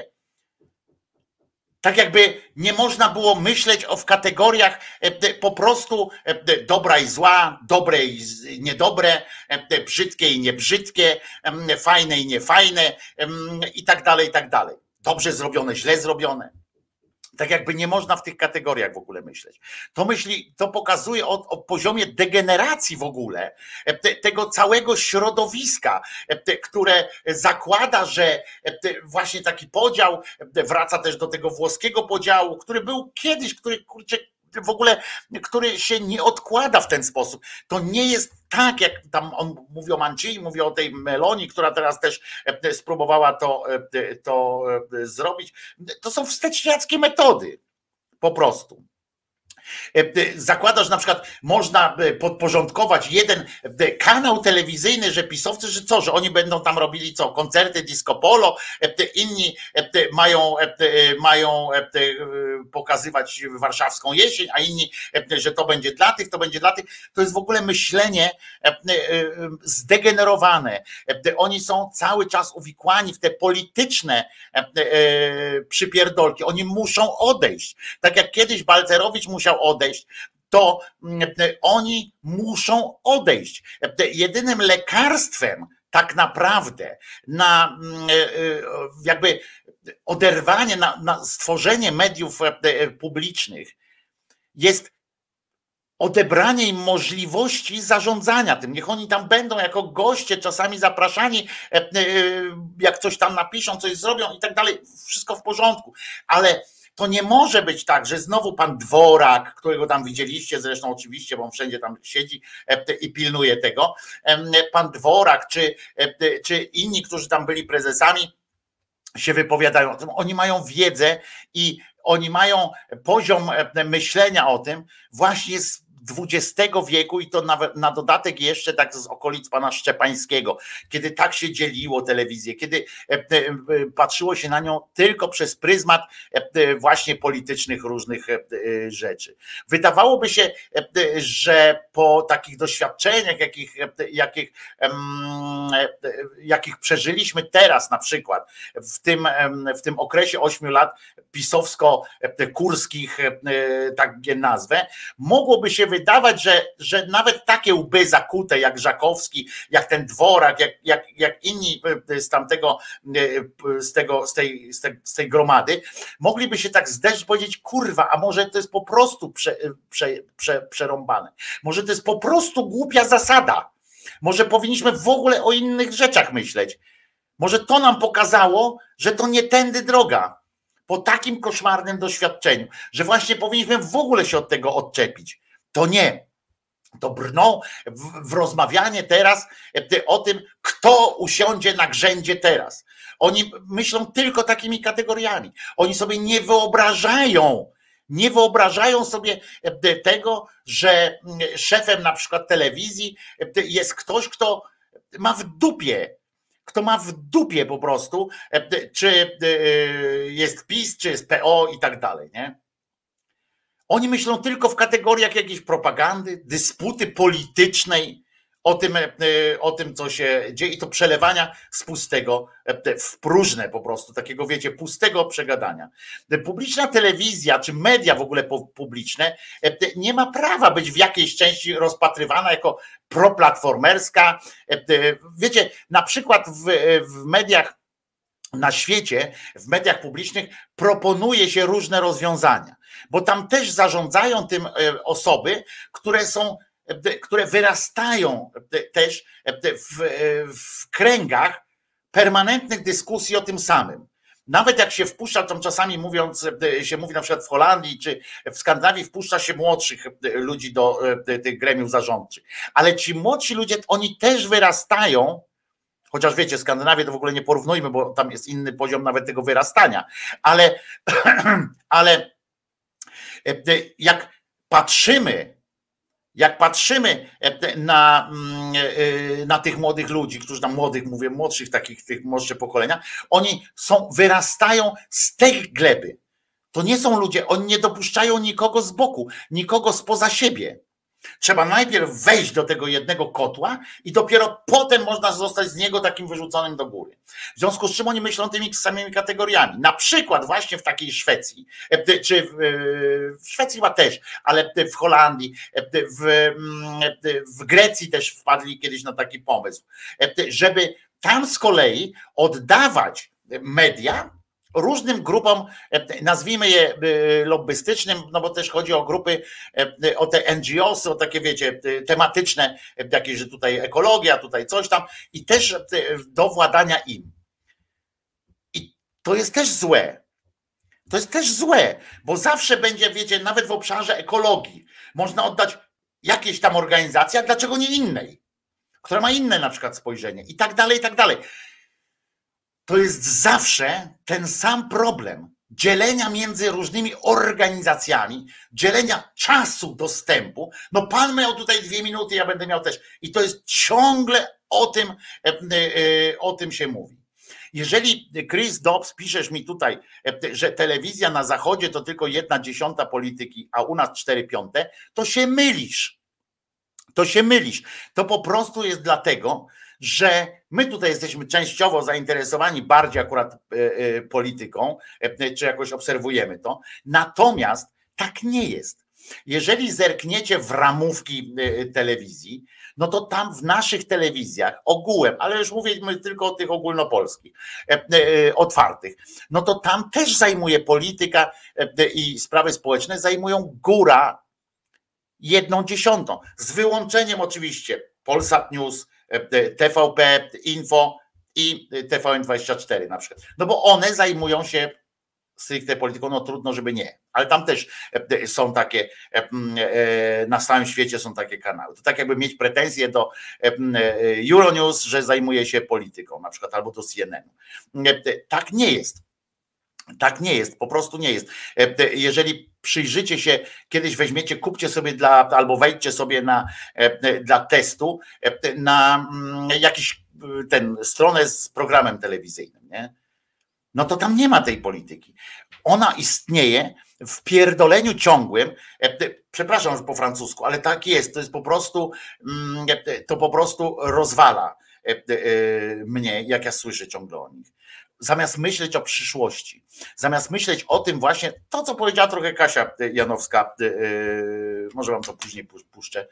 Tak jakby nie można było myśleć o w kategoriach po prostu dobra i zła, dobre i niedobre, brzydkie i niebrzydkie, fajne i niefajne i tak dalej, i tak dalej. Dobrze zrobione, źle zrobione. Tak jakby nie można w tych kategoriach w ogóle myśleć. To myśli, to pokazuje o, o poziomie degeneracji w ogóle te, tego całego środowiska, te, które zakłada, że te, właśnie taki podział wraca też do tego włoskiego podziału, który był kiedyś, który kurczę, w ogóle, który się nie odkłada w ten sposób. To nie jest tak, jak tam on mówi o Mancini, mówi o tej Meloni, która teraz też spróbowała to, to zrobić. To są wsteczniackie metody, po prostu. Zakładasz, na przykład można podporządkować jeden kanał telewizyjny, że pisowcy, że co, że oni będą tam robili co, koncerty disco polo, inni mają, mają pokazywać warszawską jesień, a inni, że to będzie dla tych, to będzie dla tych. To jest w ogóle myślenie zdegenerowane. Oni są cały czas uwikłani w te polityczne przypierdolki. Oni muszą odejść. Tak jak kiedyś Balcerowicz musiał odejść, to oni muszą odejść. Jedynym lekarstwem tak naprawdę na jakby oderwanie, na, na stworzenie mediów publicznych jest odebranie im możliwości zarządzania tym. Niech oni tam będą jako goście, czasami zapraszani, jak coś tam napiszą, coś zrobią i tak dalej, wszystko w porządku, ale to nie może być tak, że znowu pan Dworak, którego tam widzieliście zresztą oczywiście, bo on wszędzie tam siedzi i pilnuje tego, pan Dworak czy, czy inni, którzy tam byli prezesami, się wypowiadają o tym. Oni mają wiedzę i oni mają poziom myślenia o tym właśnie z dwudziestego wieku i to nawet na dodatek jeszcze tak z okolic pana Szczepańskiego, kiedy tak się dzieliło telewizję, kiedy patrzyło się na nią tylko przez pryzmat właśnie politycznych różnych rzeczy. Wydawałoby się, że po takich doświadczeniach, jakich, jakich, jakich przeżyliśmy teraz na przykład w tym, w tym okresie ośmiu lat pisowsko-kurskich, tak je nazwę, mogłoby się wydawać, że, że nawet takie łby zakute jak Żakowski, jak ten Dworak, jak, jak, jak inni z tamtego, z, tego, z, tej, z, tej, z tej gromady, mogliby się tak zderzyć i powiedzieć, kurwa, a może to jest po prostu prze, prze, prze, przerąbane. Może to jest po prostu głupia zasada. Może powinniśmy w ogóle o innych rzeczach myśleć. Może to nam pokazało, że to nie tędy droga. Po takim koszmarnym doświadczeniu, że właśnie powinniśmy w ogóle się od tego odczepić. To nie. To brną w, w rozmawianie teraz o tym, kto usiądzie na grzędzie teraz. Oni myślą tylko takimi kategoriami. Oni sobie nie wyobrażają, nie wyobrażają sobie tego, że szefem na przykład telewizji jest ktoś, kto ma w dupie, kto ma w dupie po prostu, czy jest PiS, czy jest P O i tak dalej, nie? Oni myślą tylko w kategoriach jakiejś propagandy, dysputy politycznej, o tym, o tym, co się dzieje i to przelewania z pustego w próżne po prostu, takiego wiecie, pustego przegadania. Publiczna telewizja, czy media w ogóle publiczne nie ma prawa być w jakiejś części rozpatrywana jako proplatformerska. Wiecie, na przykład w, w mediach na świecie, w mediach publicznych proponuje się różne rozwiązania, bo tam też zarządzają tym osoby, które są, które wyrastają też w, w kręgach permanentnych dyskusji o tym samym. Nawet jak się wpuszcza, tam czasami mówiąc, się mówi na przykład w Holandii czy w Skandynawii, wpuszcza się młodszych ludzi do tych gremiów zarządczych. Ale ci młodsi ludzie, oni też wyrastają, chociaż wiecie, Skandynawię to w ogóle nie porównujmy, bo tam jest inny poziom nawet tego wyrastania. Ale, ale jak patrzymy, Jak patrzymy na, na tych młodych ludzi, którzy tam młodych, mówię, młodszych, takich, tych młodsze pokolenia, oni są, wyrastają z tej gleby. To nie są ludzie, oni nie dopuszczają nikogo z boku, nikogo spoza siebie. Trzeba najpierw wejść do tego jednego kotła i dopiero potem można zostać z niego takim wyrzuconym do góry. W związku z czym oni myślą tymi samymi kategoriami. Na przykład właśnie w takiej Szwecji, czy w, w Szwecji chyba też, ale w Holandii, w, w Grecji też wpadli kiedyś na taki pomysł, żeby tam z kolei oddawać media różnym grupom, nazwijmy je lobbystycznym, no bo też chodzi o grupy, o te N G O sy, o takie wiecie, tematyczne, takie, że tutaj ekologia, tutaj coś tam i też do władania im. I to jest też złe. To jest też złe, bo zawsze będzie, wiecie, nawet w obszarze ekologii można oddać jakiejś tam organizacji, a dlaczego nie innej, która ma inne na przykład spojrzenie i tak dalej, i tak dalej. To jest zawsze ten sam problem dzielenia między różnymi organizacjami, dzielenia czasu dostępu. No pan miał tutaj dwie minuty, ja będę miał też. I to jest ciągle o tym, o tym się mówi. Jeżeli Chris Dobbs, piszesz mi tutaj, że telewizja na zachodzie to tylko jedna dziesiąta polityki, a u nas cztery piąte, to się mylisz. To się mylisz. To po prostu jest dlatego, że my tutaj jesteśmy częściowo zainteresowani bardziej akurat polityką, czy jakoś obserwujemy to, natomiast tak nie jest. Jeżeli zerkniecie w ramówki telewizji, no to tam w naszych telewizjach ogółem, ale już mówimy tylko o tych ogólnopolskich, otwartych, no to tam też zajmuje polityka i sprawy społeczne, zajmują góra jedną dziesiątą, z wyłączeniem oczywiście Polsat News, T V P, Info i T V N dwadzieścia cztery na przykład. No bo one zajmują się stricte polityką, no trudno, żeby nie. Ale tam też są takie, na całym świecie są takie kanały. To tak jakby mieć pretensje do Euronews, że zajmuje się polityką na przykład, albo do C N N u. Tak nie jest. Tak nie jest, po prostu nie jest. Jeżeli przyjrzycie się, kiedyś weźmiecie, kupcie sobie dla, albo wejdźcie sobie na, dla testu na jakiś ten stronę z programem telewizyjnym, nie? No to tam nie ma tej polityki. Ona istnieje w pierdoleniu ciągłym, przepraszam po francusku, ale tak jest, to jest po prostu, to po prostu rozwala mnie, jak ja słyszę ciągle o nich. Zamiast myśleć o przyszłości, zamiast myśleć o tym właśnie, to co powiedziała trochę Kasia Janowska, może wam to później puszczę,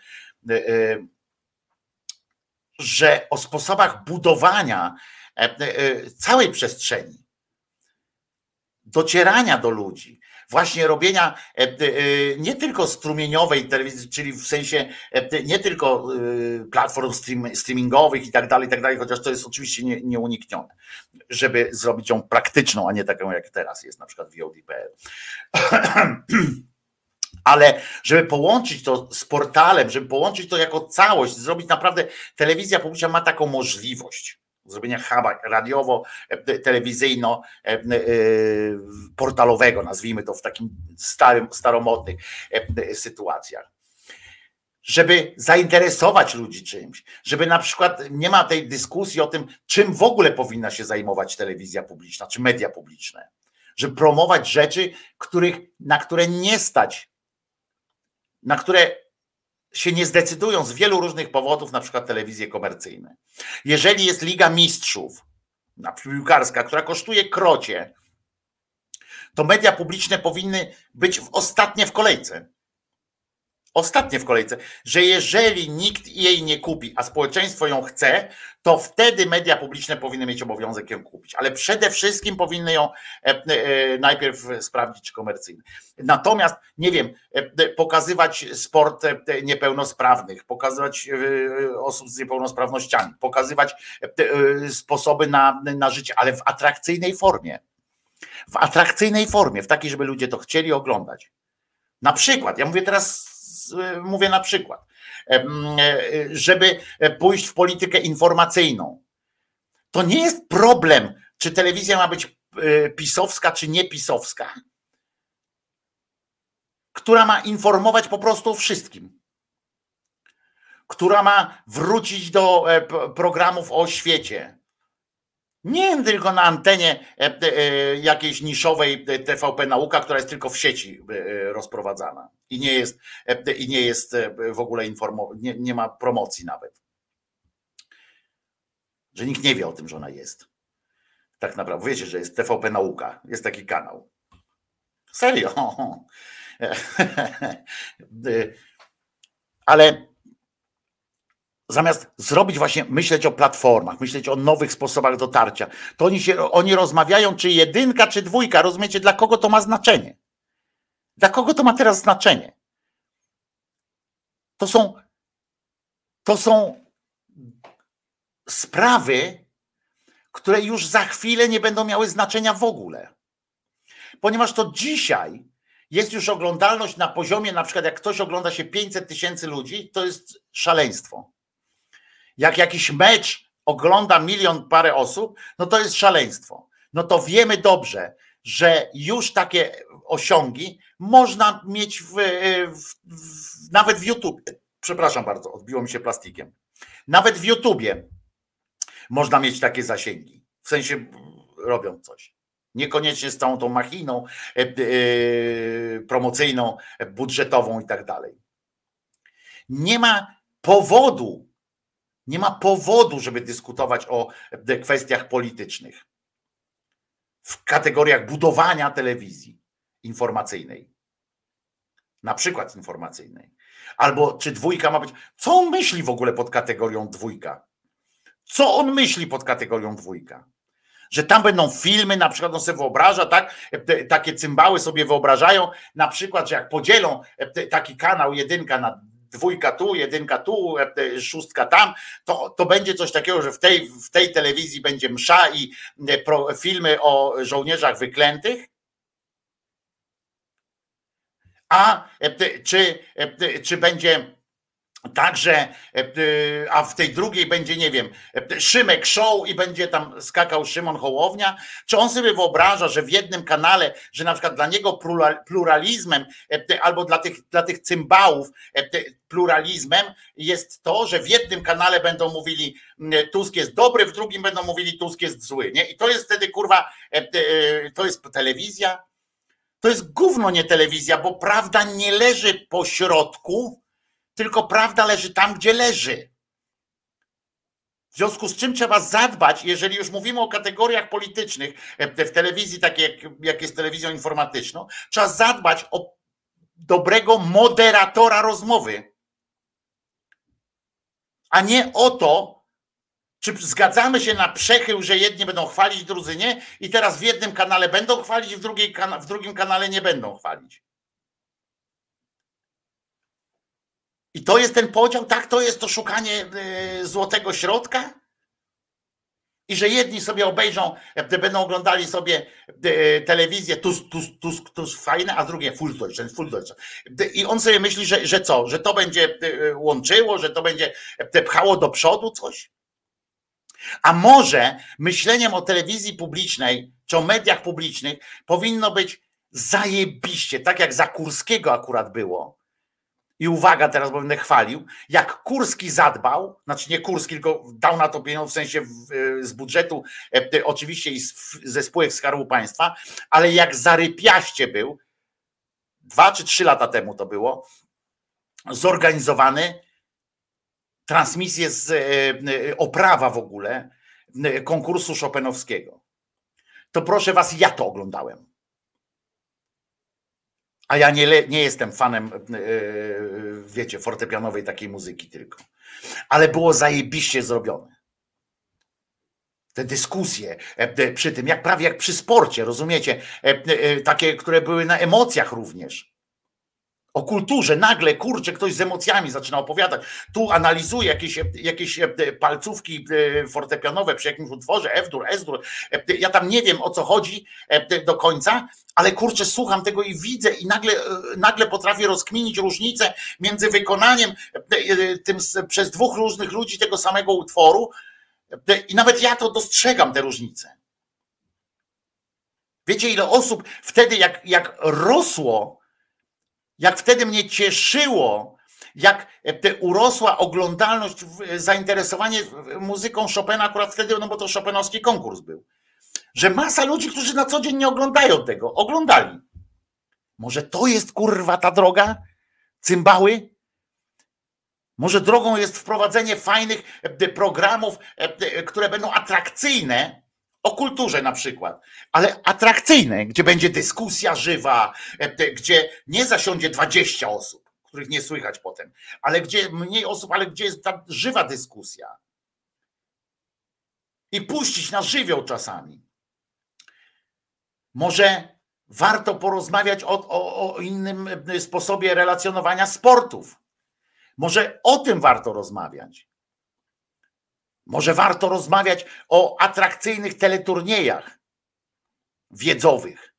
że o sposobach budowania całej przestrzeni, docierania do ludzi, właśnie robienia nie tylko strumieniowej telewizji, czyli w sensie nie tylko platform streamingowych i tak dalej, i tak dalej, chociaż to jest oczywiście nieuniknione, żeby zrobić ją praktyczną, a nie taką jak teraz jest na przykład V O D kropka P L. Ale żeby połączyć to z portalem, żeby połączyć to jako całość, zrobić naprawdę, telewizja publiczna ma taką możliwość zrobienia huba radiowo-telewizyjno portalowego, nazwijmy to w takim starym, staromodnych sytuacjach. Żeby zainteresować ludzi czymś, żeby na przykład nie ma tej dyskusji o tym, czym w ogóle powinna się zajmować telewizja publiczna, czy media publiczne, żeby promować rzeczy, których, na które nie stać, na które się nie zdecydują z wielu różnych powodów, na przykład telewizje komercyjne. Jeżeli jest Liga Mistrzów, na piłkarska, która kosztuje krocie, to media publiczne powinny być ostatnie w kolejce. Ostatnie w kolejce, że jeżeli nikt jej nie kupi, a społeczeństwo ją chce, to wtedy media publiczne powinny mieć obowiązek ją kupić, ale przede wszystkim powinny ją najpierw sprawdzić, czy komercyjne. Natomiast, nie wiem, pokazywać sport niepełnosprawnych, pokazywać osób z niepełnosprawnościami, pokazywać sposoby na, na życie, ale w atrakcyjnej formie. W atrakcyjnej formie, w takiej, żeby ludzie to chcieli oglądać. Na przykład, ja mówię teraz, mówię na przykład, żeby pójść w politykę informacyjną. To nie jest problem, czy telewizja ma być pisowska, czy nie pisowska, która ma informować po prostu o wszystkim, która ma wrócić do programów o świecie. Nie tylko na antenie jakiejś niszowej T V P Nauka, która jest tylko w sieci rozprowadzana i nie jest, i nie jest w ogóle informowana, nie, nie ma promocji nawet. Że nikt nie wie o tym, że ona jest. Tak naprawdę. Wiecie, że jest T V P Nauka, jest taki kanał. Serio. Ale zamiast zrobić właśnie, myśleć o platformach, myśleć o nowych sposobach dotarcia, to oni się, oni rozmawiają, czy jedynka, czy dwójka. Rozumiecie, dla kogo to ma znaczenie? Dla kogo to ma teraz znaczenie? To są, to są sprawy, które już za chwilę nie będą miały znaczenia w ogóle. Ponieważ to dzisiaj jest już oglądalność na poziomie, na przykład jak ktoś ogląda się pięćset tysięcy ludzi, to jest szaleństwo. Jak jakiś mecz ogląda milion parę osób, no to jest szaleństwo. No to wiemy dobrze, że już takie osiągi można mieć w, w, w, nawet w YouTube. Przepraszam bardzo, odbiło mi się plastikiem. Nawet w YouTubie można mieć takie zasięgi. W sensie robią coś. Niekoniecznie z całą tą machiną promocyjną, budżetową i tak dalej. Nie ma powodu, nie ma powodu, żeby dyskutować o kwestiach politycznych w kategoriach budowania telewizji informacyjnej. Na przykład informacyjnej. Albo czy dwójka ma być... Co on myśli w ogóle pod kategorią dwójka? Co on myśli pod kategorią dwójka? Że tam będą filmy, na przykład on sobie wyobraża, tak? Takie cymbały sobie wyobrażają, na przykład, że jak podzielą taki kanał jedynka na dwójka tu, jedynka tu, szóstka tam, to, to będzie coś takiego, że w tej, w tej telewizji będzie msza i pro, filmy o żołnierzach wyklętych. A czy, czy będzie także, a w tej drugiej będzie, nie wiem, Szymek Show i będzie tam skakał Szymon Hołownia? Czy on sobie wyobraża, że w jednym kanale, że na przykład dla niego pluralizmem albo dla tych, dla tych cymbałów pluralizmem jest to, że w jednym kanale będą mówili Tusk jest dobry, w drugim będą mówili Tusk jest zły, nie? I to jest wtedy, kurwa, to jest telewizja? To jest gówno, nie telewizja, bo prawda nie leży po środku, tylko prawda leży tam, gdzie leży. W związku z czym trzeba zadbać, jeżeli już mówimy o kategoriach politycznych w telewizji, takiej jak, jak jest telewizją informatyczną, trzeba zadbać o dobrego moderatora rozmowy, a nie o to, czy zgadzamy się na przechył, że jedni będą chwalić, drudzy nie, i teraz w jednym kanale będą chwalić, w, drugiej, w drugim kanale nie będą chwalić. I to jest ten podział, tak? To jest to szukanie złotego środka? I że jedni sobie obejrzą, będą oglądali sobie telewizję, Tusk, Tusk, Tusk, Tusk fajne, a drugie Full Deutschland, Full Deutschland. I on sobie myśli, że, że co? Że to będzie łączyło, że to będzie pchało do przodu coś? A może myśleniem o telewizji publicznej, czy o mediach publicznych powinno być zajebiście, tak jak za Kurskiego akurat było. I uwaga, teraz bo będę chwalił, jak Kurski zadbał, znaczy nie Kurski, tylko dał na to pieniądze w sensie w, z budżetu, e, oczywiście i z, ze spółek Skarbu Państwa, ale jak zarypiaście był, dwa czy trzy lata temu to było, zorganizowany transmisję z e, oprawa w ogóle e, konkursu Chopinowskiego. To proszę was, ja to oglądałem. A ja nie, nie jestem fanem, wiecie, fortepianowej takiej muzyki tylko. Ale było zajebiście zrobione. Te dyskusje przy tym, jak prawie jak przy sporcie, rozumiecie? Takie, które były na emocjach również. O kulturze nagle, kurczę, ktoś z emocjami zaczyna opowiadać. Tu analizuje jakieś, jakieś palcówki fortepianowe przy jakimś utworze, F-dur, S-dur. Ja tam nie wiem, o co chodzi do końca, ale kurczę, słucham tego i widzę i nagle, nagle potrafię rozkminić różnicę między wykonaniem tym przez dwóch różnych ludzi tego samego utworu i nawet ja to dostrzegam, te różnice. Wiecie, ile osób wtedy, jak, jak rosło, jak wtedy mnie cieszyło, jak urosła oglądalność, zainteresowanie muzyką Chopina akurat wtedy, no bo to chopinowski konkurs był, że masa ludzi, którzy na co dzień nie oglądają tego, oglądali. Może to jest kurwa ta droga? Cymbały? Może drogą jest wprowadzenie fajnych programów, które będą atrakcyjne, o kulturze na przykład, ale atrakcyjne, gdzie będzie dyskusja żywa, gdzie nie zasiądzie dwadzieścia osób, których nie słychać potem, ale gdzie mniej osób, ale gdzie jest ta żywa dyskusja. I puścić na żywioł czasami. Może warto porozmawiać o, o, o innym sposobie relacjonowania sportów. Może o tym warto rozmawiać. Może warto rozmawiać o atrakcyjnych teleturniejach wiedzowych.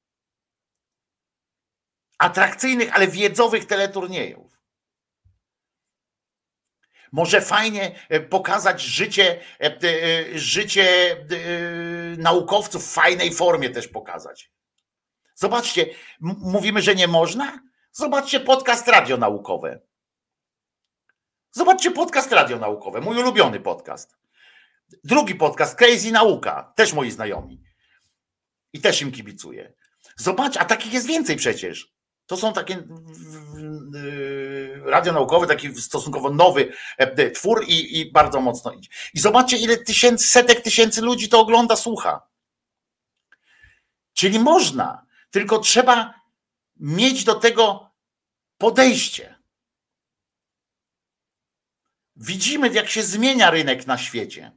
Atrakcyjnych, ale wiedzowych teleturniejów. Może fajnie pokazać życie, życie naukowców w fajnej formie też pokazać. Zobaczcie, mówimy, że nie można? Zobaczcie podcast radionaukowe. Zobaczcie podcast radionaukowe, mój ulubiony podcast. Drugi podcast, Crazy Nauka, też moi znajomi. I też im kibicuję. Zobacz, a takich jest więcej przecież. To są takie radionaukowy, taki stosunkowo nowy twór i, i bardzo mocno idzie. I zobaczcie, ile tysięcy, setek tysięcy ludzi to ogląda, słucha. Czyli można, tylko trzeba mieć do tego podejście. Widzimy, jak się zmienia rynek na świecie.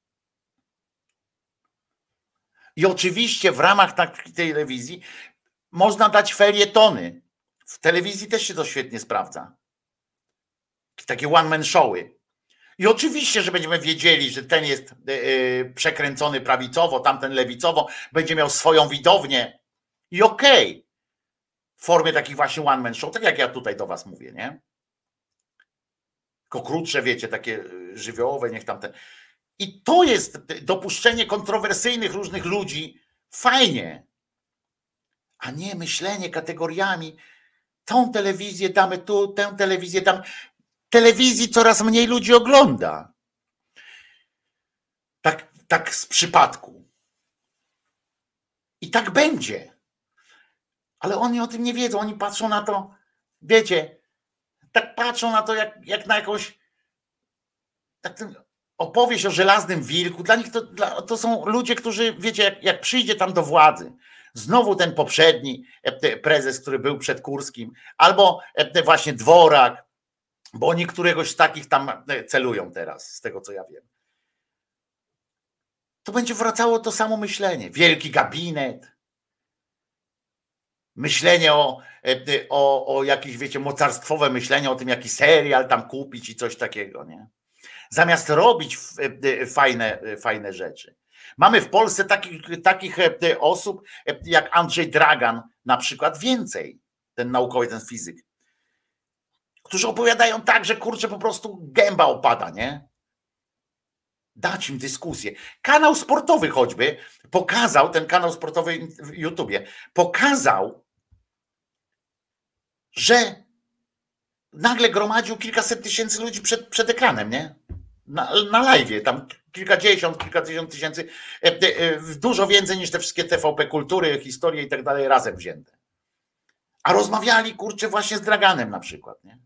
I oczywiście w ramach takiej telewizji można dać felietony. W telewizji też się to świetnie sprawdza. Takie one-man showy. I oczywiście, że będziemy wiedzieli, że ten jest yy, przekręcony prawicowo, tamten lewicowo, będzie miał swoją widownię. I okej. Okay. W formie takich właśnie one-man show, tak jak ja tutaj do was mówię, nie? Tylko krótsze, wiecie, takie żywiołowe, niech tamten. I to jest dopuszczenie kontrowersyjnych różnych ludzi fajnie, a nie myślenie kategoriami. Tą telewizję damy tu, tę telewizję damy. Telewizji coraz mniej ludzi ogląda. Tak, tak z przypadku. I tak będzie. Ale oni o tym nie wiedzą. Oni patrzą na to, wiecie, tak patrzą na to jak, jak na jakąś tak ten, opowieść o żelaznym wilku. Dla nich to, dla, to są ludzie, którzy, wiecie, jak, jak przyjdzie tam do władzy, znowu ten poprzedni prezes, który był przed Kurskim, albo właśnie Dworak, bo oni któregoś z takich tam celują teraz, z tego co ja wiem. To będzie wracało to samo myślenie. Wielki gabinet. Myślenie o, o, o jakieś, wiecie, mocarstwowe myślenie o tym, jaki serial tam kupić i coś takiego, nie? Zamiast robić fajne, fajne rzeczy. Mamy w Polsce takich, takich osób jak Andrzej Dragan na przykład więcej, ten naukowiec, ten fizyk, którzy opowiadają tak, że kurczę po prostu gęba opada, nie? Dać im dyskusję. Kanał sportowy choćby pokazał, ten kanał sportowy w YouTubie, pokazał, że nagle gromadził kilkaset tysięcy ludzi przed, przed ekranem, nie? Na, na live'ie, tam kilkadziesiąt, kilkadziesiąt tysięcy, dużo więcej niż te wszystkie T V P Kultury, historie i tak dalej razem wzięte. A rozmawiali, kurczę, właśnie z Draganem na przykład, nie?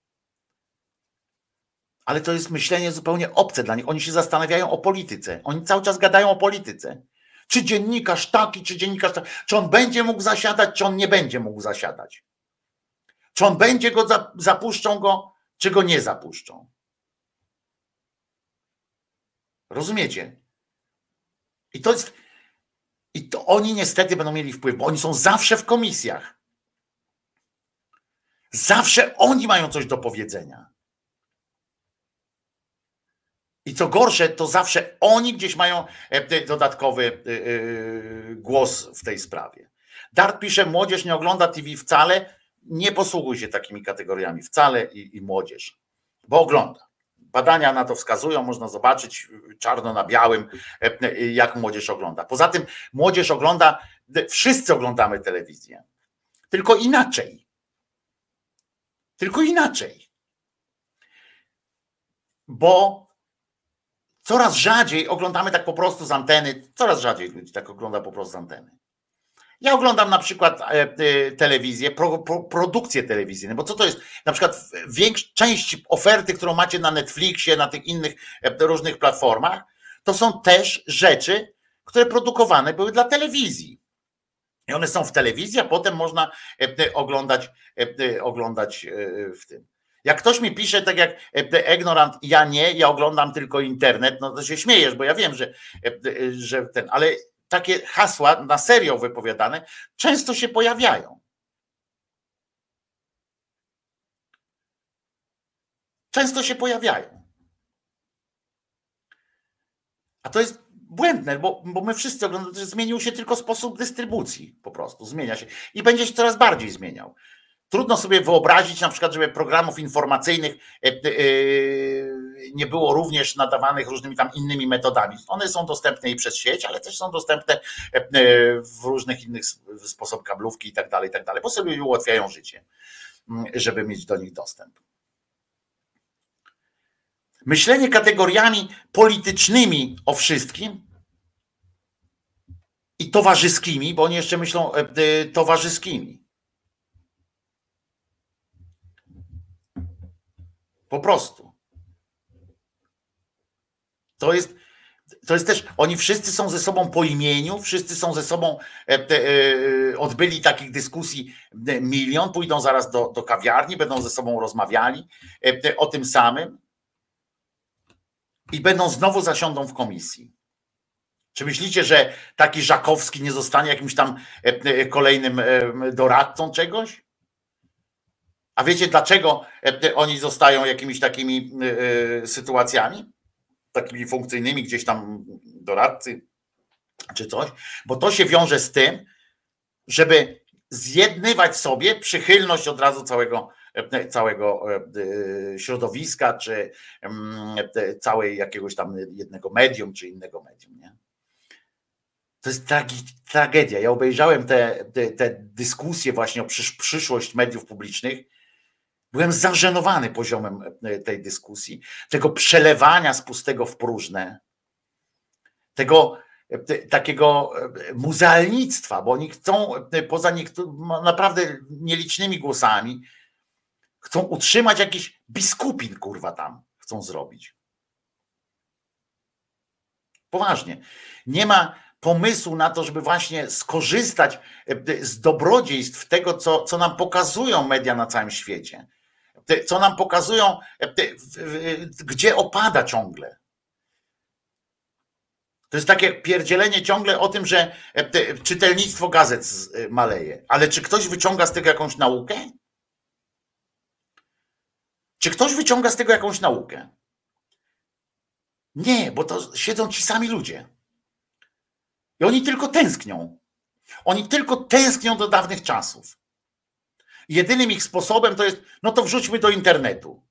Ale to jest myślenie zupełnie obce dla nich. Oni się zastanawiają o polityce. Oni cały czas gadają o polityce. Czy dziennikarz taki, czy dziennikarz taki, czy on będzie mógł zasiadać, czy on nie będzie mógł zasiadać. Czy on będzie go, zapuszczą go, czy go nie zapuszczą. Rozumiecie? I to jest, i to oni niestety będą mieli wpływ, bo oni są zawsze w komisjach. Zawsze oni mają coś do powiedzenia. I co gorsze, to zawsze oni gdzieś mają dodatkowy głos w tej sprawie. Dart pisze, młodzież nie ogląda T V wcale, nie posługuj się takimi kategoriami wcale i, i młodzież, bo ogląda. Badania na to wskazują, można zobaczyć czarno na białym, jak młodzież ogląda. Poza tym młodzież ogląda, wszyscy oglądamy telewizję, tylko inaczej. Tylko inaczej. Bo coraz rzadziej oglądamy tak po prostu z anteny, coraz rzadziej ludzi tak ogląda po prostu z anteny. Ja oglądam na przykład telewizję, pro, pro, produkcje telewizyjne, bo co to jest? Na przykład większa część oferty, którą macie na Netflixie, na tych innych różnych platformach, to są też rzeczy, które produkowane były dla telewizji. I one są w telewizji, a potem można oglądać, oglądać w tym. Jak ktoś mi pisze, tak jak ignorant, ja nie, ja oglądam tylko internet, no to się śmiejesz, bo ja wiem, że, że ten, ale takie hasła na serio wypowiadane często się pojawiają. Często się pojawiają. A to jest błędne, bo, bo my wszyscy oglądamy, że zmienił się tylko sposób dystrybucji, po prostu zmienia się i będzie się coraz bardziej zmieniał. Trudno sobie wyobrazić na przykład, żeby programów informacyjnych nie było również nadawanych różnymi tam innymi metodami. One są dostępne i przez sieć, ale też są dostępne w różnych innych sposobach, kablówki i tak dalej, i tak dalej, bo sobie ułatwiają życie, żeby mieć do nich dostęp. Myślenie kategoriami politycznymi o wszystkim i towarzyskimi, bo oni jeszcze myślą towarzyskimi. Po prostu. To jest, to jest też, oni wszyscy są ze sobą po imieniu, wszyscy są ze sobą, odbyli takich dyskusji milion, pójdą zaraz do, do kawiarni, będą ze sobą rozmawiali o tym samym i będą znowu zasiądą w komisji. Czy myślicie, że taki Żakowski nie zostanie jakimś tam kolejnym doradcą czegoś? A wiecie, dlaczego oni zostają jakimiś takimi sytuacjami? Takimi funkcyjnymi, gdzieś tam doradcy czy coś? Bo to się wiąże z tym, żeby zjednywać sobie przychylność od razu całego, całego środowiska, czy całej jakiegoś tam jednego medium, czy innego medium. Nie? To jest tragedia. Ja obejrzałem te, te, te dyskusje właśnie o przysz, przyszłość mediów publicznych. Byłem zażenowany poziomem tej dyskusji, tego przelewania z pustego w próżne, tego te, takiego muzealnictwa, bo oni chcą poza niektórymi naprawdę nielicznymi głosami, chcą utrzymać jakiś biskupin, kurwa, tam chcą zrobić. Poważnie. Nie ma pomysłu na to, żeby właśnie skorzystać z dobrodziejstw tego, co, co nam pokazują media na całym świecie. Co nam pokazują, gdzie opada ciągle. To jest takie pierdzielenie ciągle o tym, że czytelnictwo gazet maleje. Ale czy ktoś wyciąga z tego jakąś naukę? Czy ktoś wyciąga z tego jakąś naukę? Nie, bo to siedzą ci sami ludzie. I oni tylko tęsknią. Oni tylko tęsknią do dawnych czasów. Jedynym ich sposobem to jest, no to wrzućmy do internetu.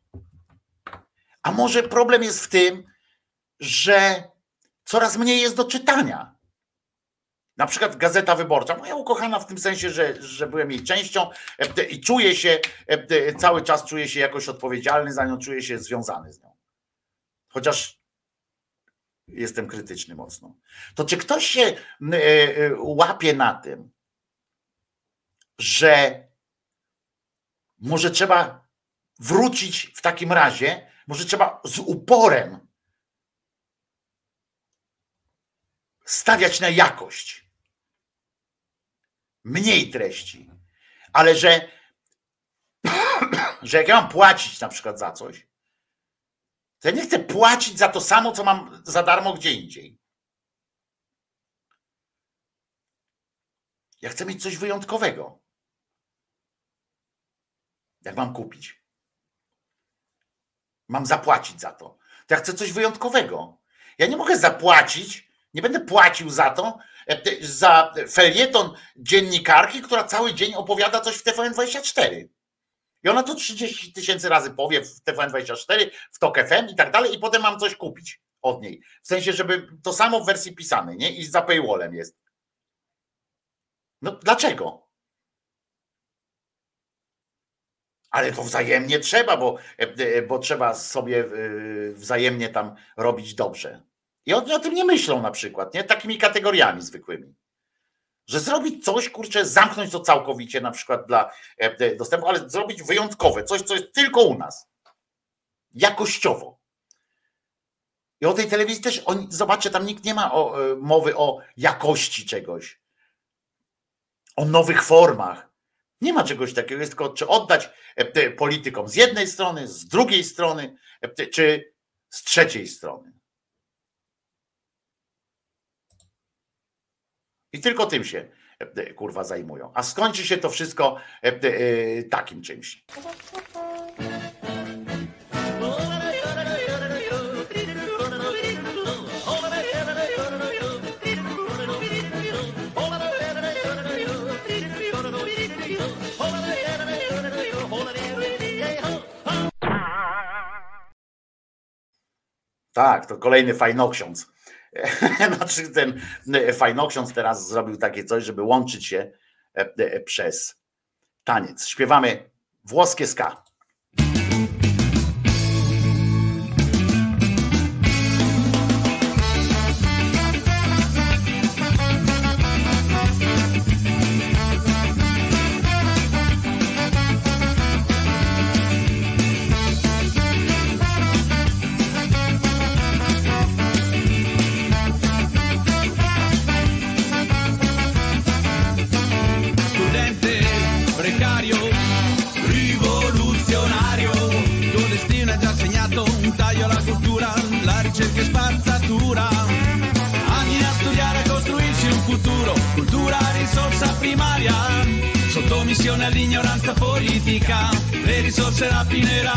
A może problem jest w tym, że coraz mniej jest do czytania. Na przykład Gazeta Wyborcza, moja ukochana w tym sensie, że, że byłem jej częścią i czuję się, cały czas czuję się jakoś odpowiedzialny za nią, czuję się związany z nią. Chociaż jestem krytyczny mocno. To czy ktoś się łapie na tym, że może trzeba wrócić w takim razie, może trzeba z uporem stawiać na jakość, mniej treści, ale że, że jak ja mam płacić na przykład za coś, to ja nie chcę płacić za to samo, co mam za darmo gdzie indziej. Ja chcę mieć coś wyjątkowego. Jak mam kupić? Mam zapłacić za to. To ja chcę coś wyjątkowego. Ja nie mogę zapłacić, nie będę płacił za to, za felieton dziennikarki, która cały dzień opowiada coś w T V N dwadzieścia cztery. I ona to trzydzieści tysięcy razy powie w T V N dwadzieścia cztery, w Tok F M i tak dalej, i potem mam coś kupić od niej. W sensie, żeby to samo w wersji pisanej, nie? I za paywallem jest. No dlaczego? Ale to wzajemnie trzeba, bo, bo trzeba sobie wzajemnie tam robić dobrze. I oni o tym nie myślą na przykład, nie? Takimi kategoriami zwykłymi. Że zrobić coś, kurczę, zamknąć to całkowicie na przykład dla dostępu, ale zrobić wyjątkowe, coś, co jest tylko u nas. Jakościowo. I o tej telewizji też, oni, zobaczcie, tam nikt nie ma o, mowy o jakości czegoś. O nowych formach. Nie ma czegoś takiego, jest tylko czy oddać politykom z jednej strony, z drugiej strony, czy z trzeciej strony. I tylko tym się, kurwa, zajmują. A skończy się to wszystko takim czymś. Tak, to kolejny fajnoksiądz. Znaczy ten fajnoksiądz teraz zrobił takie coś, żeby łączyć się przez taniec. Śpiewamy włoskie ska. Che spazzatura, anni a studiare a costruirsi un futuro, cultura risorsa primaria, sottomissione all'ignoranza politica, le risorse raffinerà.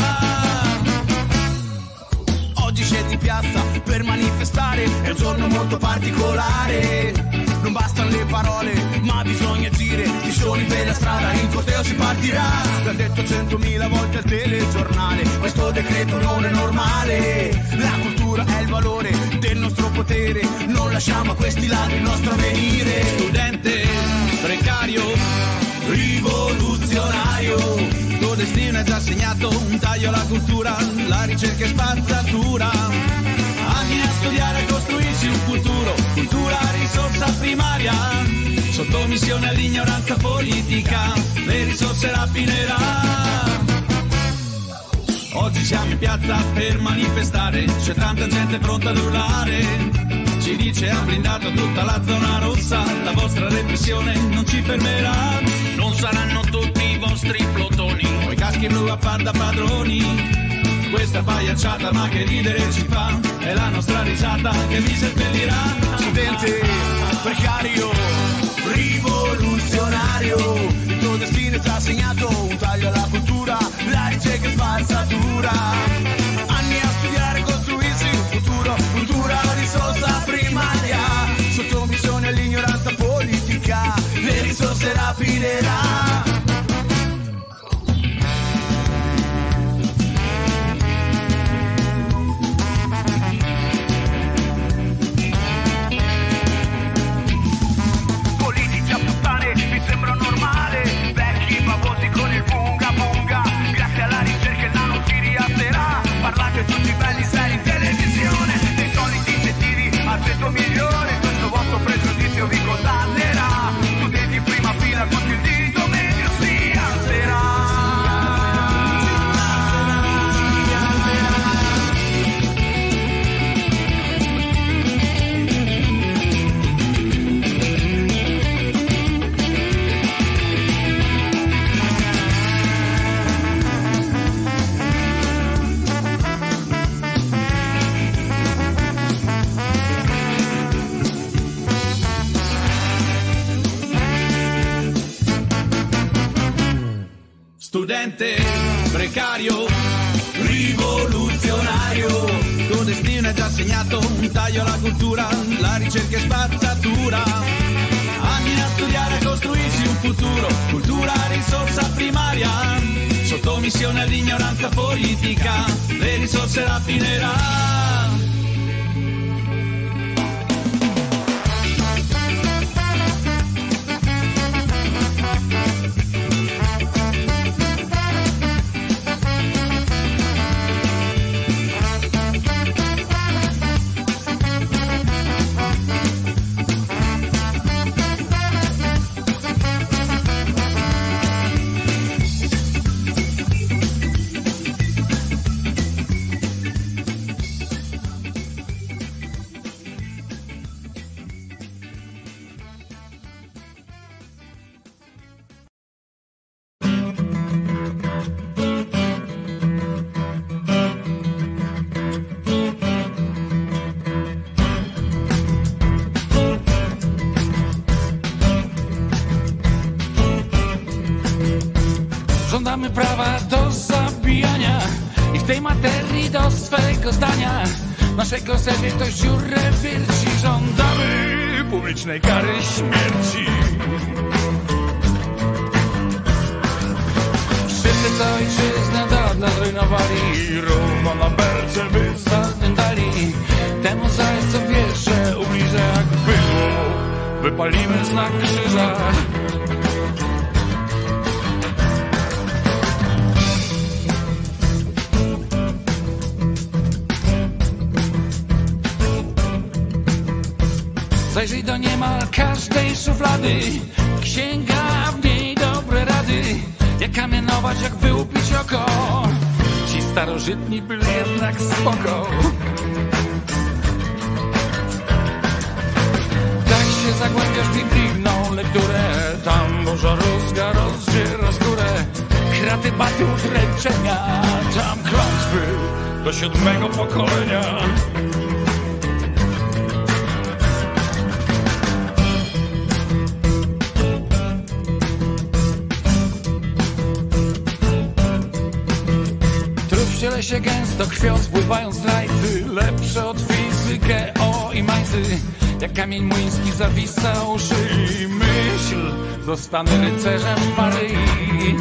Oggi scendi in piazza per manifestare, è un giorno molto particolare, non bastano le parole ma bisogna agire, striscioni per la strada, in corteo si partirà, l'ha detto centomila volte al telegiornale, questo decreto non è normale, la cultura è il valore del nostro potere, non lasciamo a questi ladri il nostro avvenire. Studente, precario, rivoluzionario, tuo destino è già segnato, un taglio alla cultura, la ricerca è spazzatura, anni a studiare a costruirsi un futuro, cultura risorsa primaria, sottomissione all'ignoranza politica, le risorse raffinerà. Oggi siamo in piazza per manifestare, c'è tanta gente pronta ad urlare, ci dice ha blindato tutta la zona rossa, la vostra repressione non ci fermerà, non saranno tutti i vostri plotoni, coi caschi blu a far da padroni, questa pagliacciata ma che ridere ci fa, è la nostra risata che vi seppellirà. Studente, precario, rivoluzionario, il tuo destino è già segnato, un taglio alla cultura, la ricerca è spazzatura, anni a studiare e costruirsi un futuro, cultura risorsa primaria, sottomissione all'ignoranza politica, le risorse raffinerà. Politici a puttane, mi sembra normale, vecchi babosi con il bunga bunga. precario, rivoluzionario. Il tuo destino è già segnato, un taglio alla cultura, la ricerca è spazzatura. Anni a studiare a costruirsi un futuro, cultura risorsa primaria. Sottomissione all'ignoranza politica, le risorse raffinerà. Żądamy prawa do zabijania i w tej materii do swego zdania. Naszego serwie ktoś dziurę wierci. Żądamy publicznej kary śmierci. Wszyscy co ojczyznę do nas zrujnowali, równo na belce by zapamiętali. Temu zaś co wierzę ubliżę jak bydło, wypalimy znak krzyża. Zajrzyj do niemal każdej szuflady, księga w niej dobre rady. Jak kamienować, jak wyłupić oko, ci starożytni byli jednak spoko. Tak się zagłębiasz w biblijną lekturę, tam Boża rózga rozdziera skórę. Kraty baty udręczenia, tam klątwy do siódmego pokolenia. Ciele się gęsto krwią spływają zdrajcy, lepsze od fizykę, o i majzy. Jak kamień młyński zawisa u szyi, myśl, zostanę rycerzem Maryi.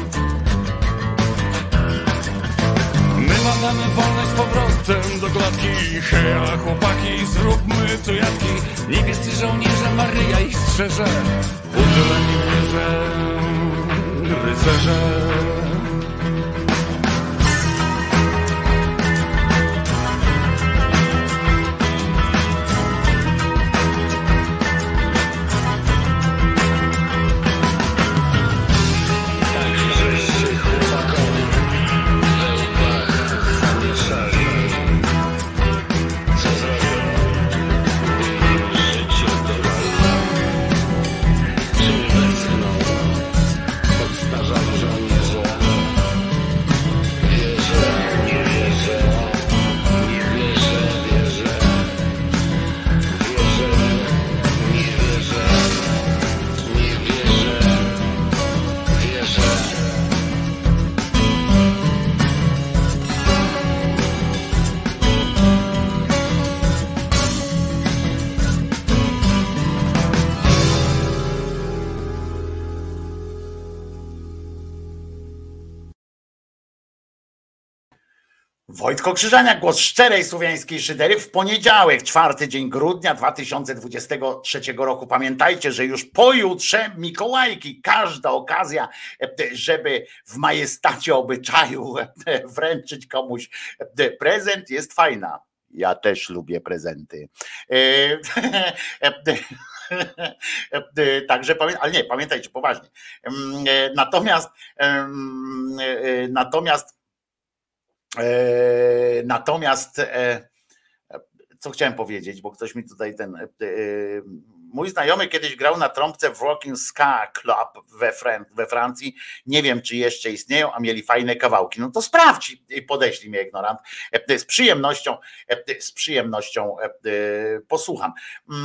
My badamy wolność z powrotem do klatki, heja chłopaki, zróbmy tu jatki. Niebiescy żołnierze, Maryja ich strzeże, udzieleni wierze, rycerze. Wojtko Krzyżaniak, głos szczerej słowiańskiej szydery w poniedziałek, czwarty dzień grudnia dwa tysiące dwudziestego trzeciego roku. Pamiętajcie, że już pojutrze Mikołajki, każda okazja, żeby w majestacie obyczaju wręczyć komuś prezent jest fajna. Ja też lubię prezenty. Także ale nie, pamiętajcie, poważnie. Natomiast natomiast Natomiast co chciałem powiedzieć, bo ktoś mi tutaj ten Mój znajomy kiedyś grał na trąbce w Rocking Ska Club we, Fran- we Francji. Nie wiem, czy jeszcze istnieją, a mieli fajne kawałki. No to sprawdź i podeślij mnie, ignorant. Z przyjemnością, z przyjemnością posłucham.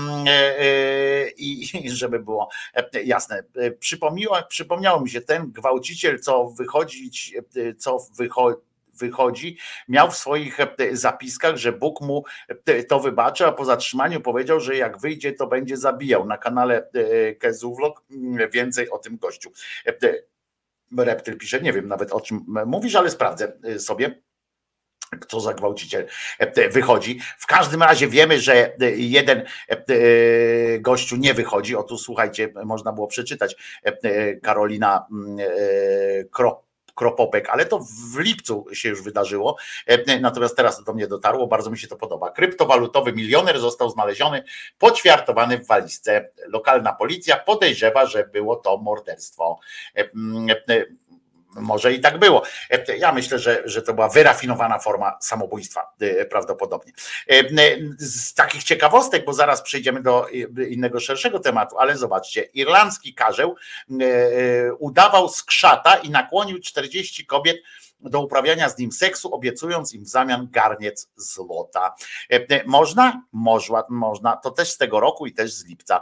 I żeby było jasne. Przypomniało, przypomniało mi się ten gwałciciel, co wychodzić, co wychodzi, wychodzi, miał w swoich zapiskach, że Bóg mu to wybaczy, a po zatrzymaniu powiedział, że jak wyjdzie, to będzie zabijał. Na kanale Kezuvlog więcej o tym gościu. Reptyl pisze, nie wiem nawet o czym mówisz, ale sprawdzę sobie, kto za gwałciciel wychodzi. W każdym razie wiemy, że jeden gościu nie wychodzi. Otóż słuchajcie, można było przeczytać Karolina Krop Kropopek, ale to w lipcu się już wydarzyło, natomiast teraz to do mnie dotarło, bardzo mi się to podoba. Kryptowalutowy milioner został znaleziony, poćwiartowany w walizce. Lokalna policja podejrzewa, że było to morderstwo. Może i tak było. Ja myślę, że, że to była wyrafinowana forma samobójstwa prawdopodobnie. Z takich ciekawostek, bo zaraz przejdziemy do innego, szerszego tematu, ale zobaczcie, irlandzki karzeł udawał skrzata i nakłonił czterdzieści kobiet do uprawiania z nim seksu, obiecując im w zamian garniec złota. Można? Można, można. To też z tego roku i też z lipca.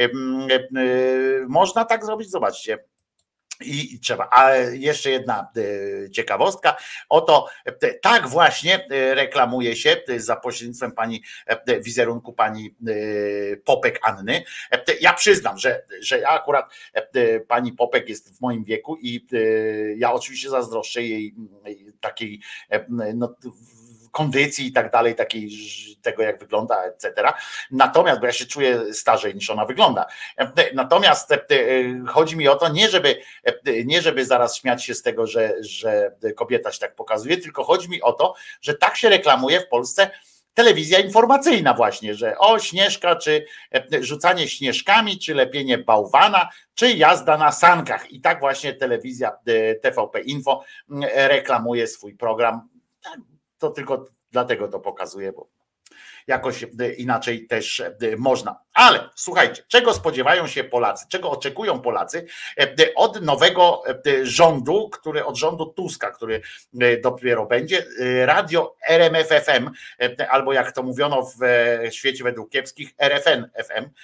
Można tak zrobić, zobaczcie. I trzeba, a jeszcze jedna ciekawostka, oto tak właśnie reklamuje się za pośrednictwem pani wizerunku pani Popek Anny. Ja przyznam, że, że ja akurat pani Popek jest w moim wieku i ja oczywiście zazdroszczę jej takiej no, kondycji i tak dalej, takiej, tego jak wygląda, et cetera. Natomiast, bo ja się czuję starzej niż ona wygląda. Natomiast chodzi mi o to, nie żeby, nie żeby zaraz śmiać się z tego, że, że kobieta się tak pokazuje, tylko chodzi mi o to, że tak się reklamuje w Polsce telewizja informacyjna właśnie, że o Śnieżka, czy rzucanie śnieżkami, czy lepienie bałwana, czy jazda na sankach. I tak właśnie telewizja T V P Info reklamuje swój program. To tylko dlatego to pokazuje, bo jakoś inaczej też można. Ale słuchajcie, czego spodziewają się Polacy, czego oczekują Polacy od nowego rządu, który od rządu Tuska, który dopiero będzie, radio R M F F M, albo jak to mówiono w świecie według kiepskich, R F N F M.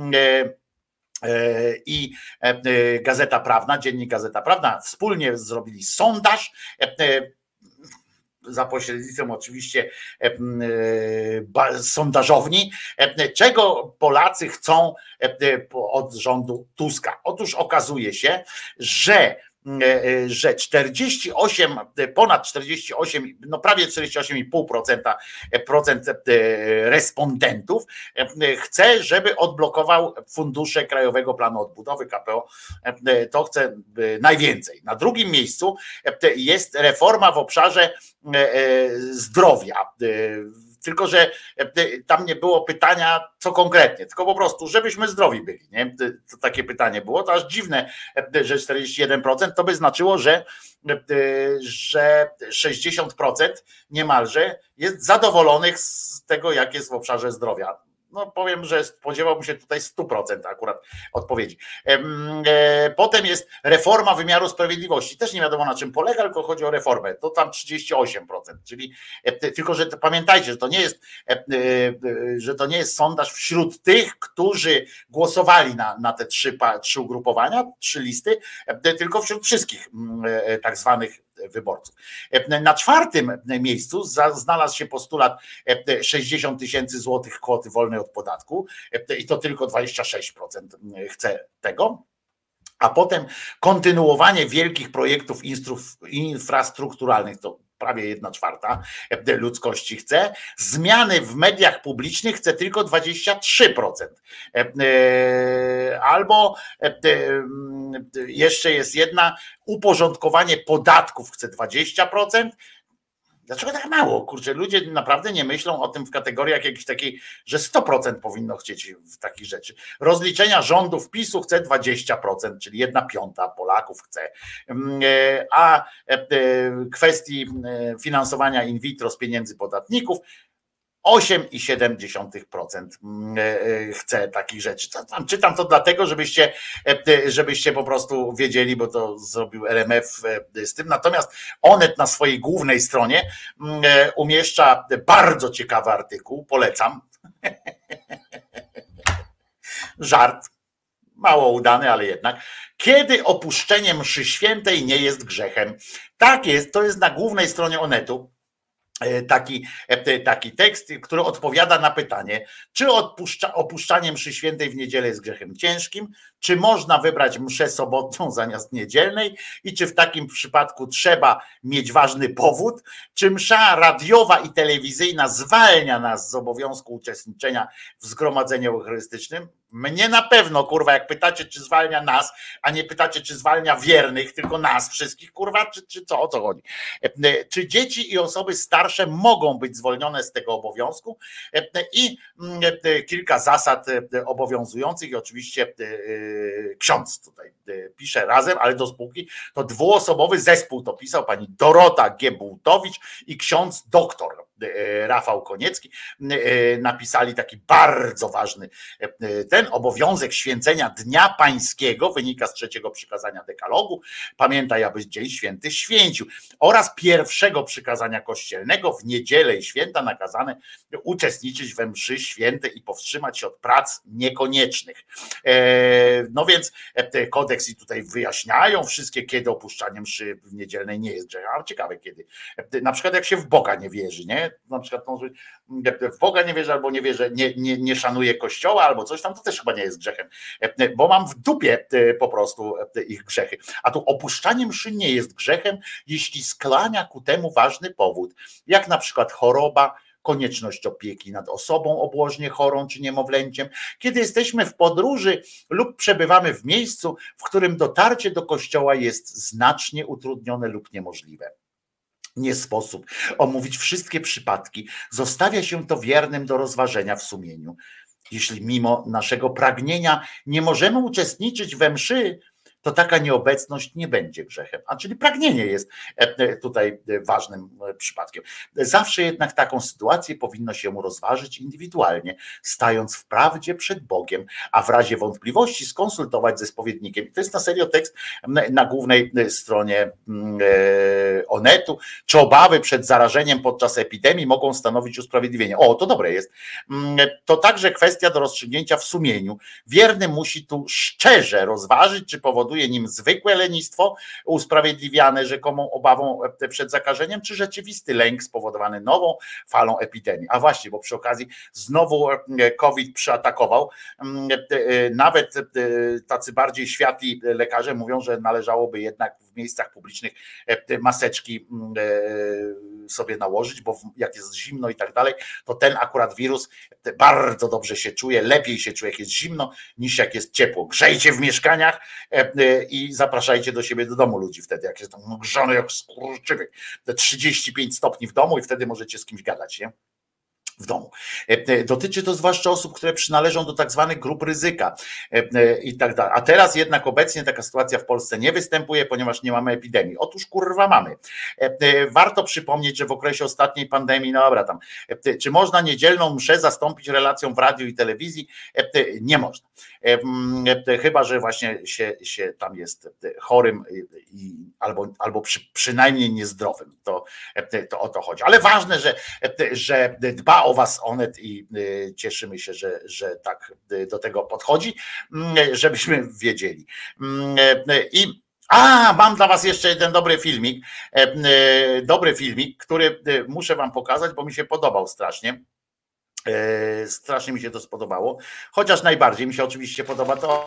I Gazeta Prawna, Dziennik Gazeta Prawna wspólnie zrobili sondaż, za pośrednictwem oczywiście sondażowni, czego Polacy chcą od rządu Tuska. Otóż okazuje się, że że czterdzieści osiem, ponad czterdzieści osiem, no prawie czterdzieści osiem i pół procent respondentów chce, żeby odblokował fundusze Krajowego Planu Odbudowy K P O. To chce najwięcej. Na drugim miejscu jest reforma w obszarze zdrowia. Tylko że tam nie było pytania, co konkretnie, tylko po prostu, żebyśmy zdrowi byli. Nie? To takie pytanie było, to aż dziwne, że czterdzieści jeden procent to by znaczyło, że, że sześćdziesiąt procent niemalże jest zadowolonych z tego, jak jest w obszarze zdrowia. No powiem, że spodziewałbym się tutaj sto procent akurat odpowiedzi. Potem jest reforma wymiaru sprawiedliwości. Też nie wiadomo na czym polega, tylko chodzi o reformę. To tam trzydzieści osiem procent, czyli tylko, że to, pamiętajcie, że to nie jest, że to nie jest sondaż wśród tych, którzy głosowali na, na te trzy, trzy ugrupowania, trzy listy, tylko wśród wszystkich tak zwanych wyborców. Na czwartym miejscu znalazł się postulat sześćdziesiąt tysięcy złotych kwoty wolnej od podatku i to tylko dwadzieścia sześć procent chce tego. A potem kontynuowanie wielkich projektów infrastrukturalnych, to prawie jedna czwarta ludzkości chce. Zmiany w mediach publicznych chce tylko dwadzieścia trzy procent. Albo jeszcze jest jedna, uporządkowanie podatków chce dwadzieścia procent. Dlaczego tak mało? Kurczę, ludzie naprawdę nie myślą o tym w kategoriach jakiejś takiej, że sto procent powinno chcieć w takich rzeczy. Rozliczenia rządów PiSu chce dwadzieścia procent, czyli jedna piąta Polaków chce. A kwestii finansowania in vitro z pieniędzy podatników osiem i siedem procent chce takich rzeczy. Czytam to dlatego, żebyście, żebyście po prostu wiedzieli, bo to zrobił R M F z tym. Natomiast Onet na swojej głównej stronie umieszcza bardzo ciekawy artykuł, polecam. Żart, mało udany, ale jednak. Kiedy opuszczenie mszy świętej nie jest grzechem? Tak jest, to jest na głównej stronie Onetu. Taki, taki tekst, który odpowiada na pytanie, czy odpuszcza, opuszczanie mszy świętej w niedzielę jest grzechem ciężkim, czy można wybrać mszę sobotną zamiast niedzielnej i czy w takim przypadku trzeba mieć ważny powód, czy msza radiowa i telewizyjna zwalnia nas z obowiązku uczestniczenia w zgromadzeniu eucharystycznym. Mnie na pewno, kurwa, jak pytacie, czy zwalnia nas, a nie pytacie, czy zwalnia wiernych, tylko nas wszystkich, kurwa, czy, czy co, o co chodzi? Czy dzieci i osoby starsze mogą być zwolnione z tego obowiązku? I kilka zasad obowiązujących i oczywiście ksiądz tutaj pisze razem, ale do spółki to dwuosobowy zespół to pisał pani Dorota Giebultowicz i ksiądz doktor Rafał Koniecki napisali taki bardzo ważny ten obowiązek święcenia Dnia Pańskiego wynika z trzeciego przykazania dekalogu, pamiętaj, abyś dzień święty święcił, oraz pierwszego przykazania kościelnego w niedzielę i święta nakazane uczestniczyć we mszy świętej i powstrzymać się od prac niekoniecznych. No więc kodeks i tutaj wyjaśniają wszystkie, kiedy opuszczanie mszy w niedzielnej nie jest grzechem, ale ciekawe kiedy. Na przykład jak się w Boga nie wierzy, nie? Na przykład może w Boga nie wierzy albo nie wierzy, nie, nie, nie szanuje Kościoła albo coś tam, to też chyba nie jest grzechem, bo mam w dupie po prostu ich grzechy. A tu opuszczanie mszy nie jest grzechem, jeśli skłania ku temu ważny powód, jak na przykład choroba, konieczność opieki nad osobą obłożnie chorą czy niemowlęciem, kiedy jesteśmy w podróży lub przebywamy w miejscu, w którym dotarcie do kościoła jest znacznie utrudnione lub niemożliwe. Nie sposób omówić wszystkie przypadki, zostawia się to wiernym do rozważenia w sumieniu. Jeśli mimo naszego pragnienia nie możemy uczestniczyć we mszy, to taka nieobecność nie będzie grzechem. A czyli pragnienie jest tutaj ważnym przypadkiem. Zawsze jednak taką sytuację powinno się rozważyć indywidualnie, stając w prawdzie przed Bogiem, a w razie wątpliwości skonsultować ze spowiednikiem. I to jest na serio tekst na głównej stronie Onetu. Czy obawy przed zarażeniem podczas epidemii mogą stanowić usprawiedliwienie? O, to dobre jest. To także kwestia do rozstrzygnięcia w sumieniu. Wierny musi tu szczerze rozważyć, czy powoduje nim zwykłe lenistwo usprawiedliwiane rzekomą obawą przed zakażeniem, czy rzeczywisty lęk spowodowany nową falą epidemii. A właśnie, bo przy okazji znowu COVID przyatakował. Nawet tacy bardziej światli lekarze mówią, że należałoby jednak w miejscach publicznych maseczki sobie nałożyć, bo jak jest zimno i tak dalej, to ten akurat wirus bardzo dobrze się czuje, lepiej się czuje jak jest zimno niż jak jest ciepło. Grzejcie w mieszkaniach i zapraszajcie do siebie do domu ludzi wtedy, jak jest tam grzany jak skurczywyk, trzydzieści pięć stopni w domu i wtedy możecie z kimś gadać, nie? W domu. Dotyczy to zwłaszcza osób, które przynależą do tak zwanych grup ryzyka i tak dalej. A teraz jednak obecnie taka sytuacja w Polsce nie występuje, ponieważ nie mamy epidemii. Otóż kurwa mamy. Warto przypomnieć, że w okresie ostatniej pandemii, no dobra tam, czy można niedzielną mszę zastąpić relacją w radiu i telewizji? Nie można. Chyba że właśnie się, się tam jest chorym i, albo, albo przy, przynajmniej niezdrowym. To, to o to chodzi. Ale ważne, że, że dba o was Onet i cieszymy się, że, że tak do tego podchodzi, żebyśmy wiedzieli. I A, mam dla was jeszcze jeden dobry filmik, dobry filmik, który muszę wam pokazać, bo mi się podobał strasznie. Strasznie mi się to spodobało, chociaż najbardziej mi się oczywiście podoba to.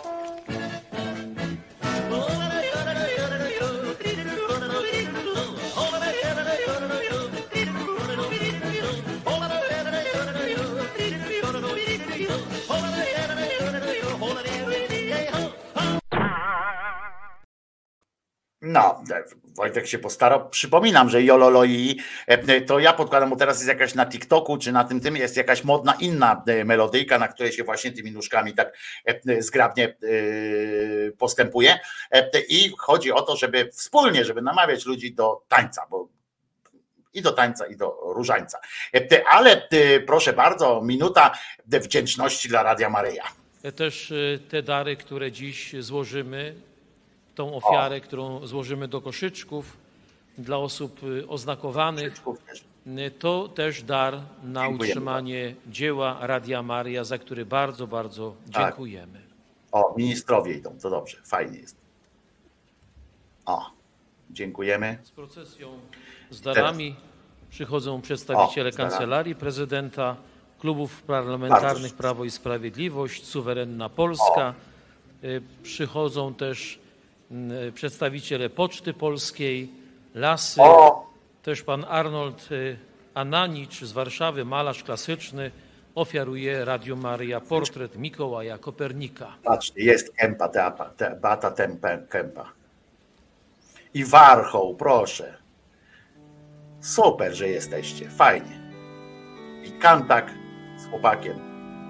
No, Wojtek się postarał. Przypominam, że Jololoi to ja podkładam, bo teraz jest jakaś na TikToku, czy na tym tym jest jakaś modna inna melodyjka, na której się właśnie tymi nóżkami tak zgrabnie postępuje. I chodzi o to, żeby wspólnie, żeby namawiać ludzi do tańca, bo i do tańca, i do różańca. Ale proszę bardzo, minuta wdzięczności dla Radia Maryja. Też te dary, które dziś złożymy, tą ofiarę, o. którą złożymy do koszyczków dla osób oznakowanych, to też dar na dziękujemy. Utrzymanie dzieła Radia Maryja, za który bardzo, bardzo dziękujemy. Tak. O, ministrowie idą, to dobrze, fajnie jest. O, dziękujemy. Z procesją, z darami Teraz. przychodzą przedstawiciele o, Kancelarii Prezydenta, klubów parlamentarnych Prawo i Sprawiedliwość, Suwerenna Polska. O. Przychodzą też przedstawiciele Poczty Polskiej, Lasy, o. też pan Arnold Ananicz z Warszawy, malarz klasyczny, ofiaruje Radio Maryja portret Mikołaja Kopernika. Patrzcie, jest Kępa, Beata Kępa. I Warchoł, proszę. Super, że jesteście, fajnie. I Kantak z chłopakiem.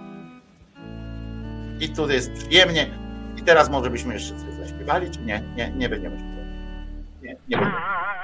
I tu jest przyjemnie. I teraz może byśmy jeszcze coś zaśpiewali, czy nie? Nie, nie będziemy śpiewać. Nie, nie będziemy.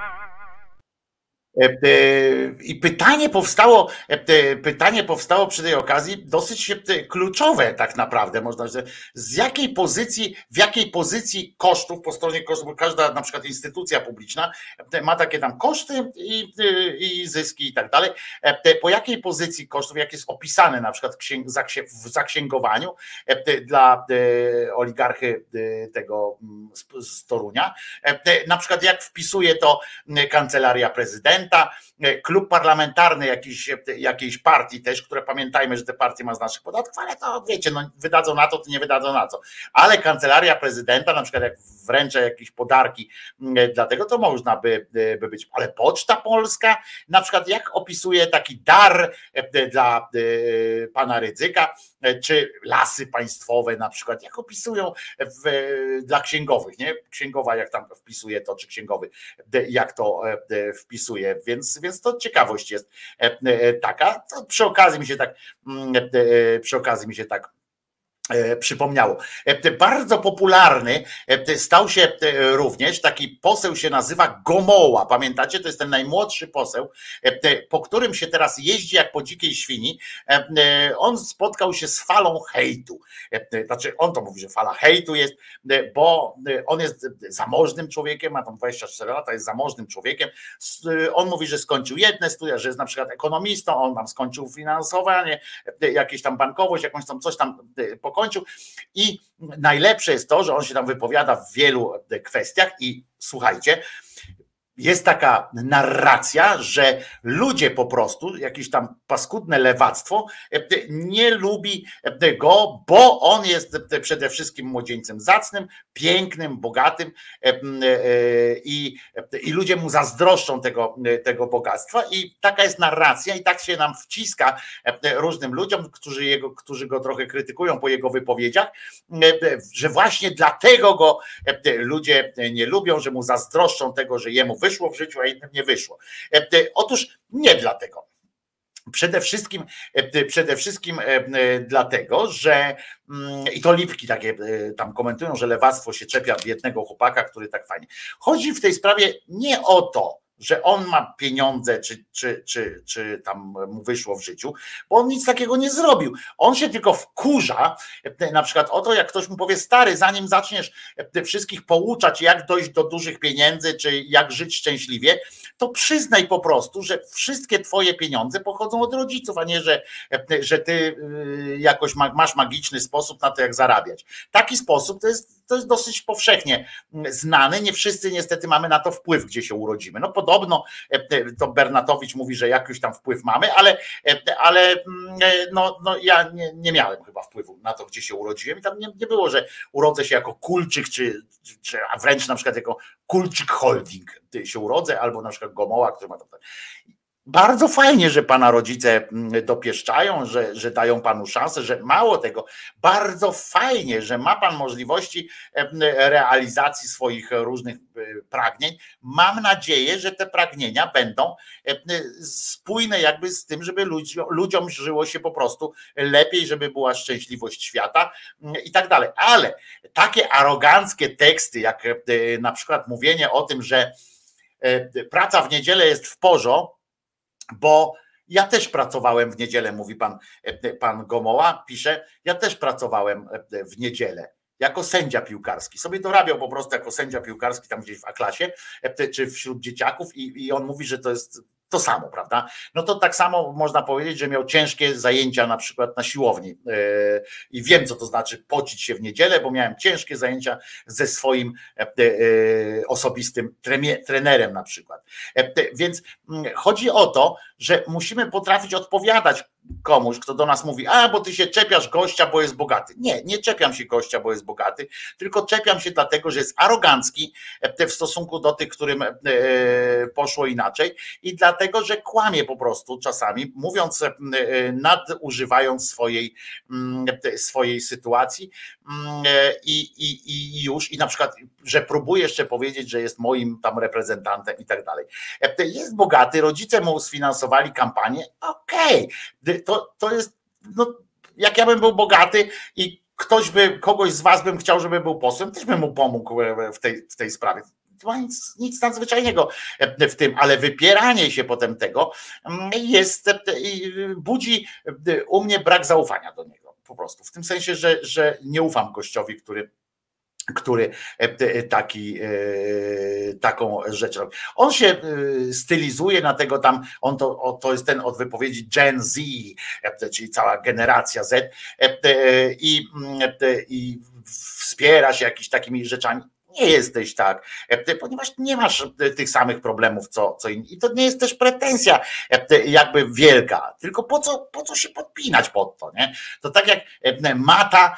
I pytanie powstało, pytanie powstało przy tej okazji dosyć kluczowe tak naprawdę, można powiedzieć, z jakiej pozycji, w jakiej pozycji kosztów, po stronie kosztów, bo każda na przykład instytucja publiczna ma takie tam koszty i, i zyski i tak dalej, po jakiej pozycji kosztów, jak jest opisane na przykład w zaksięgowaniu dla oligarchy tego z Torunia, na przykład jak wpisuje to Kancelaria Prezydenta, klub parlamentarny jakiejś, jakiejś partii też, które pamiętajmy, że te partie ma z naszych podatków, ale to wiecie, no wydadzą na to, to nie wydadzą na co. Ale Kancelaria Prezydenta, na przykład jak wręcza jakieś podarki, dlatego to można by, by być. Ale Poczta Polska, na przykład jak opisuje taki dar dla pana Rydzyka, czy Lasy Państwowe na przykład, jak opisują w, dla księgowych, nie? Księgowa jak tam wpisuje to, czy księgowy jak to wpisuje, więc, więc to ciekawość jest taka. To przy okazji mi się tak przy okazji mi się tak przypomniało. Bardzo popularny stał się również taki poseł, się nazywa Gomoła. Pamiętacie? To jest ten najmłodszy poseł, po którym się teraz jeździ jak po dzikiej świni. On spotkał się z falą hejtu. Znaczy on to mówi, że fala hejtu jest, bo on jest zamożnym człowiekiem, ma tam dwadzieścia cztery lata, jest zamożnym człowiekiem. On mówi, że skończył jedne studia, że jest na przykład ekonomistą, on tam skończył finansowanie, jakieś tam bankowość, jakąś tam coś tam pokończył i najlepsze jest to, że on się tam wypowiada w wielu kwestiach i słuchajcie, jest taka narracja, że ludzie po prostu, jakieś tam paskudne lewactwo nie lubi go, bo on jest przede wszystkim młodzieńcem zacnym, pięknym, bogatym i, i ludzie mu zazdroszczą tego, tego bogactwa i taka jest narracja i tak się nam wciska różnym ludziom, którzy, jego, którzy go trochę krytykują po jego wypowiedziach, że właśnie dlatego go ludzie nie lubią, że mu zazdroszczą tego, że jemu wyszło w życiu, a innym nie wyszło. Otóż nie dlatego. Przede wszystkim, przede wszystkim dlatego, że i to Lipki takie tam komentują, że lewactwo się czepia biednego chłopaka, który tak fajnie. Chodzi w tej sprawie nie o to, że on ma pieniądze, czy, czy, czy, czy tam mu wyszło w życiu, bo on nic takiego nie zrobił. On się tylko wkurza, na przykład o to, jak ktoś mu powie, stary, zanim zaczniesz wszystkich pouczać, jak dojść do dużych pieniędzy, czy jak żyć szczęśliwie, to przyznaj po prostu, że wszystkie twoje pieniądze pochodzą od rodziców, a nie, że, że ty jakoś masz magiczny sposób na to, jak zarabiać. Taki sposób to jest, to jest dosyć powszechnie znany. Nie wszyscy niestety mamy na to wpływ, gdzie się urodzimy. No podobno to Bernatowicz mówi, że jakiś tam wpływ mamy, ale, ale no, no ja nie, nie miałem chyba wpływu na to, gdzie się urodziłem i tam nie, nie było, że urodzę się jako Kulczyk, czy, czy a wręcz na przykład jako Kulczyk Holding się urodzę, albo na przykład Gomoła, który ma tam. Bardzo fajnie, że pana rodzice dopieszczają, że, że dają panu szansę, że mało tego, bardzo fajnie, że ma pan możliwości realizacji swoich różnych pragnień. Mam nadzieję, że te pragnienia będą spójne jakby z tym, żeby ludziom, ludziom żyło się po prostu lepiej, żeby była szczęśliwość świata i tak dalej. Ale takie aroganckie teksty, jak na przykład mówienie o tym, że praca w niedzielę jest w porządku, bo ja też pracowałem w niedzielę, mówi pan, pan Gomoła, pisze, ja też pracowałem w niedzielę jako sędzia piłkarski. Sobie dorabiał po prostu jako sędzia piłkarski tam gdzieś w A-klasie, czy wśród dzieciaków i, i on mówi, że to jest to samo, prawda? No to tak samo można powiedzieć, że miał ciężkie zajęcia na przykład na siłowni yy, i wiem, co to znaczy pocić się w niedzielę, bo miałem ciężkie zajęcia ze swoim yy, osobistym tremie, trenerem na przykład. Yy, więc yy, chodzi o to, że musimy potrafić odpowiadać komuś, kto do nas mówi, a bo ty się czepiasz gościa, bo jest bogaty. Nie, nie czepiam się gościa, bo jest bogaty, tylko czepiam się dlatego, że jest arogancki w stosunku do tych, którym poszło inaczej i dlatego, że kłamie po prostu czasami, mówiąc, nadużywając swojej, swojej sytuacji i, i, i już, i na przykład, że próbuje jeszcze powiedzieć, że jest moim tam reprezentantem i tak dalej. Jest bogaty, rodzice mu sfinansowali kampanię, okej, okay. To, to jest, no, jak ja bym był bogaty i ktoś by, kogoś z was bym chciał, żeby był posłem, też bym mu pomógł w tej, w tej sprawie. Nie ma nic, nic nadzwyczajnego w tym, ale wypieranie się potem tego jest, budzi u mnie brak zaufania do niego po prostu. W tym sensie, że, że nie ufam gościowi, który który taki, taką rzecz robi. On się stylizuje na tego tam, on to, to jest ten od wypowiedzi Gen Z, czyli cała generacja Z i, i wspiera się jakimiś takimi rzeczami. Nie jesteś tak, ponieważ nie masz tych samych problemów co, co inni. I to nie jest też pretensja jakby wielka, tylko po co, po co się podpinać pod to, nie? To tak jak Mata,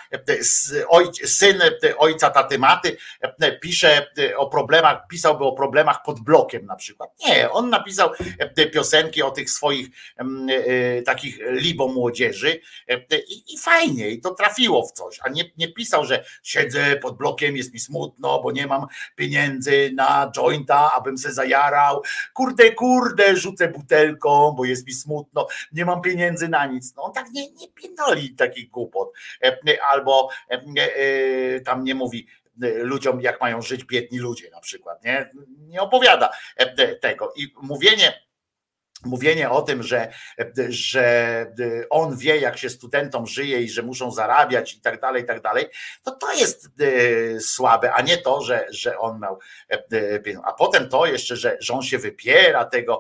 syn ojca taty Maty pisze o problemach, pisałby o problemach pod blokiem na przykład. Nie, on napisał piosenki o tych swoich takich libo młodzieży i, i fajnie, i to trafiło w coś, a nie, nie pisał, że siedzę pod blokiem, jest mi smutno, bo nie mam pieniędzy na jointa, abym se zajarał, kurde, kurde, rzucę butelką, bo jest mi smutno, nie mam pieniędzy na nic. No on tak nie, nie pierdoli takich głupot. Albo tam nie mówi ludziom, jak mają żyć biedni ludzie na przykład, nie, nie opowiada tego. I mówienie Mówienie o tym, że, że on wie, jak się studentom żyje i że muszą zarabiać i tak dalej, i tak dalej, to to jest słabe, a nie to, że, że on miał pieniądze. A potem to jeszcze, że, że on się wypiera tego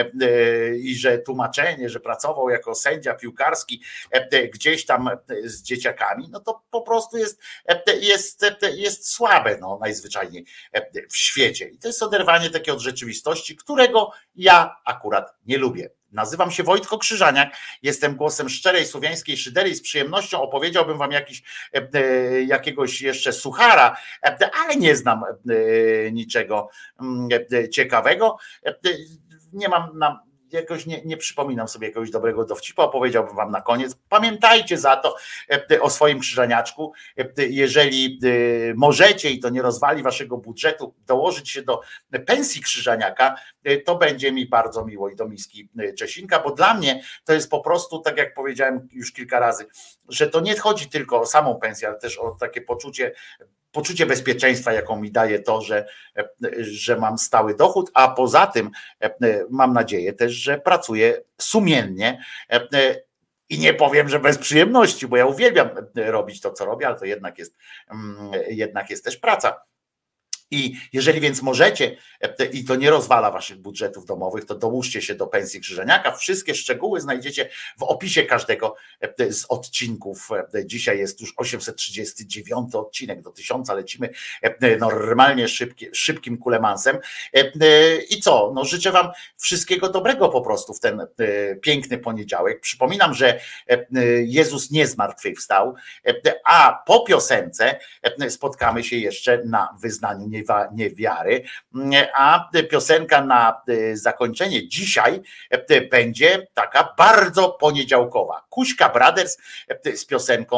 i że tłumaczenie, że pracował jako sędzia piłkarski gdzieś tam z dzieciakami, no to po prostu jest, jest, jest słabe, no, najzwyczajniej w świecie. I to jest oderwanie takie od rzeczywistości, którego ja akurat nie lubię. Nazywam się Wojtko Krzyżaniak, jestem głosem szczerej słowiańskiej szydery i z przyjemnością opowiedziałbym wam jakiś, jakiegoś jeszcze suchara, ale nie znam niczego ciekawego. Nie mam na jakoś nie, nie przypominam sobie jakiegoś dobrego dowcipu, opowiedziałbym wam na koniec. Pamiętajcie za to o swoim krzyżaniaczku, jeżeli możecie i to nie rozwali waszego budżetu, dołożyć się do pensji krzyżaniaka, to będzie mi bardzo miło i do miski Czesinka, bo dla mnie to jest po prostu, tak jak powiedziałem już kilka razy, że to nie chodzi tylko o samą pensję, ale też o takie poczucie poczucie bezpieczeństwa, jaką mi daje to, że, że mam stały dochód, a poza tym mam nadzieję też, że pracuję sumiennie i nie powiem, że bez przyjemności, bo ja uwielbiam robić to, co robię, ale to jednak jest, jednak jest też praca. I jeżeli więc możecie, i to nie rozwala waszych budżetów domowych, to dołóżcie się do pensji krzyżaniaka. Wszystkie szczegóły znajdziecie w opisie każdego z odcinków. Dzisiaj jest już osiemset trzydziesty dziewiąty odcinek, do tysiąca lecimy normalnie szybki, szybkim kulemansem. I co? No życzę wam wszystkiego dobrego po prostu w ten piękny poniedziałek. Przypominam, że Jezus nie zmartwychwstał, a po piosence spotkamy się jeszcze na wyznaniu niewiary, a piosenka na zakończenie dzisiaj będzie taka bardzo poniedziałkowa. Kuśka Brothers z piosenką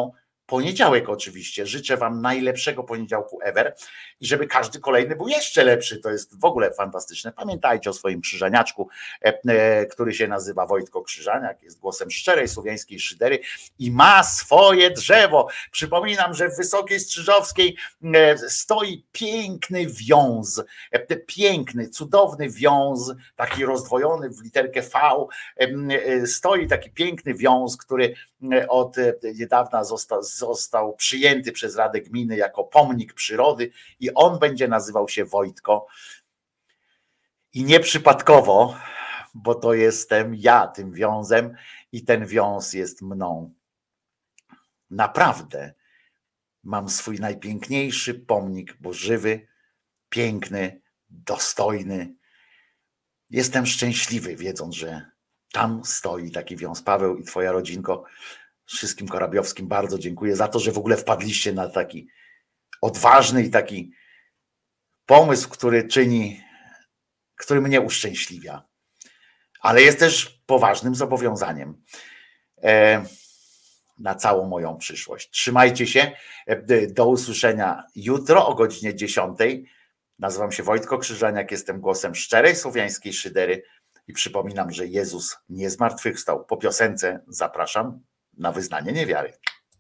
poniedziałek oczywiście. Życzę wam najlepszego poniedziałku ever i żeby każdy kolejny był jeszcze lepszy. To jest w ogóle fantastyczne. Pamiętajcie o swoim krzyżaniaczku, który się nazywa Wojtko Krzyżaniak, jest głosem szczerej słowiańskiej szydery i ma swoje drzewo. Przypominam, że w Wysokiej Strzyżowskiej stoi piękny wiąz, piękny, cudowny wiąz, taki rozdwojony w literkę V. Stoi taki piękny wiąz, który od niedawna został, został przyjęty przez Radę Gminy jako pomnik przyrody i on będzie nazywał się Wojtko. I nieprzypadkowo, bo to jestem ja tym wiązem i ten wiąz jest mną. Naprawdę mam swój najpiękniejszy pomnik, bo żywy, piękny, dostojny. Jestem szczęśliwy, wiedząc, że tam stoi taki wiąz. Paweł i twoja rodzinko, wszystkim korabiowskim bardzo dziękuję za to, że w ogóle wpadliście na taki odważny i taki pomysł, który czyni, który mnie uszczęśliwia. Ale jest też poważnym zobowiązaniem e, na całą moją przyszłość. Trzymajcie się. Do usłyszenia jutro o godzinie dziesiątej. Nazywam się Wojtko Krzyżaniak, jestem głosem szczerej słowiańskiej szydery i przypominam, że Jezus nie zmartwychwstał. Po piosence zapraszam na wyznanie niewiary.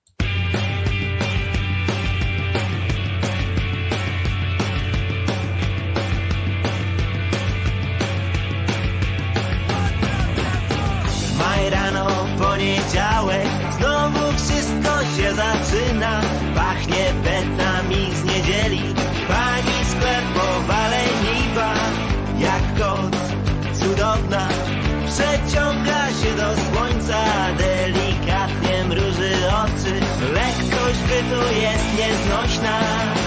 Maj rano, poniedziałek, znowu wszystko się zaczyna. Pachnie petami z niedzieli, pani sklepowa leniwa, jak kot cudowna, przeciąga się do słońca, delikatnie mruży oczy, lekkość bytu jest nieznośna.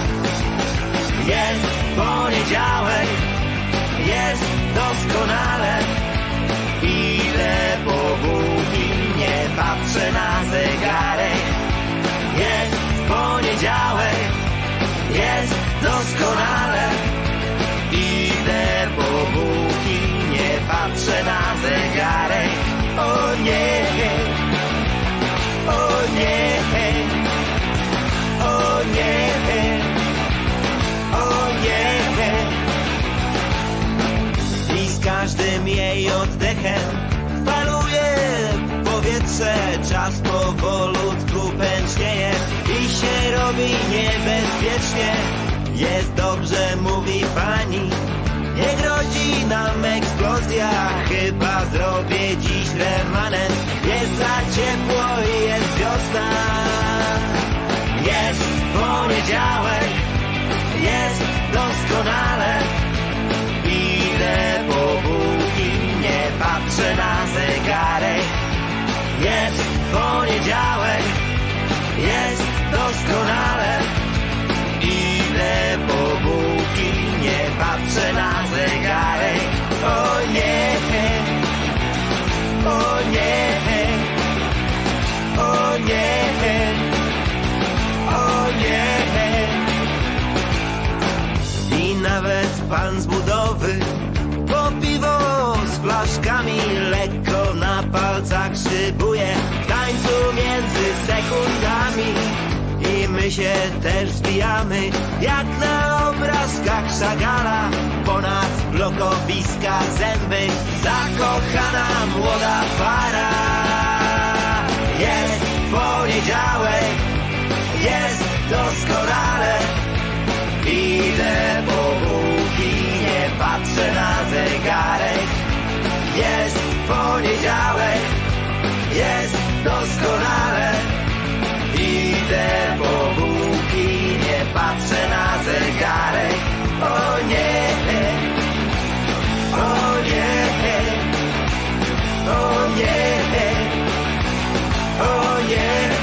Jest poniedziałek, jest doskonale, ile powódi, nie patrzę na zegarek. Jest poniedziałek, jest doskonale, idę po buki, nie patrzę na zegarek. O nie, o nie, o nie, o nie. I z każdym jej oddechem faluje powietrze, czas powolutku pęcznieje i się robi niebezpiecznie. Jest dobrze, mówi pani, nie grozi nam eksplozja, chyba zrobię dziś remanent. Jest za ciepło i jest wiosna. Jest poniedziałek, jest doskonale, idę po bułki, nie patrzę na zegarek. Jest poniedziałek, jest doskonale, idę po bułki, nie patrzę na zegarek. O nie, o nie, o nie, o nie. I nawet pan z budowy po piwo z flaszkami lekko na palcach szybuje w tańcu między sekundami. I my się też zbijamy jak na obrazkach Szagala, ponad blokowiska zęby, zakochana młoda para. Jest poniedziałek, jest doskonale, idę po bułki, nie patrzę na zegarek. Jest poniedziałek, jest doskonale, idę po bułki, nie patrzę na zegarek. O nie, o nie, o nie, o nie.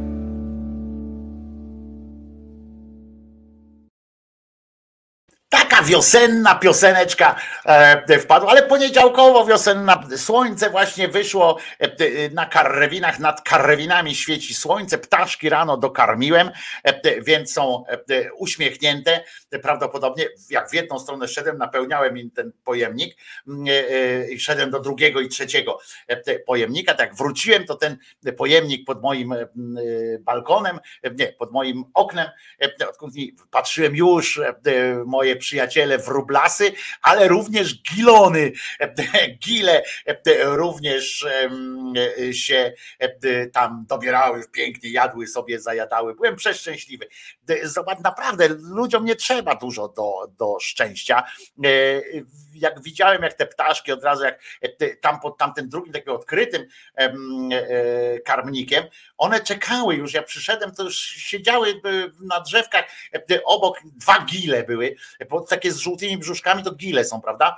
Taka taka wiosenna pioseneczka wpadła, ale poniedziałkowo wiosenna. Słońce właśnie wyszło na Karrewinach, nad Karrewinami świeci słońce, ptaszki rano dokarmiłem, więc są uśmiechnięte. Prawdopodobnie jak w jedną stronę szedłem, napełniałem im ten pojemnik i szedłem do drugiego i trzeciego pojemnika. Tak wróciłem, to ten pojemnik pod moim balkonem, nie, pod moim oknem, odkąd patrzyłem już moje przyjaciele wróblasy, ale również gilony, gile również się tam dobierały, pięknie jadły sobie, zajadały. Byłem przeszczęśliwy. Zobacz, naprawdę ludziom nie trzeba dużo do, do szczęścia. Jak widziałem, jak te ptaszki od razu, jak tam pod tamtym drugim takim odkrytym karmnikiem, one czekały już, jak przyszedłem, to już siedziały na drzewkach obok, dwa gile były, bo takie z żółtymi brzuszkami to gile są, prawda?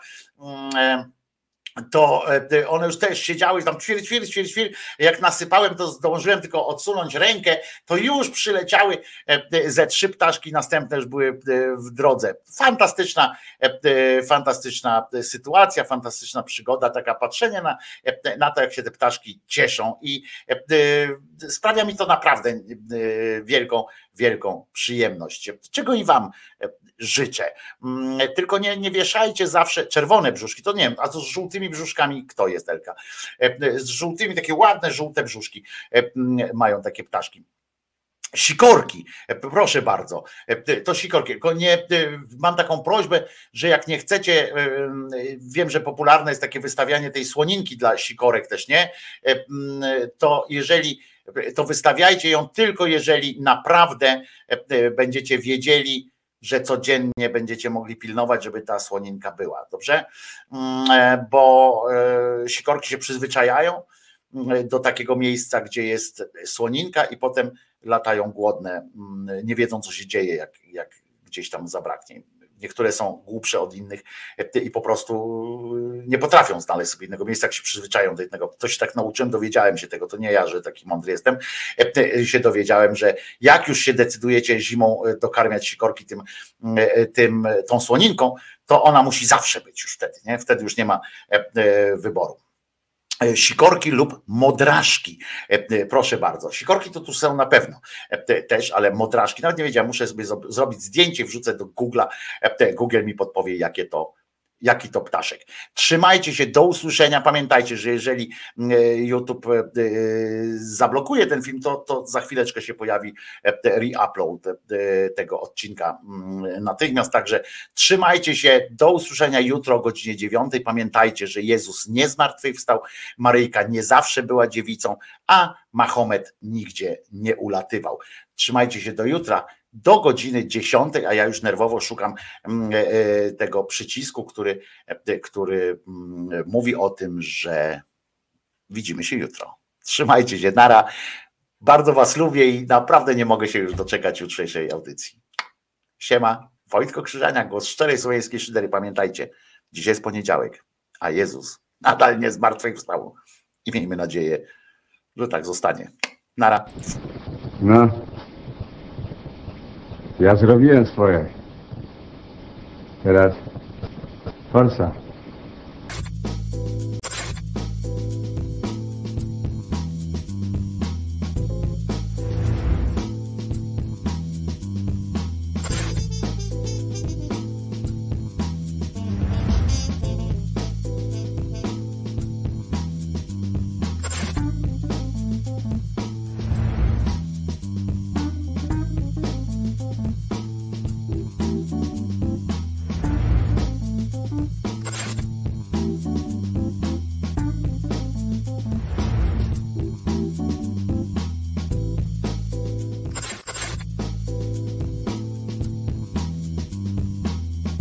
To one już też siedziały tam ćwir, ćwir, ćwir, ćwir. Jak nasypałem, to zdążyłem tylko odsunąć rękę, to już przyleciały ze trzy ptaszki, następne już były w drodze. Fantastyczna, fantastyczna sytuacja, fantastyczna przygoda, taka patrzenie na, na to, jak się te ptaszki cieszą i sprawia mi to naprawdę wielką, wielką przyjemność, czego i wam życzę. Tylko nie, nie wieszajcie zawsze czerwone brzuszki, to nie wiem, a to z żółtymi brzuszkami kto jest, Elka? Z żółtymi, takie ładne żółte brzuszki mają takie ptaszki. Sikorki, proszę bardzo, to sikorki, tylko nie, mam taką prośbę, że jak nie chcecie, wiem, że popularne jest takie wystawianie tej słoninki dla sikorek też, nie? To jeżeli, to wystawiajcie ją tylko jeżeli naprawdę będziecie wiedzieli, że codziennie będziecie mogli pilnować, żeby ta słoninka była, dobrze? Bo sikorki się przyzwyczajają do takiego miejsca, gdzie jest słoninka i potem latają głodne, nie wiedzą, co się dzieje, jak, jak gdzieś tam zabraknie. Niektóre są głupsze od innych i po prostu nie potrafią znaleźć sobie innego miejsca, jak się przyzwyczają do jednego. To się tak nauczyłem, dowiedziałem się tego, to nie ja, że taki mądry jestem, się dowiedziałem, że jak już się decydujecie zimą dokarmiać sikorki tym, tym, tą słoninką, to ona musi zawsze być już wtedy, nie? Wtedy już nie ma wyboru. Sikorki lub modraszki. Proszę bardzo. Sikorki to tu są na pewno też, ale modraszki, nawet nie wiedziałem, muszę sobie zrobić zdjęcie, wrzucę do Google'a. Google mi podpowie, jakie to, jaki to ptaszek. Trzymajcie się, do usłyszenia. Pamiętajcie, że jeżeli YouTube zablokuje ten film, to, to za chwileczkę się pojawi re-upload tego odcinka natychmiast. Także trzymajcie się, do usłyszenia jutro o godzinie dziewiątej. Pamiętajcie, że Jezus nie zmartwychwstał, Maryjka nie zawsze była dziewicą, a Mahomet nigdzie nie ulatywał. Trzymajcie się do jutra. Do godziny dziesiątej, a ja już nerwowo szukam tego przycisku, który, który mówi o tym, że widzimy się jutro. Trzymajcie się, nara. Bardzo was lubię i naprawdę nie mogę się już doczekać jutrzejszej audycji. Siema, Wojtko Krzyżania, głos szczerej słowiańskiej szydery. Pamiętajcie, dzisiaj jest poniedziałek, a Jezus nadal nie zmartwychwstał. I miejmy nadzieję, że tak zostanie. Nara. No. Ja zrobiłem swoje. Teraz forsa.